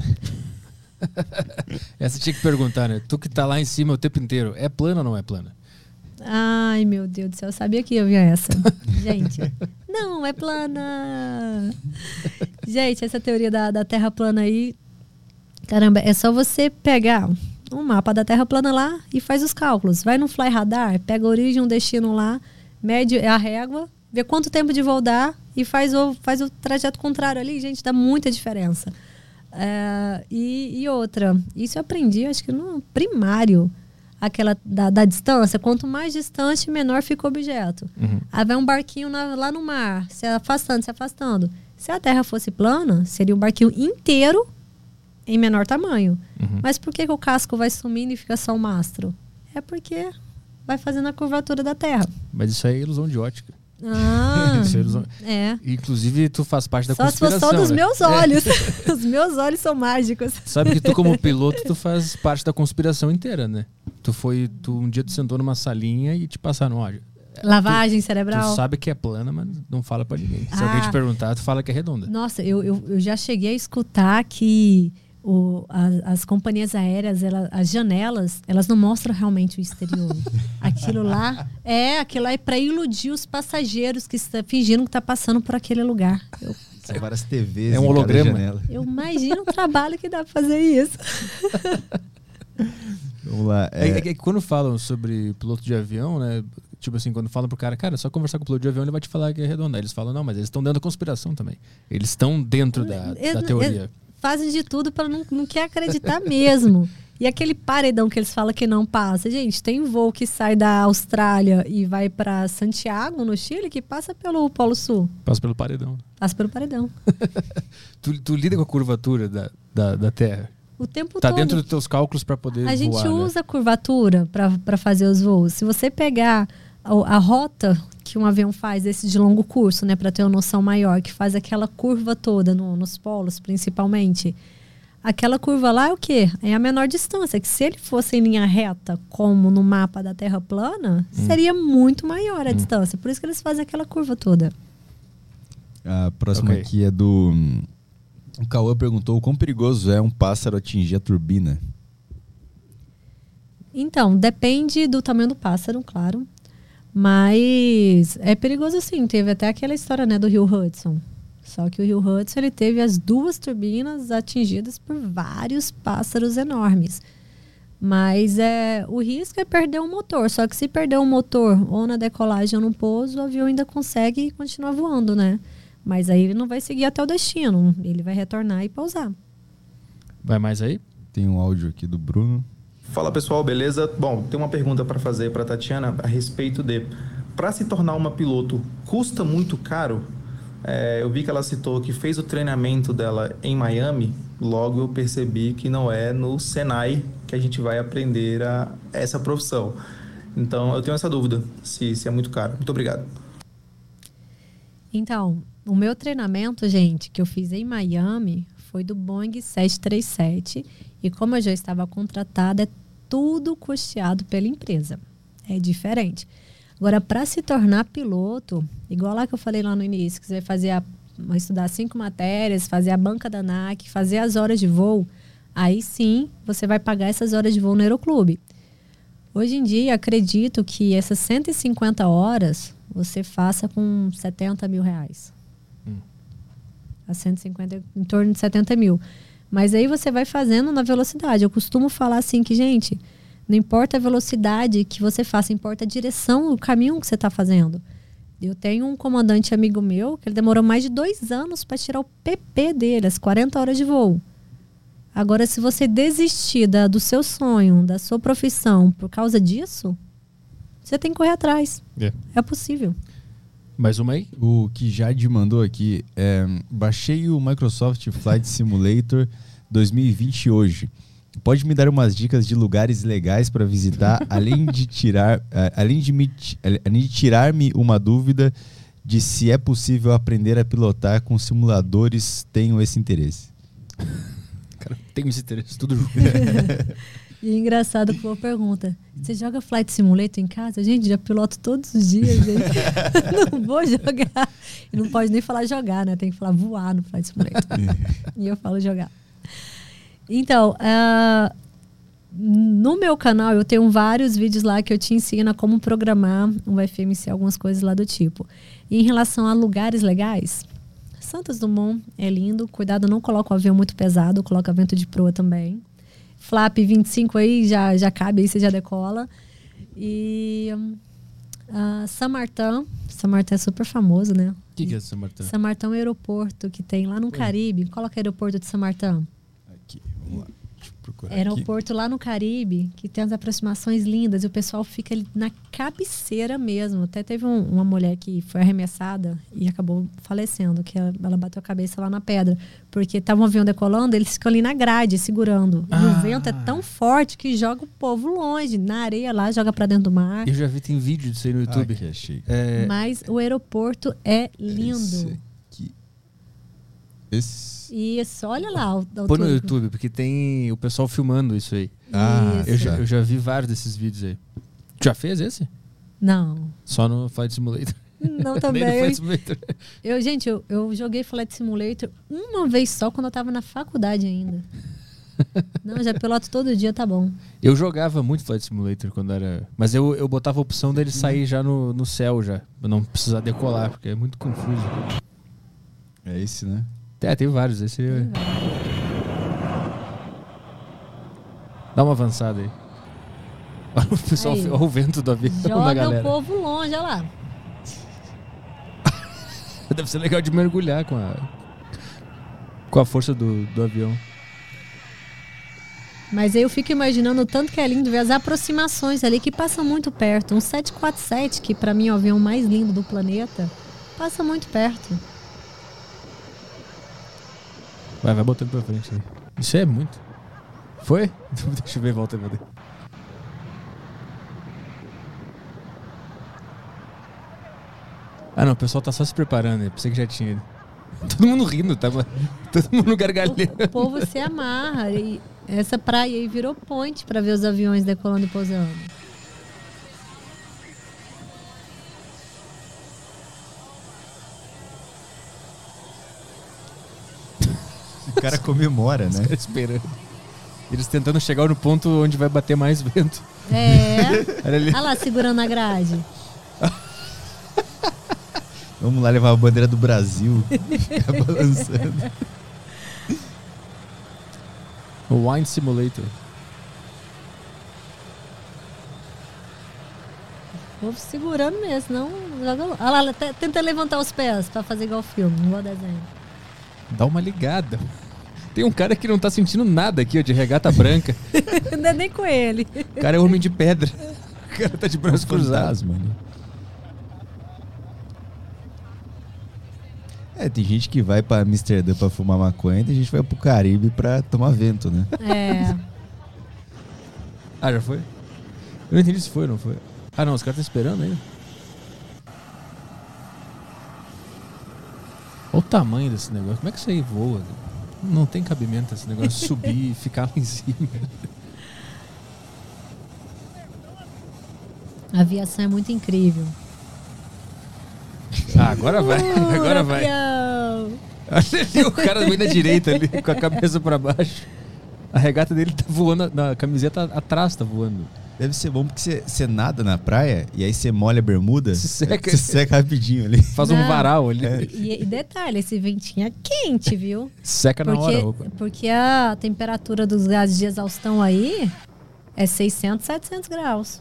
Essa tinha que perguntar, né? Tu que tá lá em cima o tempo inteiro, é plana ou não é plana? Ai, meu Deus do céu, eu sabia que eu ia essa. Gente, não, é plana. Gente, essa teoria da Terra plana aí, caramba, é só você pegar um mapa da Terra plana lá e faz os cálculos. Vai no Fly Radar, pega a origem, um destino lá, mede a régua, vê quanto tempo de voo dá e faz o trajeto contrário ali. Gente, dá muita diferença. E outra, isso eu aprendi, acho que no primário. aquela da distância, quanto mais distante, menor fica o objeto. Aí vai um barquinho lá no mar, se afastando, se afastando. Se a Terra fosse plana, seria um barquinho inteiro em menor tamanho. Mas por que o casco vai sumindo e fica só o mastro? É porque vai fazendo a curvatura da Terra. Mas isso aí é ilusão de ótica. Isso é ilusão. Inclusive, tu faz parte da conspiração. Só dos meus olhos. Os meus olhos são mágicos. Sabe que tu, como piloto, tu faz parte da conspiração inteira, né? Um dia tu sentou numa salinha e te passaram, olha... Lavagem cerebral. Tu sabe que é plana, mas não fala pra ninguém. Se alguém te perguntar, tu fala que é redonda. Nossa, eu já cheguei a escutar que as companhias aéreas, as janelas, elas não mostram realmente o exterior. Aquilo lá é pra iludir os passageiros que estão fingindo que tá passando por aquele lugar. São várias TVs. É um holograma. Eu imagino o trabalho que dá pra fazer isso. Vamos lá. Quando falam sobre piloto de avião, né? Tipo assim, quando falam pro cara, só conversar com o piloto de avião, ele vai te falar que é redonda. Aí eles falam, não, mas eles estão dentro da conspiração também. Eles estão dentro da teoria. Fazem de tudo para não quer acreditar mesmo. E aquele paredão que eles falam que não passa. Gente, tem voo que sai da Austrália e vai para Santiago, no Chile, que passa pelo Polo Sul. Passa pelo paredão. Passa pelo paredão. Tu lida com a curvatura da Terra? O tempo todo. Tá dentro dos teus cálculos para poder voar, A gente né? usa a curvatura para fazer os voos. Se você pegar a rota que um avião faz, esse de longo curso, né, para ter uma noção maior, que faz aquela curva toda nos polos, principalmente. Aquela curva lá é o quê? É a menor distância, que se ele fosse em linha reta, como no mapa da Terra plana, seria muito maior a distância. Por isso que eles fazem aquela curva toda. A próxima aqui é do... O Cauã perguntou: o quão perigoso é um pássaro atingir a turbina? Então, depende do tamanho do pássaro, claro. Mas é perigoso sim. Teve até aquela história, né, do Rio Hudson. Só que o Rio Hudson, ele teve as 2 turbinas atingidas por vários pássaros enormes. Mas o risco é perder o motor. Só que se perder o motor ou na decolagem ou no pouso, o avião ainda consegue continuar voando, né? Mas aí ele não vai seguir até o destino. Ele vai retornar e pousar. Vai mais aí? Tem um áudio aqui do Bruno. Fala pessoal, beleza? Bom, tem uma pergunta para fazer para a Tatiana a respeito para se tornar uma piloto, custa muito caro? Eu vi que ela citou que fez o treinamento dela em Miami, logo eu percebi que não é no Senai que a gente vai aprender essa profissão. Então eu tenho essa dúvida, se é muito caro. Muito obrigado. Então, o meu treinamento, gente, que eu fiz em Miami, foi do Boeing 737. E como eu já estava contratada, é tudo custeado pela empresa. É diferente. Agora, para se tornar piloto, igual lá que eu falei lá no início, que você vai estudar 5 matérias, fazer a banca da ANAC, fazer as horas de voo, aí sim você vai pagar essas horas de voo no Aeroclube. Hoje em dia, acredito que essas 150 horas você faça com 70 mil reais. A 150, em torno de 70 mil. Mas aí você vai fazendo na velocidade. Eu costumo falar assim que, gente, não importa a velocidade que você faça, importa a direção, o caminho que você está fazendo. Eu tenho um comandante amigo meu que ele demorou mais de 2 anos para tirar o PP dele, as 40 horas de voo. Agora, se você desistir do seu sonho, da sua profissão, por causa disso, você tem que correr atrás. É possível. Mais uma aí? O que Jade mandou aqui é: baixei o Microsoft Flight Simulator 2020 hoje. Pode me dar umas dicas de lugares legais para visitar, além de tirar-me uma dúvida de se é possível aprender a pilotar com simuladores? Tenho esse interesse. Cara, tenho esse interesse, tudo junto. E é engraçado que a pergunta: você joga Flight Simulator em casa? Gente, já piloto todos os dias, gente. Não vou jogar. E não pode nem falar jogar, né? Tem que falar voar no Flight Simulator. E eu falo jogar. Então, no meu canal eu tenho vários vídeos lá que eu te ensino a como programar um FMC, algumas coisas lá do tipo. E em relação a lugares legais, Santos Dumont é lindo. Cuidado, não coloca o avião muito pesado, coloca vento de proa também. Flap 25 aí já cabe, aí você já decola. E Saint-Martin é super famoso, né? O que é Saint-Martin? Saint-Martin é um aeroporto que tem lá no Caribe. Coloca aeroporto de Saint-Martin. Aqui, vamos lá. Deixa eu louco. Aeroporto lá no Caribe, que tem as aproximações lindas e o pessoal fica ali na cabeceira mesmo. Até teve uma mulher que foi arremessada e acabou falecendo, que ela bateu a cabeça lá na pedra. Porque tava um avião decolando, eles ficam ali na grade, segurando. E o vento é tão forte que joga o povo longe, na areia lá, joga pra dentro do mar. Eu já vi, tem vídeo disso aí no YouTube. Que achei. Mas o aeroporto é lindo. Isso, olha lá. Põe no YouTube, porque tem o pessoal filmando isso aí. Eu já vi vários desses vídeos aí. Já fez esse? Não. Só no Flight Simulator? Não, também. Nem no Flight Simulator. Eu joguei Flight Simulator uma vez só quando eu tava na faculdade ainda. Não, já piloto todo dia, tá bom. Eu jogava muito Flight Simulator quando era... Mas eu botava a opção dele sair já no céu já. Pra não precisar decolar, porque é muito confuso. É esse, né? Tem vários. Esse aí. Dá uma avançada aí. Olha o pessoal, olha o vento do avião da Joga galera. o povo longe, olha lá. Deve ser legal de mergulhar com a força do avião. Mas aí eu fico imaginando o tanto que é lindo ver as aproximações ali que passam muito perto. Um 747, que pra mim é o avião mais lindo do planeta, passa muito perto. Vai botando pra frente aí. Isso é muito. Foi? Deixa eu ver, volta aí. Ah não, o pessoal tá só se preparando, eu pensei que já tinha. Todo mundo rindo, tava todo mundo gargalhando. O povo se amarra e essa praia aí virou point pra ver os aviões decolando e pousando. O cara comemora, né? Os caras esperando. Eles tentando chegar no ponto onde vai bater mais vento. Olha lá, segurando a grade. Vamos lá levar a bandeira do Brasil. Ficar balançando. O Wine Simulator. O povo segurando mesmo, não joga. Olha lá, tenta levantar os pés pra fazer igual o filme, igual desenho. Dá uma ligada. Tem um cara que não tá sentindo nada aqui, ó, de regata branca. Não é nem com ele. O cara é homem de pedra. O cara tá de braços cruzados. Mano. Tem gente que vai pra Amsterdã pra fumar maconha e tem gente que vai pro Caribe pra tomar vento, né? Já foi? Eu não entendi se foi ou não foi. Ah não, os caras estão esperando ainda. Olha o tamanho desse negócio. Como é que isso aí voa? Não tem cabimento esse negócio subir e ficar lá em cima. A aviação é muito incrível. Agora vai. Agora vai. Olha ali o cara bem da direita ali, com a cabeça pra baixo. A regata dele tá voando, na camiseta atrás tá voando. Deve ser bom porque você nada na praia e aí você molha a bermuda, se seca rapidinho ali. Faz um varal ali. E detalhe, esse ventinho é quente, viu? Seca na hora. Porque a temperatura dos gases de exaustão aí é 600, 700 graus.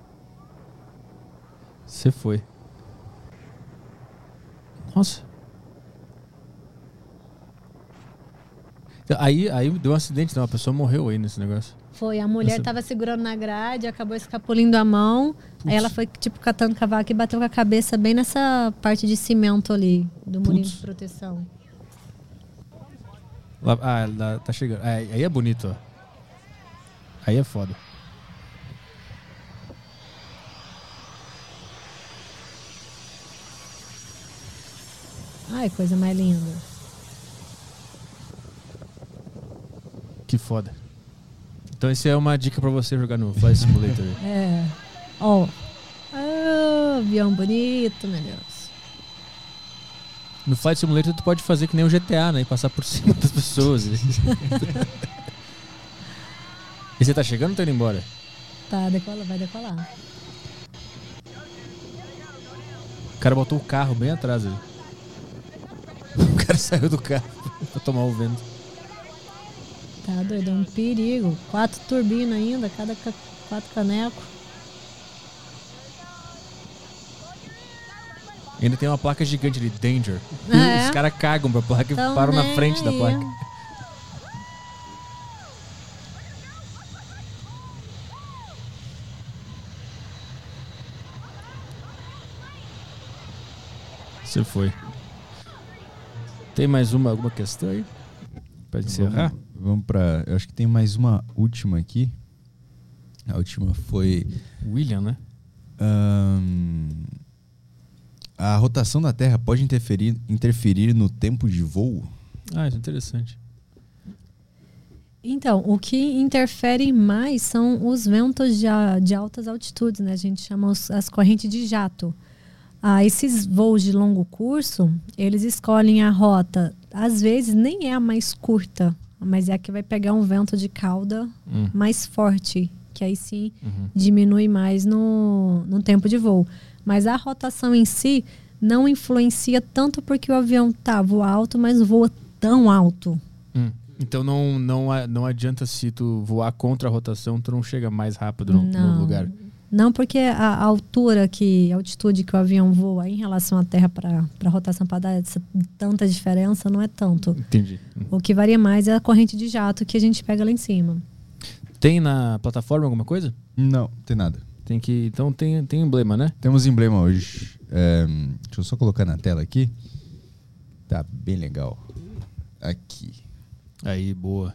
Você foi. Nossa. Aí deu um acidente, uma pessoa morreu aí nesse negócio. Foi, a mulher tava segurando na grade, acabou escapulindo a mão. Aí ela foi, catando cavaco e bateu com a cabeça bem nessa parte de cimento ali, do murinho de proteção. Lá, tá chegando. Aí é bonito, ó. Aí é foda. Ai, coisa mais linda. Que foda. Então essa é uma dica pra você jogar no Flight Simulator. Ó. Avião bonito, meu Deus. No Flight Simulator tu pode fazer que nem o GTA, né? E passar por cima das pessoas. E você tá chegando ou tá indo embora? Tá, vai decolar. O cara botou o carro bem atrás ali. O cara saiu do carro pra tomar o vento. Tá doido, é um perigo. 4 turbinas ainda, cada 4 canecos. Ainda tem uma placa gigante ali, Danger. Os caras cagam pra placa e param na frente da placa. Você foi. Tem mais alguma questão aí? Pra encerrar? Vamos pra... Eu acho que tem mais uma última aqui. A última foi... William, né? A rotação da Terra pode interferir no tempo de voo? Ah, isso é interessante. Então, o que interfere mais são os ventos de altas altitudes, né? A gente chama as correntes de jato. Esses voos de longo curso, eles escolhem a rota, às vezes nem é a mais curta, mas é a que vai pegar um vento de cauda mais forte, que aí sim diminui mais no tempo de voo. Mas a rotação em si não influencia tanto porque o avião voa alto, mas voa tão alto. Então não adianta se tu voar contra a rotação, tu não chega mais rápido no lugar. Não, porque a altitude que o avião voa em relação à Terra para a rotação, para dar tanta diferença, não é tanto. Entendi. O que varia mais é a corrente de jato que a gente pega lá em cima. Tem na plataforma alguma coisa? Não, tem nada. Então tem emblema, né? Temos emblema hoje. Deixa eu só colocar na tela aqui. Tá bem legal. Aqui. Aí, boa.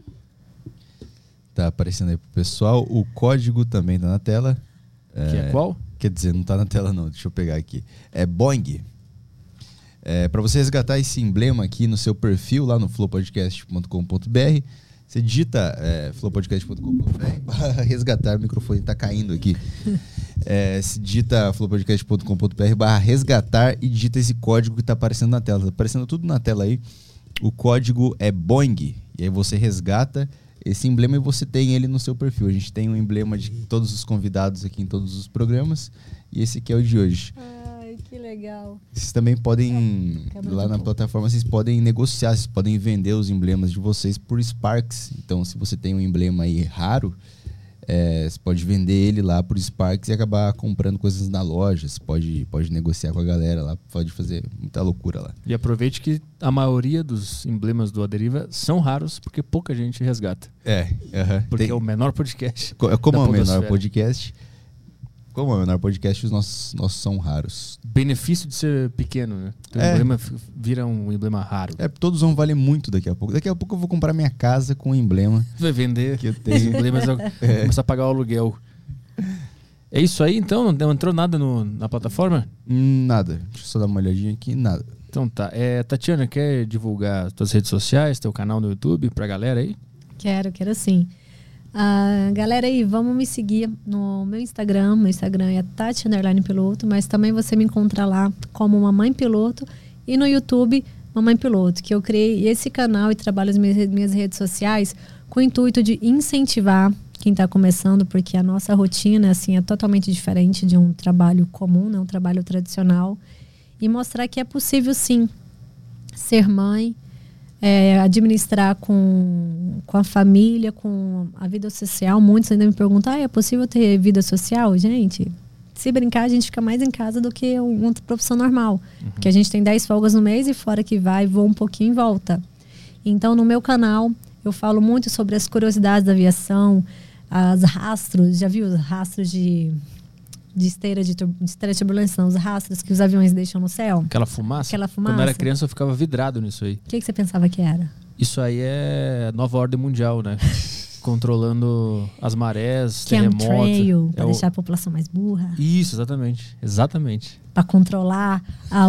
Tá aparecendo aí pro pessoal. O código também tá na tela. Que é qual? Quer dizer, não tá na tela não. Deixa eu pegar aqui. É Boeing. Para você resgatar esse emblema aqui no seu perfil lá no flowpodcast.com.br, você digita flowpodcast.com.br resgatar. O microfone tá caindo aqui. Você digita flowpodcast.com.br/resgatar e digita esse código que tá aparecendo na tela. Tá aparecendo tudo na tela aí. O código é Boeing. E aí você resgata esse emblema e você tem ele no seu perfil. A gente tem um emblema de todos os convidados aqui em todos os programas. E esse aqui é o de hoje. Ai, que legal. Vocês também podem, lá na plataforma, vocês podem negociar, vocês podem vender os emblemas de vocês por Sparks. Então, se você tem um emblema aí raro, você pode vender ele lá por Sparks e acabar comprando coisas na loja. Você pode negociar com a galera lá, pode fazer muita loucura lá. E aproveite que a maioria dos emblemas do Aderiva são raros, porque pouca gente resgata. Porque é o menor podcast. Como é o menor podcast? Como é o menor podcast, os nossos são raros. Benefício de ser pequeno, né? Então, o emblema vira um emblema raro. Todos vão valer muito daqui a pouco. Daqui a pouco eu vou comprar minha casa com um emblema. Vai vender que eu tenho. Os emblemas, começar a pagar o aluguel. É isso aí, então? Não entrou nada na plataforma? Nada. Deixa eu só dar uma olhadinha aqui. Nada. Então tá. Tatiana, quer divulgar tuas redes sociais, teu canal no YouTube pra galera aí? Quero sim. Galera aí, vamos me seguir no meu Instagram. Meu Instagram é Tati_Piloto, mas também você me encontra lá como Mamãe Piloto e no YouTube Mamãe Piloto, que eu criei esse canal e trabalho as minhas redes sociais com o intuito de incentivar quem está começando, porque a nossa rotina assim, é totalmente diferente de um trabalho comum, né, um trabalho tradicional, e mostrar que é possível sim ser mãe, administrar com a família, com a vida social. Muitos ainda me perguntam, é possível ter vida social? Gente, se brincar, a gente fica mais em casa do que uma profissão normal. Porque a gente tem 10 folgas no mês e fora que vai, voa um pouquinho e volta. Então, no meu canal, eu falo muito sobre as curiosidades da aviação, as rastros, já viu os rastros de esteira de turbulência, os rastros que os aviões deixam no céu? Aquela fumaça? Quando eu era criança, eu ficava vidrado nisso aí. O que você pensava que era? Isso aí é nova ordem mundial, né? Controlando as marés, terremotos. Chemtrail, para deixar a população mais burra. Isso, exatamente. Para controlar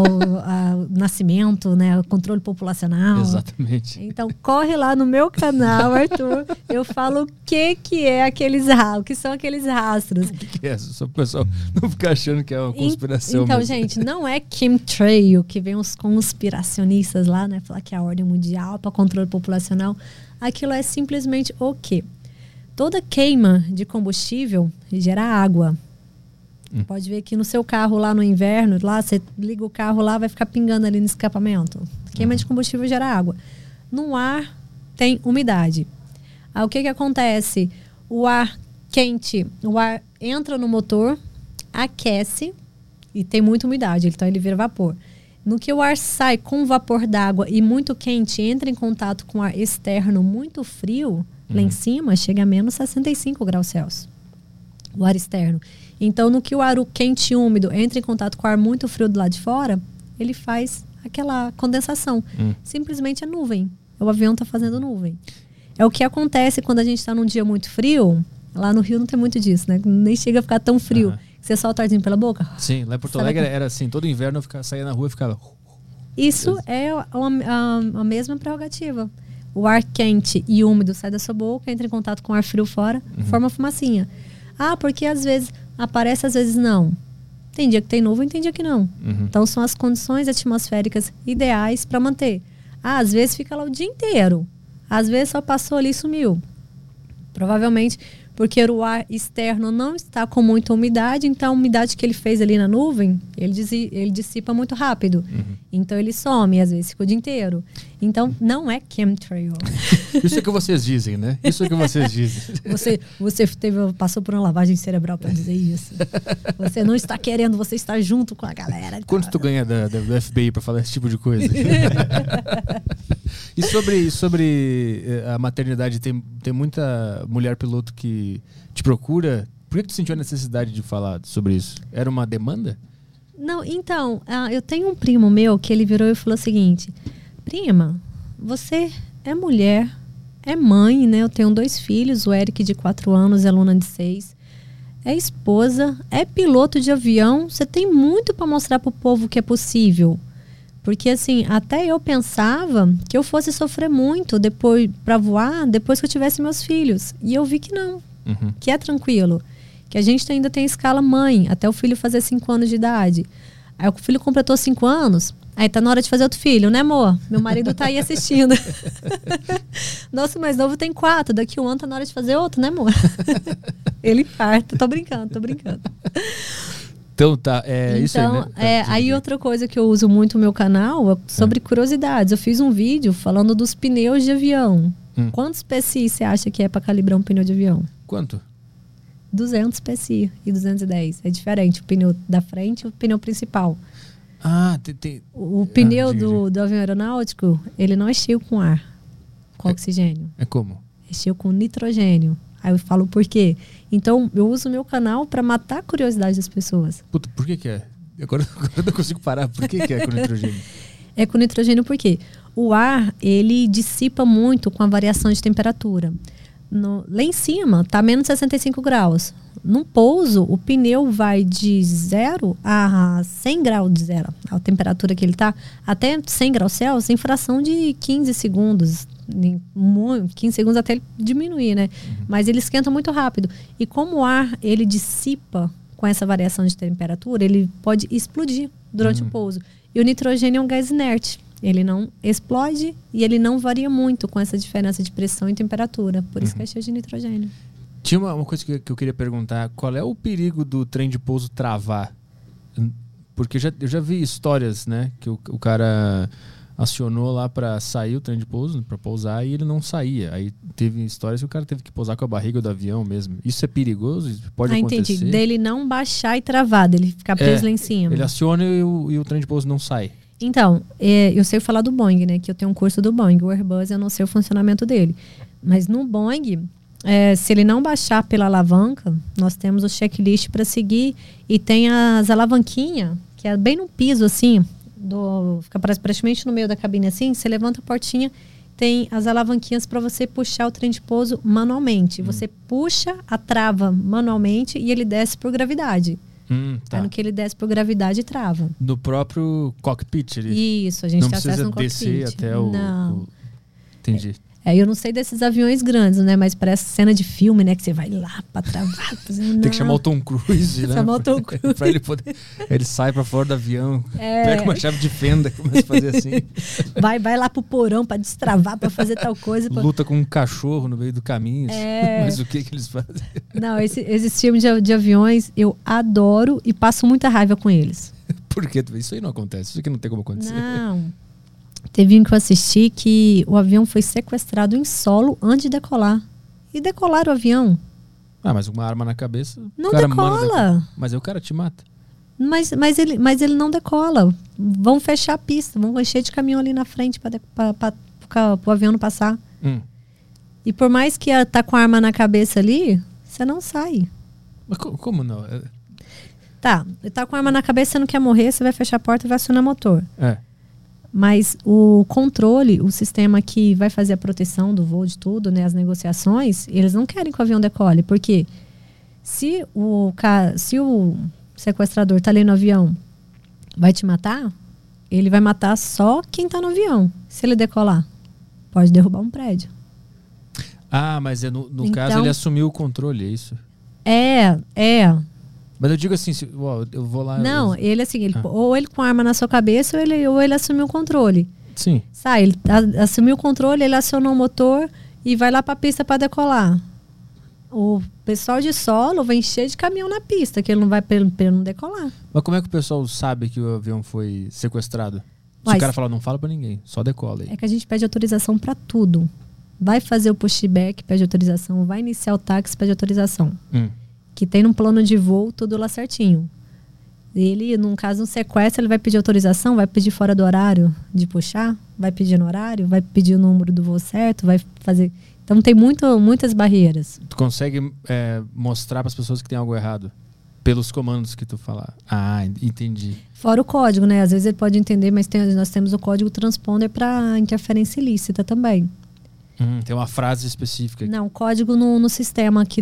o nascimento, né? O controle populacional. Exatamente. Então, corre lá no meu canal, Arthur. Eu falo o que é aqueles rastros, o que são aqueles rastros. O que é? Só o pessoal não ficar achando que é uma conspiração. Então, mesmo. gente, não é chemtrail, que vem os conspiracionistas lá, né? Falar que é a ordem mundial para controle populacional. Aquilo é simplesmente o quê? Toda queima de combustível gera água. Pode ver que no seu carro lá no inverno, lá você liga o carro lá, vai ficar pingando ali no escapamento. Queima de combustível gera água. No ar tem umidade. Aí o que acontece? O ar quente, o ar entra no motor, aquece e tem muita umidade, então ele vira vapor. No que o ar sai com vapor d'água e muito quente, entra em contato com ar externo muito frio, lá em cima chega a menos 65 graus Celsius. O ar externo. Então, no que o ar quente e úmido entra em contato com o ar muito frio do lado de fora, ele faz aquela condensação. Simplesmente é nuvem. O avião está fazendo nuvem. É o que acontece quando a gente está num dia muito frio. Lá no Rio não tem muito disso, né? Nem chega a ficar tão frio. Você solta o arzinho pela boca. Sim, lá em Porto Alegre era assim, todo inverno eu saía na rua e ficava... Isso é a mesma prerrogativa. O ar quente e úmido sai da sua boca, entra em contato com o ar frio fora, forma fumacinha. Porque às vezes aparece, às vezes não. Tem dia que tem nuvem, tem dia que não. Então são as condições atmosféricas ideais para manter. Às vezes fica lá o dia inteiro. Às vezes só passou ali e sumiu. Provavelmente porque o ar externo não está com muita umidade, então a umidade que ele fez ali na nuvem, ele dissipa muito rápido. Então ele some, às vezes fica o dia inteiro. Então não é chemtrail. Isso é que vocês dizem, né? Isso é que vocês dizem. Você passou por uma lavagem cerebral para dizer isso. Você não está querendo, você está junto com a galera. Quanto tu ganha do FBI para falar esse tipo de coisa? E sobre a maternidade, tem muita mulher piloto que te procura. Por que tu sentiu a necessidade de falar sobre isso? Era uma demanda? Não, então, eu tenho um primo meu que ele virou e falou o seguinte: prima, você é mulher, é mãe, né? Eu tenho 2 filhos, o Eric de 4 anos e a Luna de 6. É esposa, é piloto de avião, você tem muito para mostrar pro povo que é possível. Porque assim, até eu pensava que eu fosse sofrer muito depois para voar, depois que eu tivesse meus filhos. E eu vi que não, que é tranquilo. Que a gente ainda tem a escala mãe, até o filho fazer 5 anos de idade. Aí o filho completou 5 anos, aí tá na hora de fazer outro filho, né, amor? Meu marido tá aí assistindo. Nosso mais novo tem 4, daqui 1 ano tá na hora de fazer outro, né, amor? Ele parta, tô brincando. Então, tá, isso aí, né? Aí outra coisa que eu uso muito no meu canal é sobre curiosidades. Eu fiz um vídeo falando dos pneus de avião. Quantos PSI você acha que é para calibrar um pneu de avião? Quanto? 200 PSI e 210. É diferente o pneu da frente e o pneu principal. Tem... O pneu do avião aeronáutico, ele não é cheio com ar, com oxigênio. É como? É cheio com nitrogênio. Aí eu falo por quê. Então, eu uso o meu canal para matar a curiosidade das pessoas. Puta, por que é? Agora eu não consigo parar. Por que é com nitrogênio? É com nitrogênio porque o ar, ele dissipa muito com a variação de temperatura. Lá em cima, tá menos 65 graus. Num pouso, o pneu vai de 0 a 100 graus de zero. A temperatura que ele tá, até 100 graus Celsius, em fração de 15 segundos. 15 segundos até ele diminuir, né? Mas ele esquenta muito rápido. E como o ar, ele dissipa com essa variação de temperatura, ele pode explodir durante o pouso. E o nitrogênio é um gás inerte. Ele não explode e ele não varia muito com essa diferença de pressão e temperatura. Por isso que é cheio de nitrogênio. Tinha uma coisa que eu queria perguntar. Qual é o perigo do trem de pouso travar? Porque eu já vi histórias, né? Que o cara acionou lá para sair o trem de pouso, para pousar, e ele não saía. Aí teve histórias que o cara teve que pousar com a barriga do avião mesmo. Isso é perigoso? Isso pode acontecer? Entendi. Dele não baixar e travar, dele ficar preso lá em cima. Ele aciona e o trem de pouso não sai. Então, eu sei falar do Boeing, né? Que eu tenho um curso do Boeing. O Airbus, eu não sei o funcionamento dele. Mas no Boeing, se ele não baixar pela alavanca, nós temos o checklist para seguir. E tem as alavanquinhas, que é bem no piso, assim, fica praticamente no meio da cabine, assim. Você levanta a portinha, tem as alavanquinhas para você puxar o trem de pouso manualmente. Você puxa a trava manualmente e ele desce por gravidade. Tá. Aí no que ele desce por gravidade, trava. No próprio cockpit? Isso, a gente tem acesso no cockpit. Não precisa descer até o... Não. Entendi. Eu não sei desses aviões grandes, né? Mas parece cena de filme, né? Que você vai lá pra travar. Tem que chamar o Tom Cruise, né? Chamar o Tom Cruise. Pra ele poder... Ele sai pra fora do avião, pega uma chave de fenda, começa a fazer assim. Vai lá pro porão pra destravar, pra fazer tal coisa. Luta com um cachorro no meio do caminho. Mas o que eles fazem? Não, esses filmes de aviões eu adoro e passo muita raiva com eles. Por quê? Isso aí não acontece. Isso aqui não tem como acontecer. Não. Teve um que eu assisti que o avião foi sequestrado em solo antes de decolar. E decolaram o avião. Mas uma arma na cabeça... Não decola. Mas aí o cara te mata. Mas ele não decola. Vão fechar a pista. Vão encher de caminhão ali na frente para o avião não passar. E por mais que tá com a arma na cabeça ali, você não sai. Mas como não? Tá, ele tá com a arma na cabeça, você não quer morrer, você vai fechar a porta e vai acionar o motor. Mas o controle, o sistema que vai fazer a proteção do voo de tudo, né, as negociações, eles não querem que o avião decole, porque se o sequestrador tá ali no avião, vai te matar, ele vai matar só quem tá no avião. Se ele decolar, pode derrubar um prédio. Ah, mas no caso ele assumiu o controle, é isso? Mas eu digo assim, eu vou lá... Não, ele assim, ou ele com a arma na sua cabeça, ou ele assumiu o controle. Sim. Sai, ele assumiu o controle, ele acionou o motor e vai lá pra pista pra decolar. O pessoal de solo vem cheio de caminhão na pista, que ele não vai pra ele não decolar. Mas como é que o pessoal sabe que o avião foi sequestrado? Se o cara falar, não fala pra ninguém, só decola aí. É que a gente pede autorização pra tudo. Vai fazer o pushback, pede autorização. Vai iniciar o táxi, pede autorização. Que tem num plano de voo, tudo lá certinho. Ele, num caso, um sequestro, ele vai pedir autorização, vai pedir fora do horário de puxar, vai pedir no horário, vai pedir o número do voo certo, vai fazer... Então tem muitas barreiras. Tu consegue mostrar para as pessoas que tem algo errado? Pelos comandos que tu falar. Ah, entendi. Fora o código, né? Às vezes ele pode entender, mas nós temos o código transponder para interferência ilícita também. Tem uma frase específica. Não, código no sistema aqui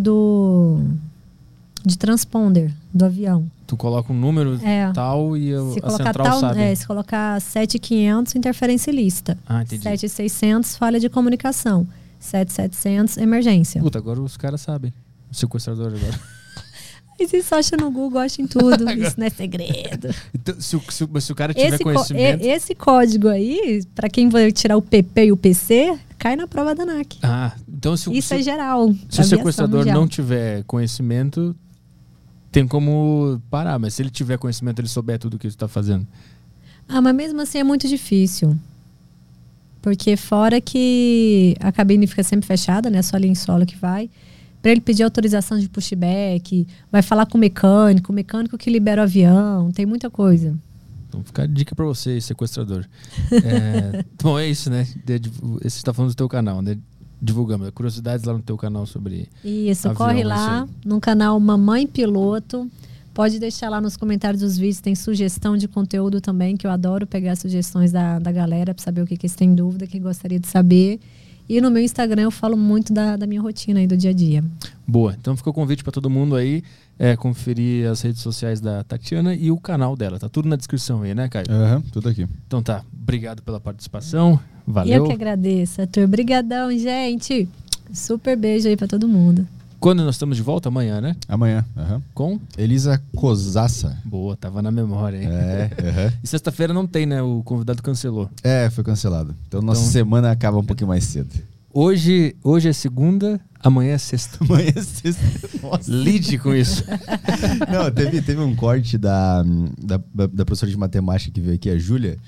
de transponder do avião. Tu coloca um número tal e a central sabe. Se colocar 7500, interferência ilícita. Ah, entendi. 7600, falha de comunicação. 7700, emergência. Puta, agora os caras sabem. O sequestrador agora. Mas isso acha no Google, acha em tudo. Isso não é segredo. Então, se o cara tiver conhecimento... Esse código aí, para quem vai tirar o PP e o PC, cai na prova da ANAC. Ah, então isso é geral. Se o sequestrador não tiver conhecimento, tem como parar. Mas se ele tiver conhecimento, ele souber tudo o que ele está fazendo. Ah, mas mesmo assim é muito difícil. Porque fora que a cabine fica sempre fechada, né? Só ali em solo que vai. Para ele pedir autorização de pushback, vai falar com o mecânico que libera o avião, tem muita coisa. Então fica a dica para você, sequestrador. Bom, é isso, né? Você está falando do teu canal, né? Divulgamos curiosidades lá no teu canal sobre isso, avião, corre lá no canal Mamãe Piloto. Pode deixar lá nos comentários dos vídeos, tem sugestão de conteúdo também, que eu adoro pegar sugestões da galera para saber o que eles têm dúvida, que gostaria de saber. E no meu Instagram eu falo muito da minha rotina aí do dia a dia. Boa, então ficou o convite para todo mundo aí conferir as redes sociais da Tatiana e o canal dela. Tá tudo na descrição aí, né, Caio? Tudo aqui. Então tá, obrigado pela participação, valeu. Eu que agradeço, Arthur. Obrigadão, gente. Super beijo aí para todo mundo. Quando nós estamos de volta? Amanhã, né? Amanhã. Com? Elisa Cosassa. Boa, tava na memória, hein? É. E sexta-feira não tem, né? O convidado cancelou. Foi cancelado. Então nossa semana acaba um pouquinho mais cedo. Hoje é segunda, amanhã é sexta. Amanhã é sexta. Nossa. Lide com isso. Não, teve um corte da professora de matemática que veio aqui, a Júlia,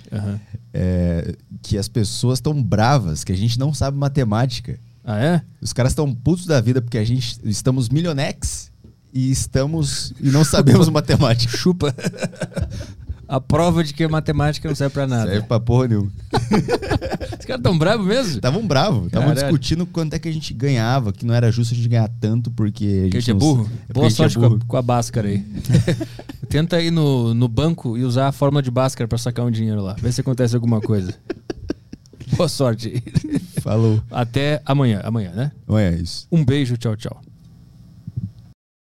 que as pessoas estão bravas, que a gente não sabe matemática. Ah, é? Os caras estão putos da vida porque estamos milionex e não sabemos matemática. Chupa. A prova de que a matemática não serve pra nada. Serve pra porra nenhuma. Os caras tão bravos mesmo? Estavam bravos. Estavam discutindo quanto é que a gente ganhava, que não era justo a gente ganhar tanto porque a gente é burro. Boa sorte com a Bhaskara aí. Tenta ir no banco e usar a fórmula de Bhaskara pra sacar um dinheiro lá. Vê se acontece alguma coisa. Boa sorte. Falou. Até amanhã, né? Amanhã é isso. Um beijo, tchau, tchau.